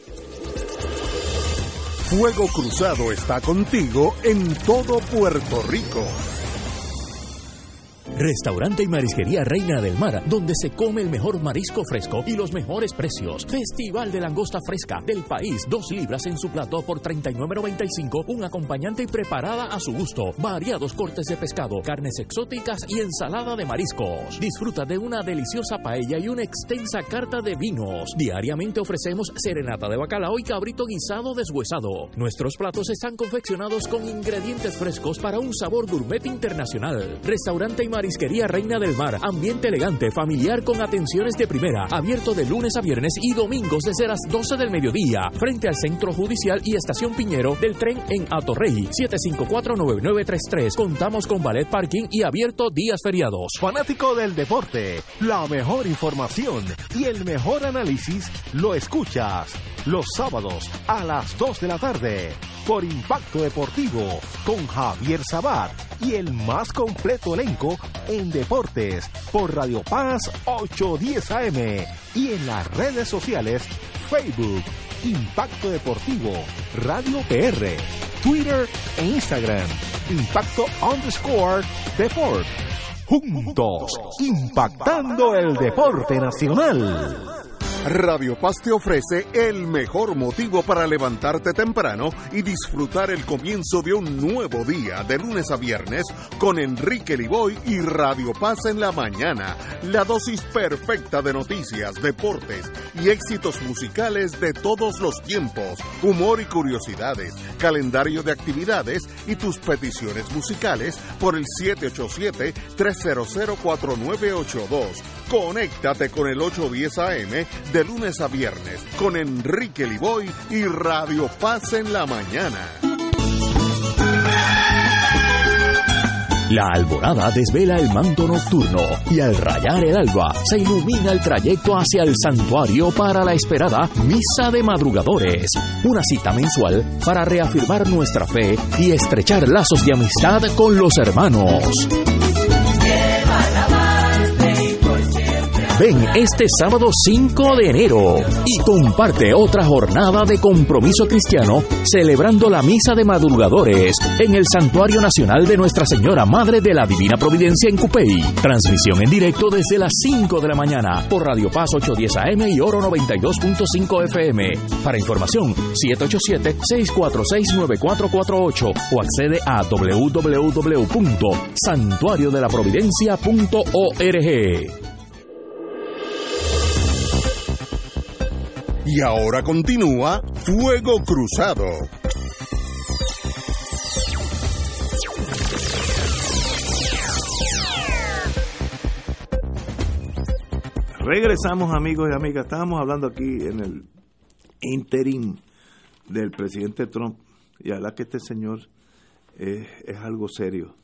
Speaker 1: Fuego Cruzado está contigo en todo Puerto Rico.
Speaker 6: Restaurante y Marisquería Reina del Mar, donde se come el mejor marisco fresco y los mejores precios. Festival de langosta fresca del país, dos libras en su plato por treinta y nueve noventa y cinco, un acompañante y preparada a su gusto. Variados cortes de pescado, carnes exóticas y ensalada de mariscos. Disfruta de una deliciosa paella y una extensa carta de vinos. Diariamente ofrecemos serenata de bacalao y cabrito guisado deshuesado. Nuestros platos están confeccionados con ingredientes frescos para un sabor gourmet internacional. Restaurante y Marisquería Reina del Mar, ambiente elegante, familiar con atenciones de primera, abierto de lunes a viernes y domingos desde las doce del mediodía, frente al Centro Judicial y Estación Piñero del tren en Atorrey, siete cinco cuatro nueve nueve tres tres. Contamos con valet parking y abierto días feriados.
Speaker 7: Fanático del deporte, la mejor información y el mejor análisis lo escuchas los sábados a las dos de la tarde por Impacto Deportivo con Javier Sabat y el más completo elenco en deportes por Radio Paz ochocientos diez A M y en las redes sociales Facebook, Impacto Deportivo, Radio P R, Twitter e Instagram, Impacto underscore Deport. Juntos, impactando el deporte nacional.
Speaker 1: Radio Paz te ofrece el mejor motivo para levantarte temprano y disfrutar el comienzo de un nuevo día de lunes a viernes con Enrique Liboy y Radio Paz en la mañana. La dosis perfecta de noticias, deportes y éxitos musicales de todos los tiempos, humor y curiosidades, calendario de actividades y tus peticiones musicales por el siete ocho siete, tres cero cero, cuatro nueve ocho dos. Conéctate con el ochocientos diez A M de lunes a viernes con Enrique Liboy y Radio Paz en la mañana.
Speaker 6: La alborada desvela el manto nocturno y al rayar el alba se ilumina el trayecto hacia el santuario para la esperada Misa de Madrugadores, una cita mensual para reafirmar nuestra fe y estrechar lazos de amistad con los hermanos. Ven este sábado cinco de enero y comparte otra jornada de compromiso cristiano celebrando la Misa de Madrugadores en el Santuario Nacional de Nuestra Señora Madre de la Divina Providencia en Cupey. Transmisión en directo desde las cinco de la mañana por Radio Paz ochocientos diez A M y Oro noventa y dos punto cinco F M. Para información, siete ocho siete, seis cuatro seis, nueve cuatro cuatro ocho o accede a doble u doble u doble u punto santuario de la providencia punto org.
Speaker 1: Y ahora continúa Fuego Cruzado.
Speaker 2: Regresamos, amigos y amigas. Estábamos hablando aquí en el interim del presidente Trump y a la que este señor eh, es algo serio.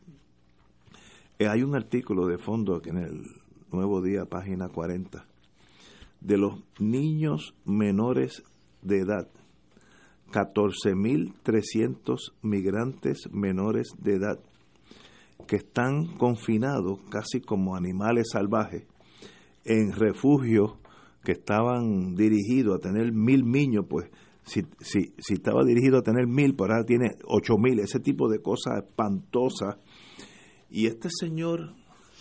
Speaker 2: Eh, hay un artículo de fondo aquí en el Nuevo Día, página cuarenta. De los niños menores de edad, catorce mil trescientos migrantes menores de edad que están confinados casi como animales salvajes en refugios que estaban dirigidos a tener mil niños, pues si, si, si estaba dirigido a tener mil, por ahora tiene ocho mil, ese tipo de cosas espantosas. Y este señor,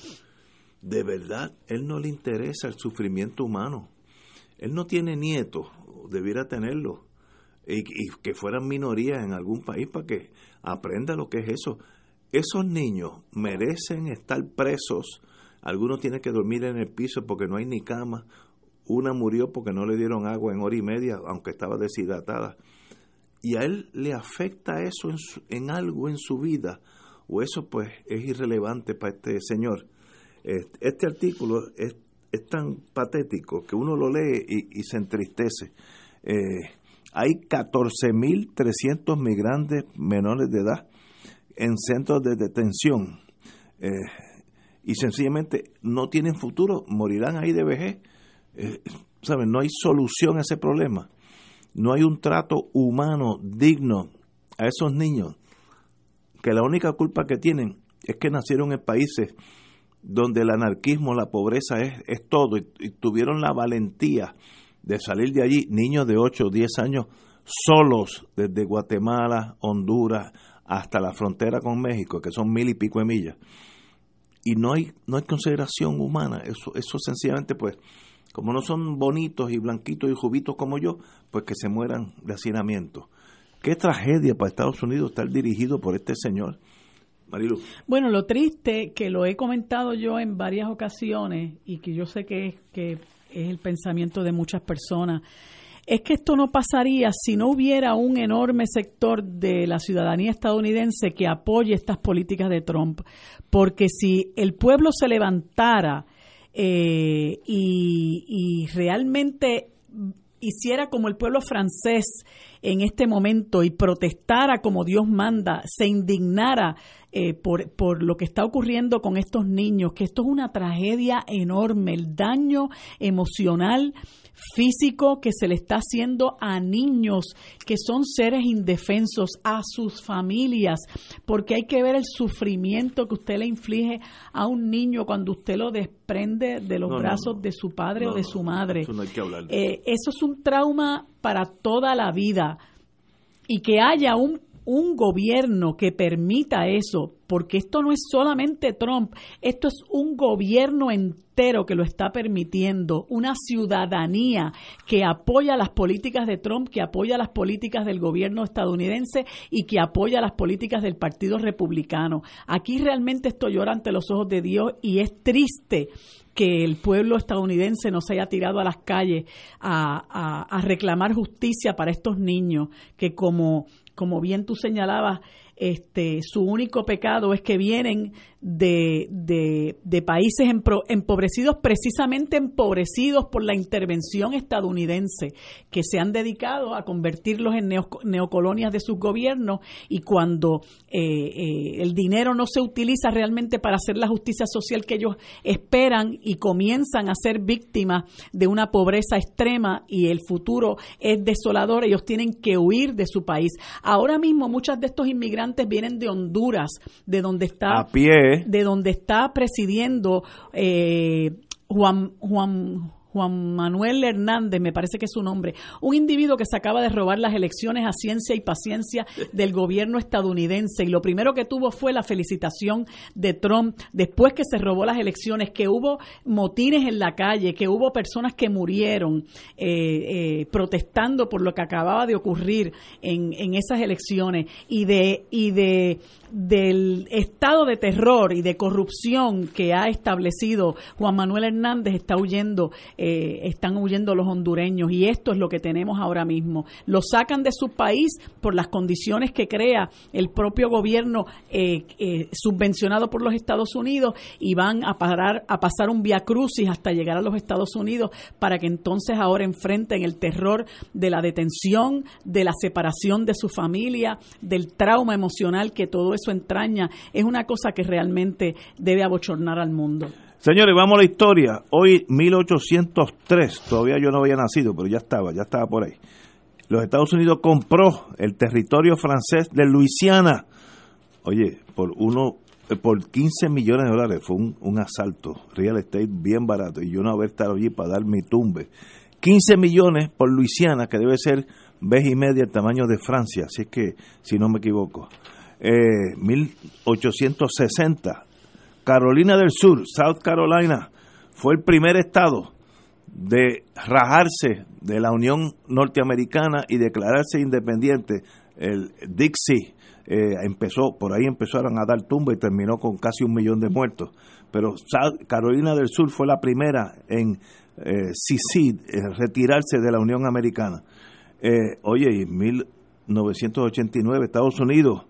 Speaker 2: de verdad, él no le interesa el sufrimiento humano. Él no tiene nietos, debiera tenerlo, y, y que fueran minorías en algún país para que aprenda lo que es eso. Esos niños merecen estar presos. Algunos tienen que dormir en el piso porque no hay ni cama. Una murió porque no le dieron agua en hora y media, aunque estaba deshidratada. Y a él le afecta eso en, su, en algo en su vida, o eso pues es irrelevante para este señor. Este artículo es, es tan patético que uno lo lee y, y se entristece. Eh, hay catorce mil trescientos migrantes menores de edad en centros de detención eh, y sencillamente no tienen futuro, morirán ahí de vejez. Eh, ¿saben? No hay solución a ese problema. No hay un trato humano digno a esos niños, que la única culpa que tienen es que nacieron en países donde el anarquismo, la pobreza es, es todo, y, y tuvieron la valentía de salir de allí, niños de ocho o diez años, solos desde Guatemala, Honduras, hasta la frontera con México, que son mil y pico de millas, y no hay no hay consideración humana. Eso eso sencillamente, pues, como no son bonitos y blanquitos y jubitos como yo, pues que se mueran de hacinamiento. Qué tragedia para Estados Unidos estar dirigido por este señor. Marilu.
Speaker 4: Bueno, lo triste, que lo he comentado yo en varias ocasiones y que yo sé que es, que es el pensamiento de muchas personas, es que esto no pasaría si no hubiera un enorme sector de la ciudadanía estadounidense que apoye estas políticas de Trump. Porque si el pueblo se levantara eh, y, y realmente hiciera como el pueblo francés en este momento y protestara como Dios manda, se indignara eh, por, por lo que está ocurriendo con estos niños, que esto es una tragedia enorme, el daño emocional, físico que se le está haciendo a niños que son seres indefensos, a sus familias, porque hay que ver el sufrimiento que usted le inflige a un niño cuando usted lo desprende de los
Speaker 2: no,
Speaker 4: brazos
Speaker 2: no, no.
Speaker 4: de su padre
Speaker 2: no,
Speaker 4: o de
Speaker 2: no,
Speaker 4: su madre.
Speaker 2: Eso no hay que hablar de
Speaker 4: eh, eso es un trauma para toda la vida, y que haya un un gobierno que permita eso, porque esto no es solamente Trump, esto es un gobierno entero que lo está permitiendo, una ciudadanía que apoya las políticas de Trump, que apoya las políticas del gobierno estadounidense y que apoya las políticas del Partido Republicano. Aquí realmente esto llora ante los ojos de Dios, y es triste que el pueblo estadounidense no se haya tirado a las calles a, a, a reclamar justicia para estos niños que, como como bien tú señalabas, este, su único pecado es que vienen de, de, de países empro, empobrecidos, precisamente empobrecidos por la intervención estadounidense, que se han dedicado a convertirlos en neo, neocolonias de sus gobiernos, y cuando eh, eh, el dinero no se utiliza realmente para hacer la justicia social que ellos esperan, y comienzan a ser víctimas de una pobreza extrema y el futuro es desolador, ellos tienen que huir de su país. Ahora mismo muchos de estos inmigrantes vienen de Honduras, de donde está
Speaker 2: a pie,
Speaker 4: de donde está presidiendo eh, Juan Juan Juan Manuel Hernández, me parece que es su nombre, un individuo que se acaba de robar las elecciones a ciencia y paciencia del gobierno estadounidense, y lo primero que tuvo fue la felicitación de Trump después que se robó las elecciones, que hubo motines en la calle, que hubo personas que murieron eh, eh, protestando por lo que acababa de ocurrir en, en esas elecciones, y de y de del estado de terror y de corrupción que ha establecido Juan Manuel Hernández. Está huyendo eh, están huyendo los hondureños, y esto es lo que tenemos ahora mismo. Lo sacan de su país por las condiciones que crea el propio gobierno eh, eh, subvencionado por los Estados Unidos, y van a parar a pasar un vía crucis hasta llegar a los Estados Unidos, para que entonces ahora enfrenten el terror de la detención, de la separación de su familia, del trauma emocional que todo eso entraña. Es una cosa que realmente debe abochornar al mundo.
Speaker 2: Señores, vamos a la historia. Hoy, mil ochocientos tres, todavía yo no había nacido, pero ya estaba, ya estaba por ahí. Los Estados Unidos compró el territorio francés de Luisiana. Oye, por uno, por quince millones de dólares. Fue un, un asalto, real estate bien barato, y yo no haber estado allí para dar mi tumbe. quince millones por Luisiana, que debe ser vez y media el tamaño de Francia, así es que, si no me equivoco. Eh, mil ochocientos sesenta, Carolina del Sur, South Carolina, fue el primer estado de rajarse de la Unión Norteamericana y declararse independiente. El Dixie eh, empezó, por ahí empezaron a dar tumba y terminó con casi un millón de muertos. Pero South Carolina del Sur fue la primera en eh, secede, en retirarse de la Unión Americana. Eh, oye, en mil novecientos ochenta y nueve Estados Unidos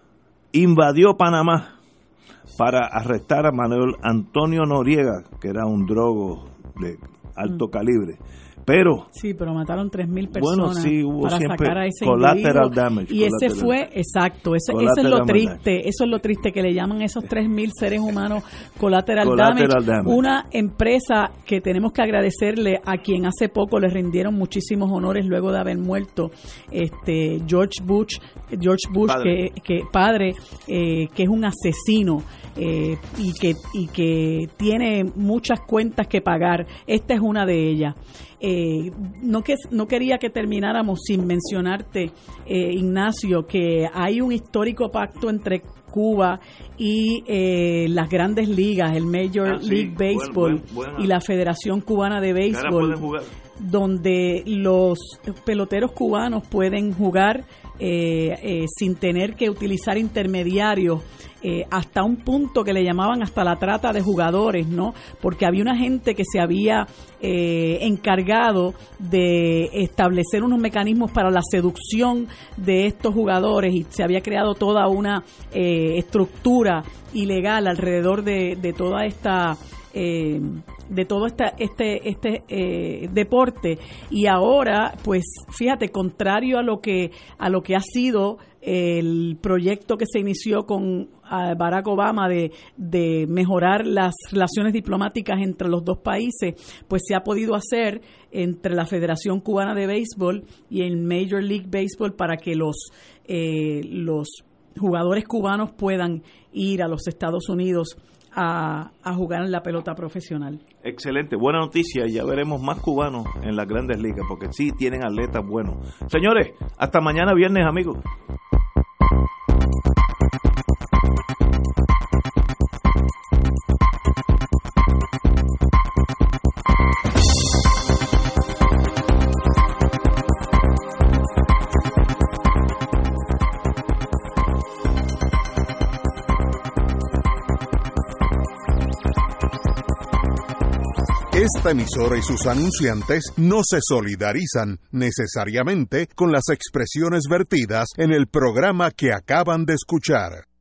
Speaker 2: invadió Panamá para arrestar a Manuel Antonio Noriega, que era un drogo de alto mm. calibre. Pero
Speaker 4: sí, pero mataron tres mil personas,
Speaker 2: bueno, sí, hubo
Speaker 4: para
Speaker 2: siempre
Speaker 4: sacar a ese
Speaker 2: collateral
Speaker 4: individuo.
Speaker 2: damage.
Speaker 4: Y ese fue, exacto, ese, eso es lo triste, eso es lo triste, que le llaman esos tres mil seres humanos collateral, collateral damage. damage. Una empresa que tenemos que agradecerle, a quien hace poco le rindieron muchísimos honores luego de haber muerto este George Bush, George Bush, padre. que, que padre, eh, que es un asesino. Eh, y que y que tiene muchas cuentas que pagar. Esta es una de ellas. Eh, no que no quería que termináramos sin mencionarte, eh, Ignacio, que hay un histórico pacto entre Cuba y eh, las grandes ligas, el Major
Speaker 2: Ah, sí.
Speaker 4: League Baseball
Speaker 2: Buen- buen- buena.
Speaker 4: y la Federación Cubana de
Speaker 2: Que ahora
Speaker 4: Béisbol,
Speaker 2: pueden jugar.
Speaker 4: donde los peloteros cubanos pueden jugar eh, eh, sin tener que utilizar intermediarios, eh, hasta un punto que le llamaban hasta la trata de jugadores, ¿no? Porque había una gente que se había eh, encargado de establecer unos mecanismos para la seducción de estos jugadores y se había creado toda una eh, estructura ilegal alrededor de, de toda esta eh, de todo esta, este este eh, deporte. Y ahora, pues fíjate, contrario a lo que a lo que ha sido el proyecto que se inició con uh, Barack Obama de, de mejorar las relaciones diplomáticas entre los dos países, pues se ha podido hacer entre la Federación Cubana de Béisbol y el Major League Baseball para que los eh, los jugadores cubanos puedan ir a los Estados Unidos a, a jugar en la pelota profesional.
Speaker 2: Excelente, buena noticia. Ya veremos más cubanos en las grandes ligas, porque sí tienen atletas buenos. Señores, hasta mañana viernes, amigos.
Speaker 1: Esta emisora y sus anunciantes no se solidarizan necesariamente con las expresiones vertidas en el programa que acaban de escuchar.